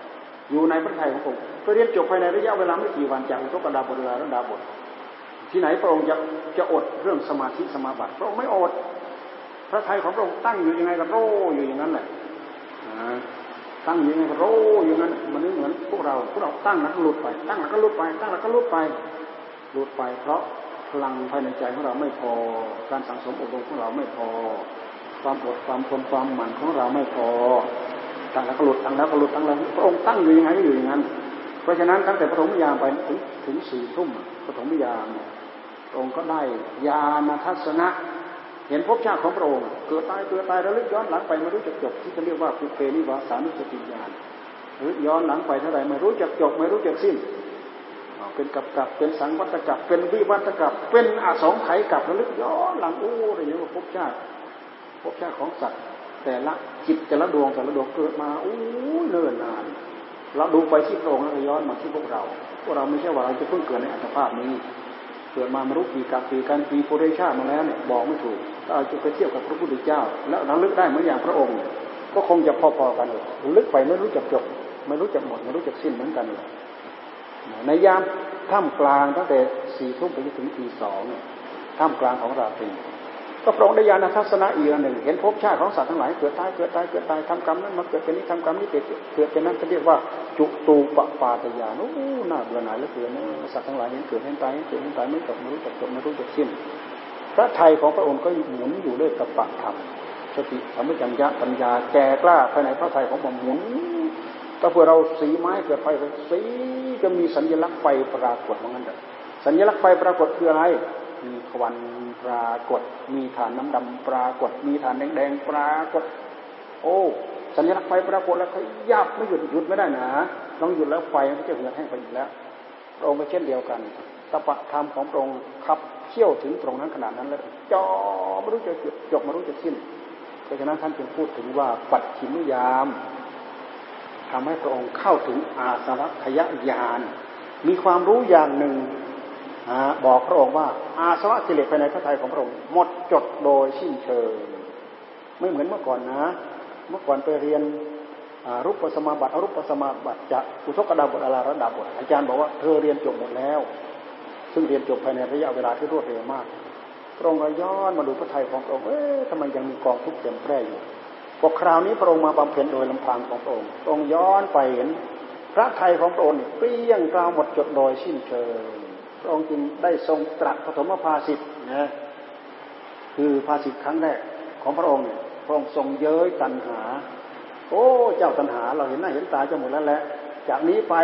8อยู่ในพระทัยของพระองค์เพื่อเรียนจบภายในระยะเวลาไม่กี่วันจากอุทกดาบทระดาบทที่ไหนพระองค์จะอดเรื่องสมาธิสมาบัติพระองค์ไม่อดพระทัยของพระองค์ตั้งอยู่ยังไงก็โรอยู่อย่างนั้นแหละตั้งอยู่ยังไงก็โรอย่างนั้นมันไม่เหมือนพวกเราตั้งแล้วก็หลุดไปตั้งแล้วก็หลุดไปตั้งแล้วก็หลุดไปเพราะพลังภายในใจของเราไม่พอการสังสมอบรมของเราไม่พอความอดความทนความหมั่นของเราไม่พอตั้งแล้วก็หลุดตั้งแล้วก็หลุดตั้งแล้วพระองค์ตั้งอยู่ยังไงก็อยู่อย่างนั้นเพราะฉะนั้นตั้งแต่ปฐมยามไปถึง4 ทุ่มปฐมยามพระองค์ก็ได้ญาณทัศนะเห็นภพชาติของพระองค์เกิดตายระลึกย้อนหลังไปไม่รู้จักจบที่จะเรียกว่าปุเพนิวาสานุสติญาณหรือย้อนหลังไปเท่าไหร่ไม่รู้จักจบไม่รู้จักสิ้นเป็นกับเป็นสังวัตกับเป็นวิวัตกับเป็นอสงไขยกับระลึกย้อนหลังอะไรอย่างนี้ว่าภพชาติของสัตว์แต่ละจิตแต่ละดวงเกิดมาเนิ่นนานเราดูไปที่พระองค์แล้วย้อนมาที่พวกเราไม่ใช่ว่าเราจะเพิ่งเกิดในอัตภาพนี้เกิดมาไม่รู้กี่กับกี่กันปีโพธิชาติมาแล้วเนี่ยบอกไม่ถูกถ้าเอาจะไปเทียบกับพระพุทธเจ้าแล้วระลึกได้เหมือนอย่างพระองค์ก็คงจะพอๆกันเลยลึกไปไม่รู้จักจบไม่รู้จักหมดไม่รู้จักสิ้นเหมือนกันเลยในยามท่ามกลางตั้งแต่4 ทุ่มไปจนถึงตี 2เนี่ยท่ามกลางของราตรีก็พระองค์ได้ญาณทัศนะอีกอันหนึ่งเห็นภพชาติของสัตว์ทั้งหลายเกิดตายทำกรรมนั้นมาเกิดเป็นนี้ทำกรรมนี้เกิดเป็นนั้นเขาเรียกว่าจุตูปปาตญาณน่าเบื่อหน่ายเหลือเกินสัตว์ทั้งหลายเห็นเกิดเห็นตายไม่จบไม่รู้จักจบไม่รู้จักสิ้นพระทัยของพระองค์ก็หมุนอยู่ด้วยกัปปะธรรมสติสัมปชัญญะปัญญาแก่กล้าภายในพระทัยของพระองค์หมุนถ้าเผื่อเราสีไม้เกิดไฟสีจะมีสัญลักษณ์ไฟปรากฏเหมือนกันสัญลักษณ์ไฟปรากฏคืออะไรมีควันปรากฏมีฐานน้ำดำปรากฏมีฐานแดงปรากฏสัญลักษณ์ไฟปรากฏแล้วขยับไม่หยุดไม่ได้นะต้องหยุดแล้วไฟมันก็จะเหือดแห้งไปอีกแล้วพระองค์ก็เช่นเดียวกันตปะธรรมของพระองค์ขับเขี่ยวถึงตรงนั้นขนาดนั้นแล้วจ่อไม่รู้จะจบไม่รู้จะสิ้นเพราะฉะนั้นท่านจึงพูดถึงว่าปัจฉิมยามทำให้พระองค์เข้าถึงอาสวัคยญาณมีความรู้อย่างหนึ่งบอกพระองค์ว่าอาสวะกิเลสภายในพระทัยของพระองค์หมดจดโดยสิ้นเชิงไม่เหมือนเมื่อก่อนนะเมื่อก่อนไปเรียนรูปสมาบัติอรูปสมาบัติจากอุทกดาบทอาราระดาบทอาจารย์บอกว่าเธอเรียนจบหมดแล้วซึ่งเรียนจบภายในระยะเวลาที่รวดเร็วมากพระองค์ก็ย้อนมาดูพระทัยของพระองค์ทำไมยังมีกองทุกข์เต็มแพร่อยู่พอคราวนี้พระองค์มาบำเพ็ญโดยลำพังของพระองค์พระองค์ย้อนไปเห็นพระทัยของพระองค์เปรี้ยงกล่าวหมดจดโดยสิ้นเชิงพระองค์จึงได้ทรงตรัสปฐมภาสิทธิ์นะคือภาสิทธิ์ครั้งแรกของพระองค์เนี่ยพระองค์ทรงเย้ยตัณหาเจ้าตัณหาเราเห็นหน้าเห็นตาจะหมดแล้วแหละจากนี้ไป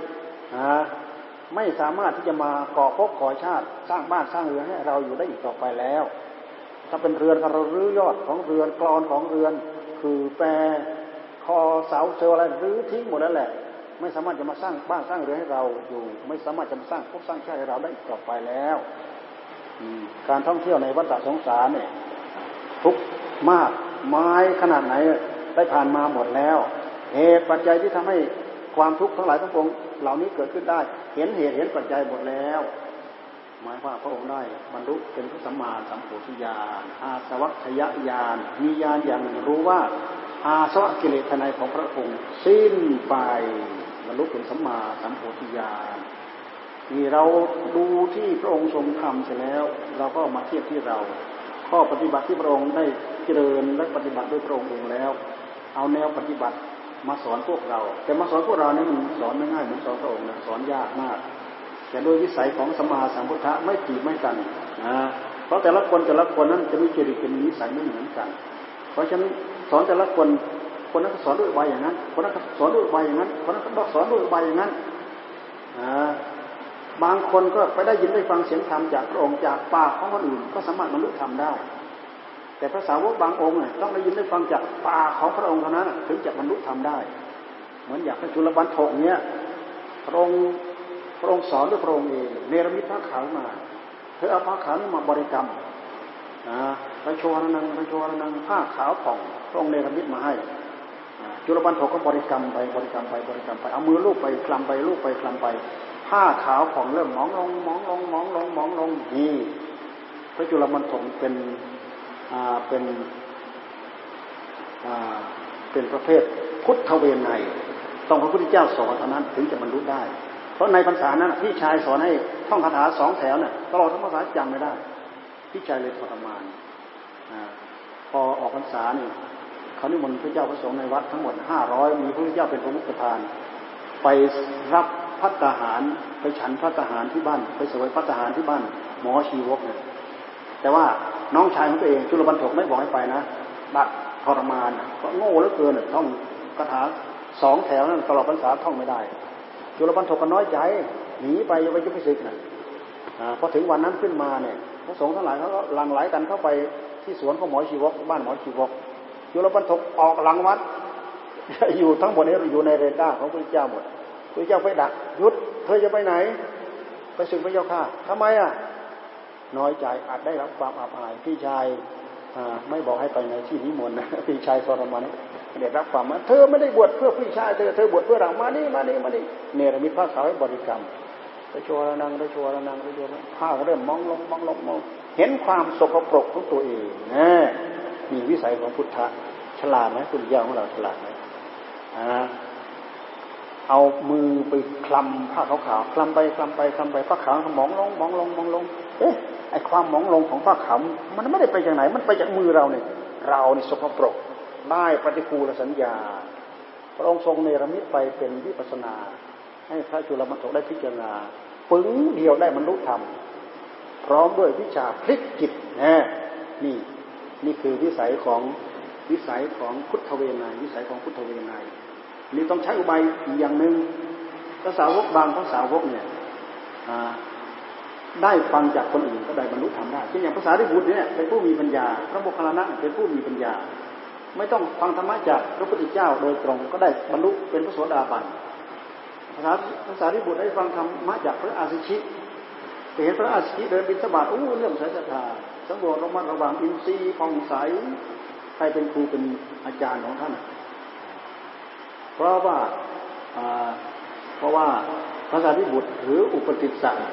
ไม่สามารถที่จะมาก่อภพก่อชาติสร้างบ้านสร้างเรือนให้เราอยู่ได้อีกต่อไปแล้วถ้าเป็นเรือนก็เรารื้อยอดของเรือนกลอนของเรือนคือแปรคอเสาเจออะไรรื้อทิ้งหมดแล้วแหละไม่สามารถจะมาสร้างบ้านสร้างเรือนให้เราอยู่ไม่สามารถจะมาสร้างภพสร้างชาติให้เราได้อีกต่อไปแล้วการท่องเที่ยวในวัฏสงสารเนี่ยทุกข์มากไม้ขนาดไหนได้ผ่านมาหมดแล้วเหตุปัจจัยที่ทำให้ความทุกข์ทั้งหลายทั้งปวงเหล่านี้เกิดขึ้นได้เห็นเหตุเห็นปัจจัยหมดแล้วหมายว่าพระองค์ได้บรรลุเป็นพระสัมมาสัมโพธิญาณอาสวัคยญาณมีญาณอย่างรู้ว่าอาสวะกิเลสภายในของพระองค์สิ้นไปบรรลุเป็นสัมมาสัมโพธิญาณนี่เราดูที่พระองค์ทรงทำเสร็จแล้วเราก็มาเทียบที่เราข้อปฏิบัติที่พระองค์ได้เจริญและปฏิบัติด้วยพระองค์เองแล้วเอาแนวปฏิบัติมาสอนพวกเราแต่มาสอนพวกเรานี่มันสอนไม่ง่ายเหมือนสอนพระองค์นะสอนยากมากแต่โดยวิสัยของสัมมาสัมพุทธะไม่ตีไม่กันเพราะแต่ละคนนั้นจะมีจริตจะมีนิสัยไม่เหมือนกันเพราะฉะนั้นสอนแต่ละคนนั้นก็สอนด้วยอุบายอย่างนั้นคนนั้นก็สอนด้วยอุบายอย่างนั้นคนนั้นก็สอนด้วยอุบายอย่างนั้นบางคนก็ไปได้ยินได้ฟังเสียงธรรมจากพระองค์จากปากของคนอื่นก็สามารถบรรลุธรรมได้แต่พระสาวกบางองค์ต้องได้ยินได้ฟังจากปากของพระองค์เท่านั้นถึงจะบรรลุธรรมได้เหมือนอย่างพระจุลปันถกเนี่ยพระองค์สอนด้วยพระองค์เองเนรมิตผ้าขาวมาเธอเอาผ้าขาวนี้มาบริกรรมพระโชรนังพระโชรนังผ้าขาวผ่องพระองค์เนรมิตมาให้จุลปันถกก็บริกรรมไปบริกรรมไปบริกรรมไปเอามือลูบไปคลำไปลูบไปคลำไปผ้าขาวผ่องเริ่มมองลงมองลงมองลงมองลงนี่พระจุลปันถกเป็นประเภทพุทธเวไนยต้องพระพุทธเจ้าสอนเท่านั้นถึงจะบรรลุได้เพราะในพรรษานั้นพี่ชายสอนให้ท่องคาถา2 แถวเนี่ยตลอดทั้งพรรษาจำไม่ได้พี่ชายเลยทรมานพอออกพรรษานี่เขานิมนต์พระเจ้าพระสงฆ์ในวัดทั้งหมด500มีพระพุทธเจ้าเป็นประมุขประธานไปรับภัตตาหารไปฉันภัตตาหารที่บ้านไปเสวยภัตตาหารที่บ้านหมอชีวกเนี่ยแต่ว่าน้องชายของตัวเองจุลปันถกไม่บอกให้ไปนะบัดทรมานก็โง่เหลือเกินท่องคาถา2 แถวนั้นตลอดพรรษาท่องไม่ได้จุลปันถกก็น้อยใจหนีไปไปยุบศึกน่ะพอถึงวันนั้นขึ้นมาเนี่ยพระสงฆ์ทั้งหลายเขาก็หลั่งไหลกันเข้าไปที่สวนของหมอชีวกบ้านหมอชีวกจุลปันถกออกหลังวัดอยู่ทั้งหมดนี้อยู่ในเรดาร์ของพระเจ้าหมดพระเจ้าไปดักยุดเธอจะไปไหนไปศึกพระเจ้าข้าทำไมน้อยใจอาจได้รับความอับอายพี่ชายไม่บอกให้ไปในที่นิมนต์นะพี่ชายทรมานได้รับความว่าเธอไม่ได้บวชเพื่อพี่ชายเธอบวชเพื่อเรามานี่เนรมิตผ้าขาวให้บริกรรมพระโชรนังพระโชรนังพระโชรนังผ้าเริ่มมองลงเห็นความสกปรกของตัวเองนี่วิสัยของพุทธะฉลาดไหมพุทธเจ้าของเราฉลาดไหมเอามือไปคลำผ้าขาวๆคลำไปผ้าขาวมองลงไอ้ความมองลงของผ้าขาวมันไม่ได้ไปจากไหนมันไปจากมือเราเนี่ยเรานี่สกปรกได้ปฏิกูลสัญญาพระองค์ทรงเนรมิตไปเป็นวิปัสสนาให้พระจุลปันถกได้พิจารณาปึ้งเดียวได้บรรลุธรรมพร้อมด้วยวิชาพลิกจิตนี่คือวิสัยของพุทธเวไนยวิสัยของพุทธเวไนยนี่ต้องใช้อุบายอีกอย่างหนึ่งภาษาวกบางภาษาวกเนี่ยได้ฟังจากคนอื่นก็ได้บรรลุธรรมได้เช่นอย่างภาษาริบุตรเนี่ยเป็นผู้มีปัญญาพระโมคคัลลานะเป็นผู้มีปัญญาไม่ต้องฟังธรรมะจากพระพุทธเจ้าโดยตรงก็ได้บรรลุเป็นพระโสดาบันภาษาริบุตรได้ฟังธรรมะจากพระอาสิชิเห็นพระอาสิชิเดินบิณฑบาตเรื่องสายศรัทธาสังวรระมัดระวังอินทรีย์ผ่องใสใครเป็นครูเป็นอาจารย์ของท่านเพราะว่าภาษาริบุตรหรืออุปติสสะ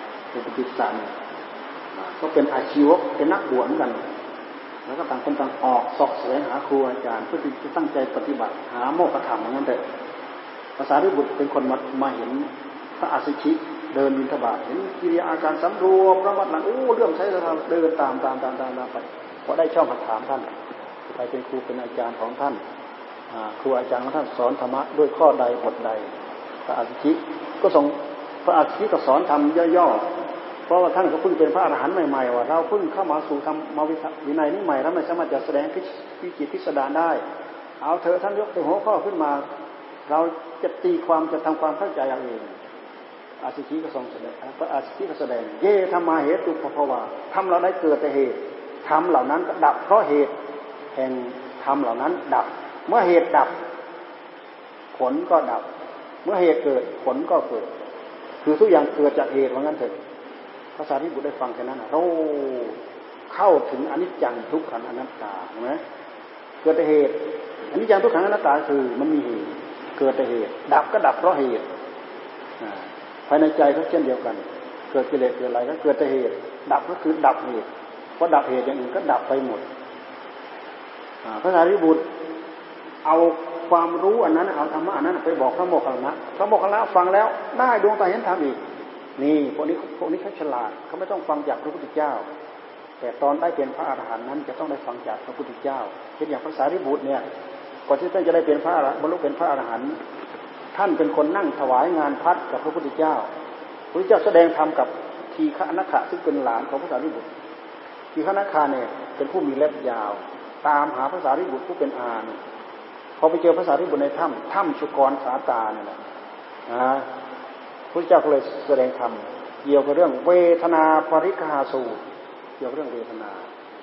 ก็เป็นอาชีวะเป็นนักบวชเหมือนกันแล้วก็ต่างคนต่างออกสอบแสวงหาครูอาจารย์เพื่อที่จะตั้งใจปฏิบัติหาโมฆะธรรมอย่างนั้นแต่ภาษาริบุตรเป็นคนมาเห็นพระอาสิชิเดินบิณฑบาตเห็นกิริยาอาการสำรวมระมัดระวังเรื่องใช้เราเดินตามไปพอได้ช่องถามท่านใครเป็นครูเป็นอาจารย์ของท่านครูอาจารย์ของท่านสอนธรรมะด้วยข้อใดบทใดพระอาสิชิก็สอนธรรมย่อๆเพราะว่าท่านก็เพิ่งเป็นพระอรหันต์ใหม่ๆว่าเราเพิ่งเข้ามาสู่ธรรมวินัยนี้ใหม่แล้วไม่สามารถจะแสดงพิจิตรพิสดารได้เอาเถอะท่านยกตัวหัวข้อขึ้นมาเราจะตีความจะทำความเข้าใจเอาเองอาสิชิก็ทรงแสดงพระอาสิชิก็แสดงเยธรรมาเหตุภควาธรรมเราได้เกิดแต่เหตุธรรมเหล่านั้นก็ดับเพราะเหตุแห่งธรรมเหล่านั้นดับเมื่อเหตุดับผลก็ดับเมื่อเหตุเกิดผลก็เกิดคือทุกอย่างเกิดจากเหตุว่างั้นเถอะภาษาที่บุตรได้ฟังแค่นั้นเราเข้าถึงอนิจจังทุกขังอนัตตาใช่ไหมเกิดแต่เหตุอนิจจังทุกขังอนัตตาคือมันมีเหตุเกิดแต่เหตุดับก็ดับเพราะเหตุภายในใจก็เช่นเดียวกันเกิดกิเลสเกิดอะไรก็เกิดแต่เหตุดับก็คือดับเหตุเพราะดับเหตุอย่างอื่นก็ดับไปหมดพระสารีบุตรเอาความรู้อันนั้นเอาธรรมะอันนั้นไปบอกพระโมคคัลลานะพระโมคคัลลานะฟังแล้วได้ดวงตาเห็นธรรมอีกนี่พวกนี้เขาฉลาดเขาไม่ต้องฟังจากพระพุทธเจ้าแต่ตอนได้เป็นพระอรหันต์นั้นจะต้องได้ฟังจากพระพุทธเจ้าเช่นอย่างพระสารีบุตรเนี่ยก่อนที่ท่านจะได้เป็นพระบรรลุเป็นพระอรหันต์ท่านเป็นคนนั่งถวายงานพัดกับพระพุทธเจ้าพระพุทธเจ้าแสดงธรรมกับทีฆนคซึ่งเป็นหลานของพระสารีบุตรทีฆนคเนี่ยเป็นผู้มีเล็บยาวตามหาพระสารีบุตรผู้เป็นอาเนี่ยพอไปเจอพระสารีบุตรในถ้ำชุกรสาตาเนี่ยแหละพระเจ้าก็เลยแสดงธรรมเกี่ยวกับเรื่องเวทนาปริฆาสูตรเกี่ยวกับเรื่องเวทนา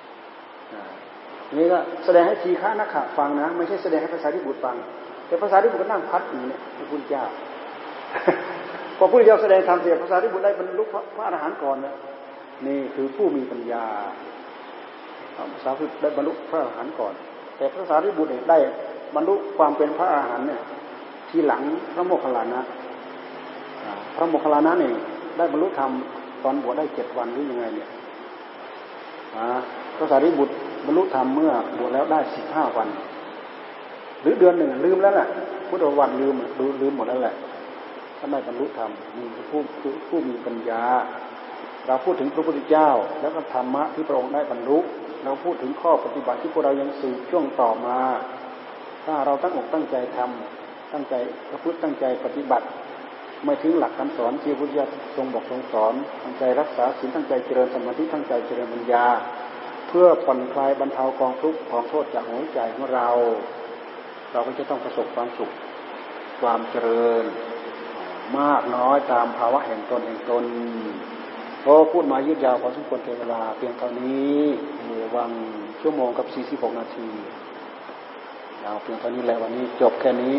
นี่ก็แสดงให้ทีฆะนักข่าวฟังนะไม่ใช่แสดงให้ภาษาที่บุตรฟังแต่ภาษาที่บุตรก็นั่งพัดอยู่เนี่ยพระพุทธเจ้าพอพระพุทธเจ้าแสดงธรรมเสร็จภาษาที่บุตรได้บรรลุพระอรหันต์ก่อนนะนี่คือผู้มีปัญญาภาษาที่ได้บรรลุพระอรหันต์ก่อนแต่ภาษาที่บุตรได้บรรลุความเป็นพระอรหันต์เนี่ยทีหลังพระโมคคัลลานะพระโมคคัลลานะเนี่ยได้บรรลุธรรมตอนบวชได้7 วันหรือยังไงเนี่ยพระสารีบุตรบรรลุธรรมเมื่อบวชแล้วได้15 วันหรือเดือนหนึ่งลืมแล้วแหละพุทธวันลืมหมดแล้วแหละท่านได้บรรลุธรรมมีผู้มีปัญญาเราพูดถึงพระพุทธเจ้าแล้วก็ธรรมะที่พระองค์ได้บรรลุเราพูดถึงข้อปฏิบัติที่พวกเรายังสืบช่วงต่อมาถ้าเราตั้งอกตั้งใจทำตั้งใจประพฤติตั้งใจปฏิบัติไม่ทิ้งหลักคำสอนที่พระพุทธเจ้าทรงบอกทรงสอนตั้งใจรักษาศีลตั้งใจเจริญสมาธิตั้งใจเจริญปัญญาเพื่อผ่อนคลายบรรเทากองทุกข์ของโทษจากหัวใจของเราก็จะต้องประสบความสุขความเจริญมากน้อยตามภาวะแห่งตนพอพูดมายืดยาวพอสมควรเวลาเพียงเท่านี้วังชั่วโมงกับ46 นาทีเอาเพียงเท่านี้แหละวันนี้จบแค่นี้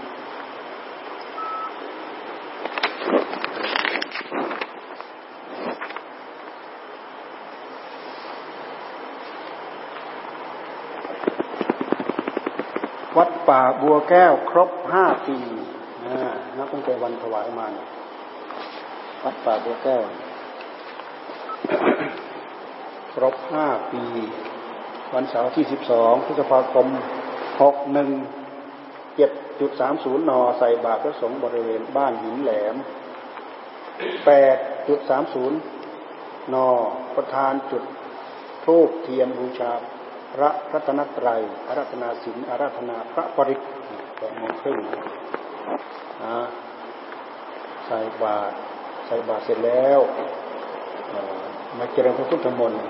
วัดป่าบัวแก้วครบ5 ปีนับตั้งแต่วันถวายมาวัดป่าบัวแก้วครบ5 ปีวันเสาร์ที่12 พฤษภาคม 61 7.30 น.ใส่บาตรพระสงฆ์บริเวณบ้านหินแหลม 8.30 น.ประธานจุดธูปเทียนบูชาพระรัตนตรัยอาราธนาศีลอาราธนาพระปริตร8 โมงครึ่งใส่บาตรเสร็จแล้วมาเจริญพระพุทธมนต์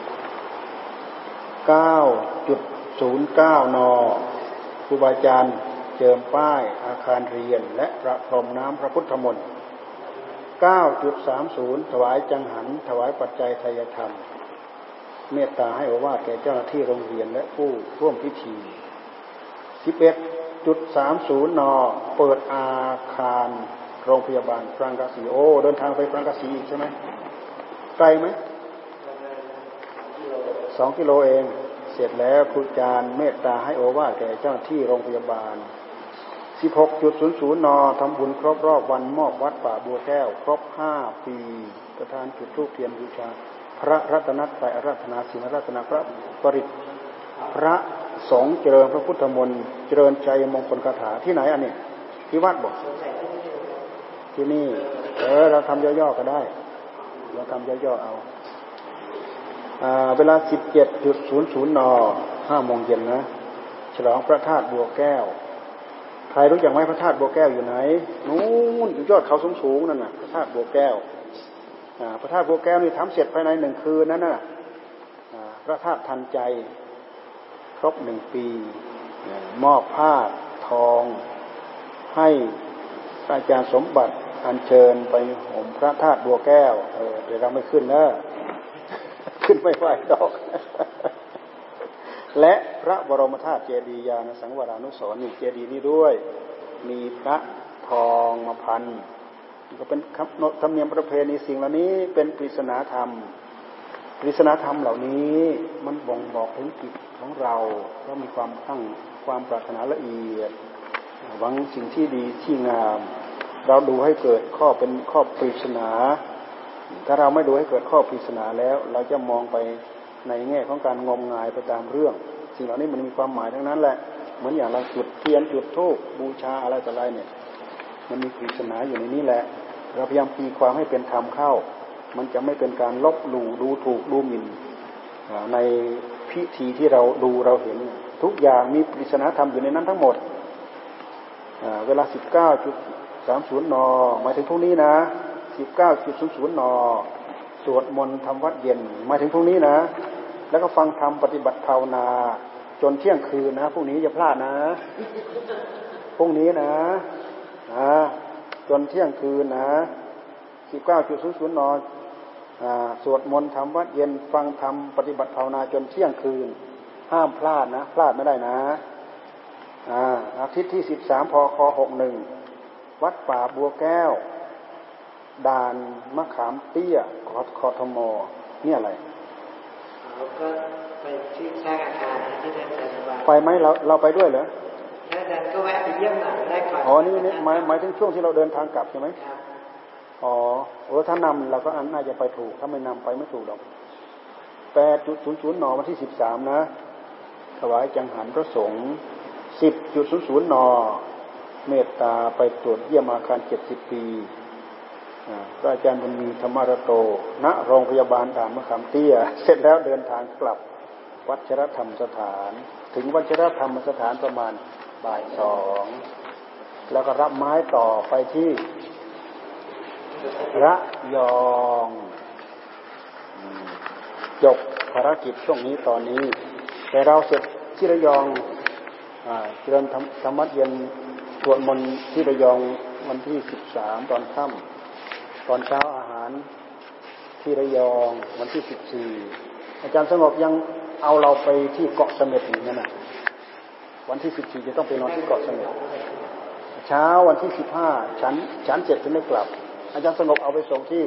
9.09 น.ครูบาอาจารย์เจิมป้ายอาคารเรียนและประพรมน้ำพระพุทธมนต์ 9.30 ถวายจังหันถวายปัจจัยไทยธรรมเมตตาให้โอวาทแก่เจ้าหน้าที่โรงเรียนและผู้ร่วมพิธี 11.30 น.เปิดอาคารโรงพยาบาลปรางกสีโอเดินทางไปปรางกสีใช่ไหมไกลไหม2 กิโลเองเสร็จแล้วครูอาจารย์เมตตาให้โอวาทแก่เจ้าหน้าที่โรงพยาบาล 16.00 น.ทำบุญครบรอบวันมอบวัดป่าบัวแก้วครบ5 ปีประธานจุดธูปเทียนบูชาพระรัตนตรัยอาราธนาศีลอาราธนาพระปริตรพระสงฆ์เจริญพระพุทธมนต์เจริญใจมงคลคาถาที่ไหนอันนี้ที่วัดบอกที่นี่เราทำย่อๆก็ได้เราทำย่อๆเอาเวลา 17.00 น. 5 โมงเย็นนะฉลองพระธาตุบัวแก้วใครรู้จักไหมพระธาตุบัวแก้วอยู่ไหนนู้นอยู่ยอดเขาสูงๆนั่นน่ะพระธาตุบัวแก้วพระธาตุบัวแก้วนี่ทำเสร็จภายใน1 คืนนั่นน่ะพระธาตุทันใจครบ1 ปีมอบผ้าทองให้อาจารย์สมบัติอัญเชิญไปห่มพระธาตุบัวแก้วเดี๋ยวเราไม่ขึ้นนะขึ้นไม่ไหวดอกและพระบรมธาตุเจดีย์ญาณสังวรานุสรณ์นี่เจดีย์นี้ด้วยมีพระทองมาพันก็เป็นธรรมเนียมประเพณีสิ่งเหล่านี้เป็นปริศนาธรรมเหล่านี้มันบ่งบอกถึงจิตของเราเรามีความตั้งความปรารถนาละเอียดหวังสิ่งที่ดีที่งามเราดูให้เกิดข้อเป็นข้อปริศนาถ้าเราไม่ดูให้เกิดข้อปริศนาแล้วเราจะมองไปในแง่ของการงมงายไปตามเรื่องสิ่งเหล่านี้มันมีความหมายทั้งนั้นแหละเหมือนอย่างเราจุดเทียนจุดธูปบูชาอะไรต่ออะไรเนี่ยมันมีปริศนาอยู่ในนี้แหละเราพยายามตีความให้เป็นธรรมเข้ามันจะไม่เป็นการลบหลู่ดูถูกดูหมิ่นในพิธีที่เราดูเราเห็นทุกอย่างมีปริศนาธรรมอยู่ในนั้นทั้งหมดเวลา 19.30 น.หมายถึงพรุ่งนี้นะ 19.00 น.สวดมนต์ทำวัดเย็นหมายถึงพรุ่งนี้นะแล้วก็ฟังธรรมปฏิบัติภาวนาจนเที่ยงคืนนะพรุ่งนี้อย่าพลาดนะพรุ่งนี้นะจนเที่ยงคืนนะ 19.00 น.สวดมนต์ทำวัดเย็นฟังธรรมปฏิบัติภาวนาจนเที่ยงคืนห้ามพลาดนะพลาดไม่ได้นะอาทิตย์ที่13 พค. 61วัดป่าบัวแก้วด่านมะขามเตี้ยกทมเนี่ยอะไรเราก็ไปที่สร้างอาคารที่ท่านอาจารย์ว่าไปไหมเราไปด้วยเหรอท่านอาจารย์ก็แวะไปเยี่ยมหน่อยได้ก่อนอ๋อนี่หมายถึงช่วงที่เราเดินทางกลับใช่ไหมครับอ๋อถ้านำเราก็น่าจะไปถูกถ้าไม่นำไปไม่ถูกหรอก 8.00 น.วันที่13นะถวายจังหันพระสงฆ์ 10.00 น.เมตตาไปตรวจเยี่ยมอาคาร70 ปีพระอาจารย์บุญมีธรรมรโตณโรงพยาบาลด่านมะขามเตี้ยเสร็จแล้วเดินทางกลับวัชรธรรมสถานถึงวัชรธรรมสถานประมาณบ่าย 2แล้วก็รับไม้ต่อไปที่ระยองจบภารกิจช่วงนี้ตอนนี้แต่เราเสร็จที่ระยองเจริญธรรมะเย็นสวดมนต์ที่ระยองวันที่13ตอนค่ำตอนเช้าอาหารที่ระยองวันที่14อาจารย์สงบยังเอาเราไปที่เกาะเสม็ดอีกนั่นน่ะวันที่14จะต้องไปนอนที่เกาะเสม็ดเช้าวันที่15ฉันเสร็จจะไม่กลับอาจารย์สงบเอาไปส่งที่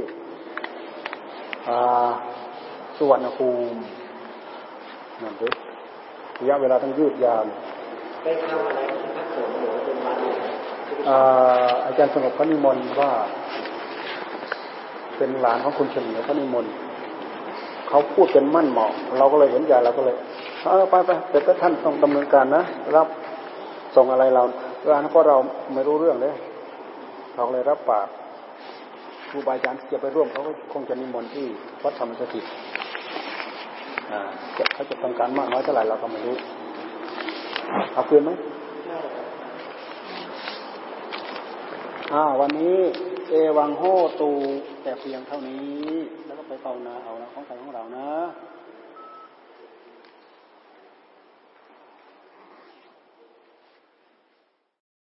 สุวรรณภูมินั่นเองระยะเวลาต้องยืดยาวไปทำอะไรที่พักสงฆ์หรือเป็นวัดอาจารย์สงบพระนิมนต์ว่าเป็นหลานของคุณเฉลียวพระนิมนต์เขาพูดเป็นมั่นเหมาะเราก็เลยเห็นใจเราก็เลยไปแต่ก็ท่านต้องดำเนินการนะรับส่งอะไรเราเพราะเราไม่รู้เรื่องเลยเราเลยรับปากครูบาอาจารย์จะไปร่วมเขาก็คงจะนิมนต์ที่วัดธรรมสถิตเขาจะต้องการมากน้อยเท่าไหร่เราก็ไม่รู้เอาคืนไหมวันนี้เอวังโหตูแต่เพียงเท่านี้แล้วก็ไปภาวนาเอาละของใครของเรานะ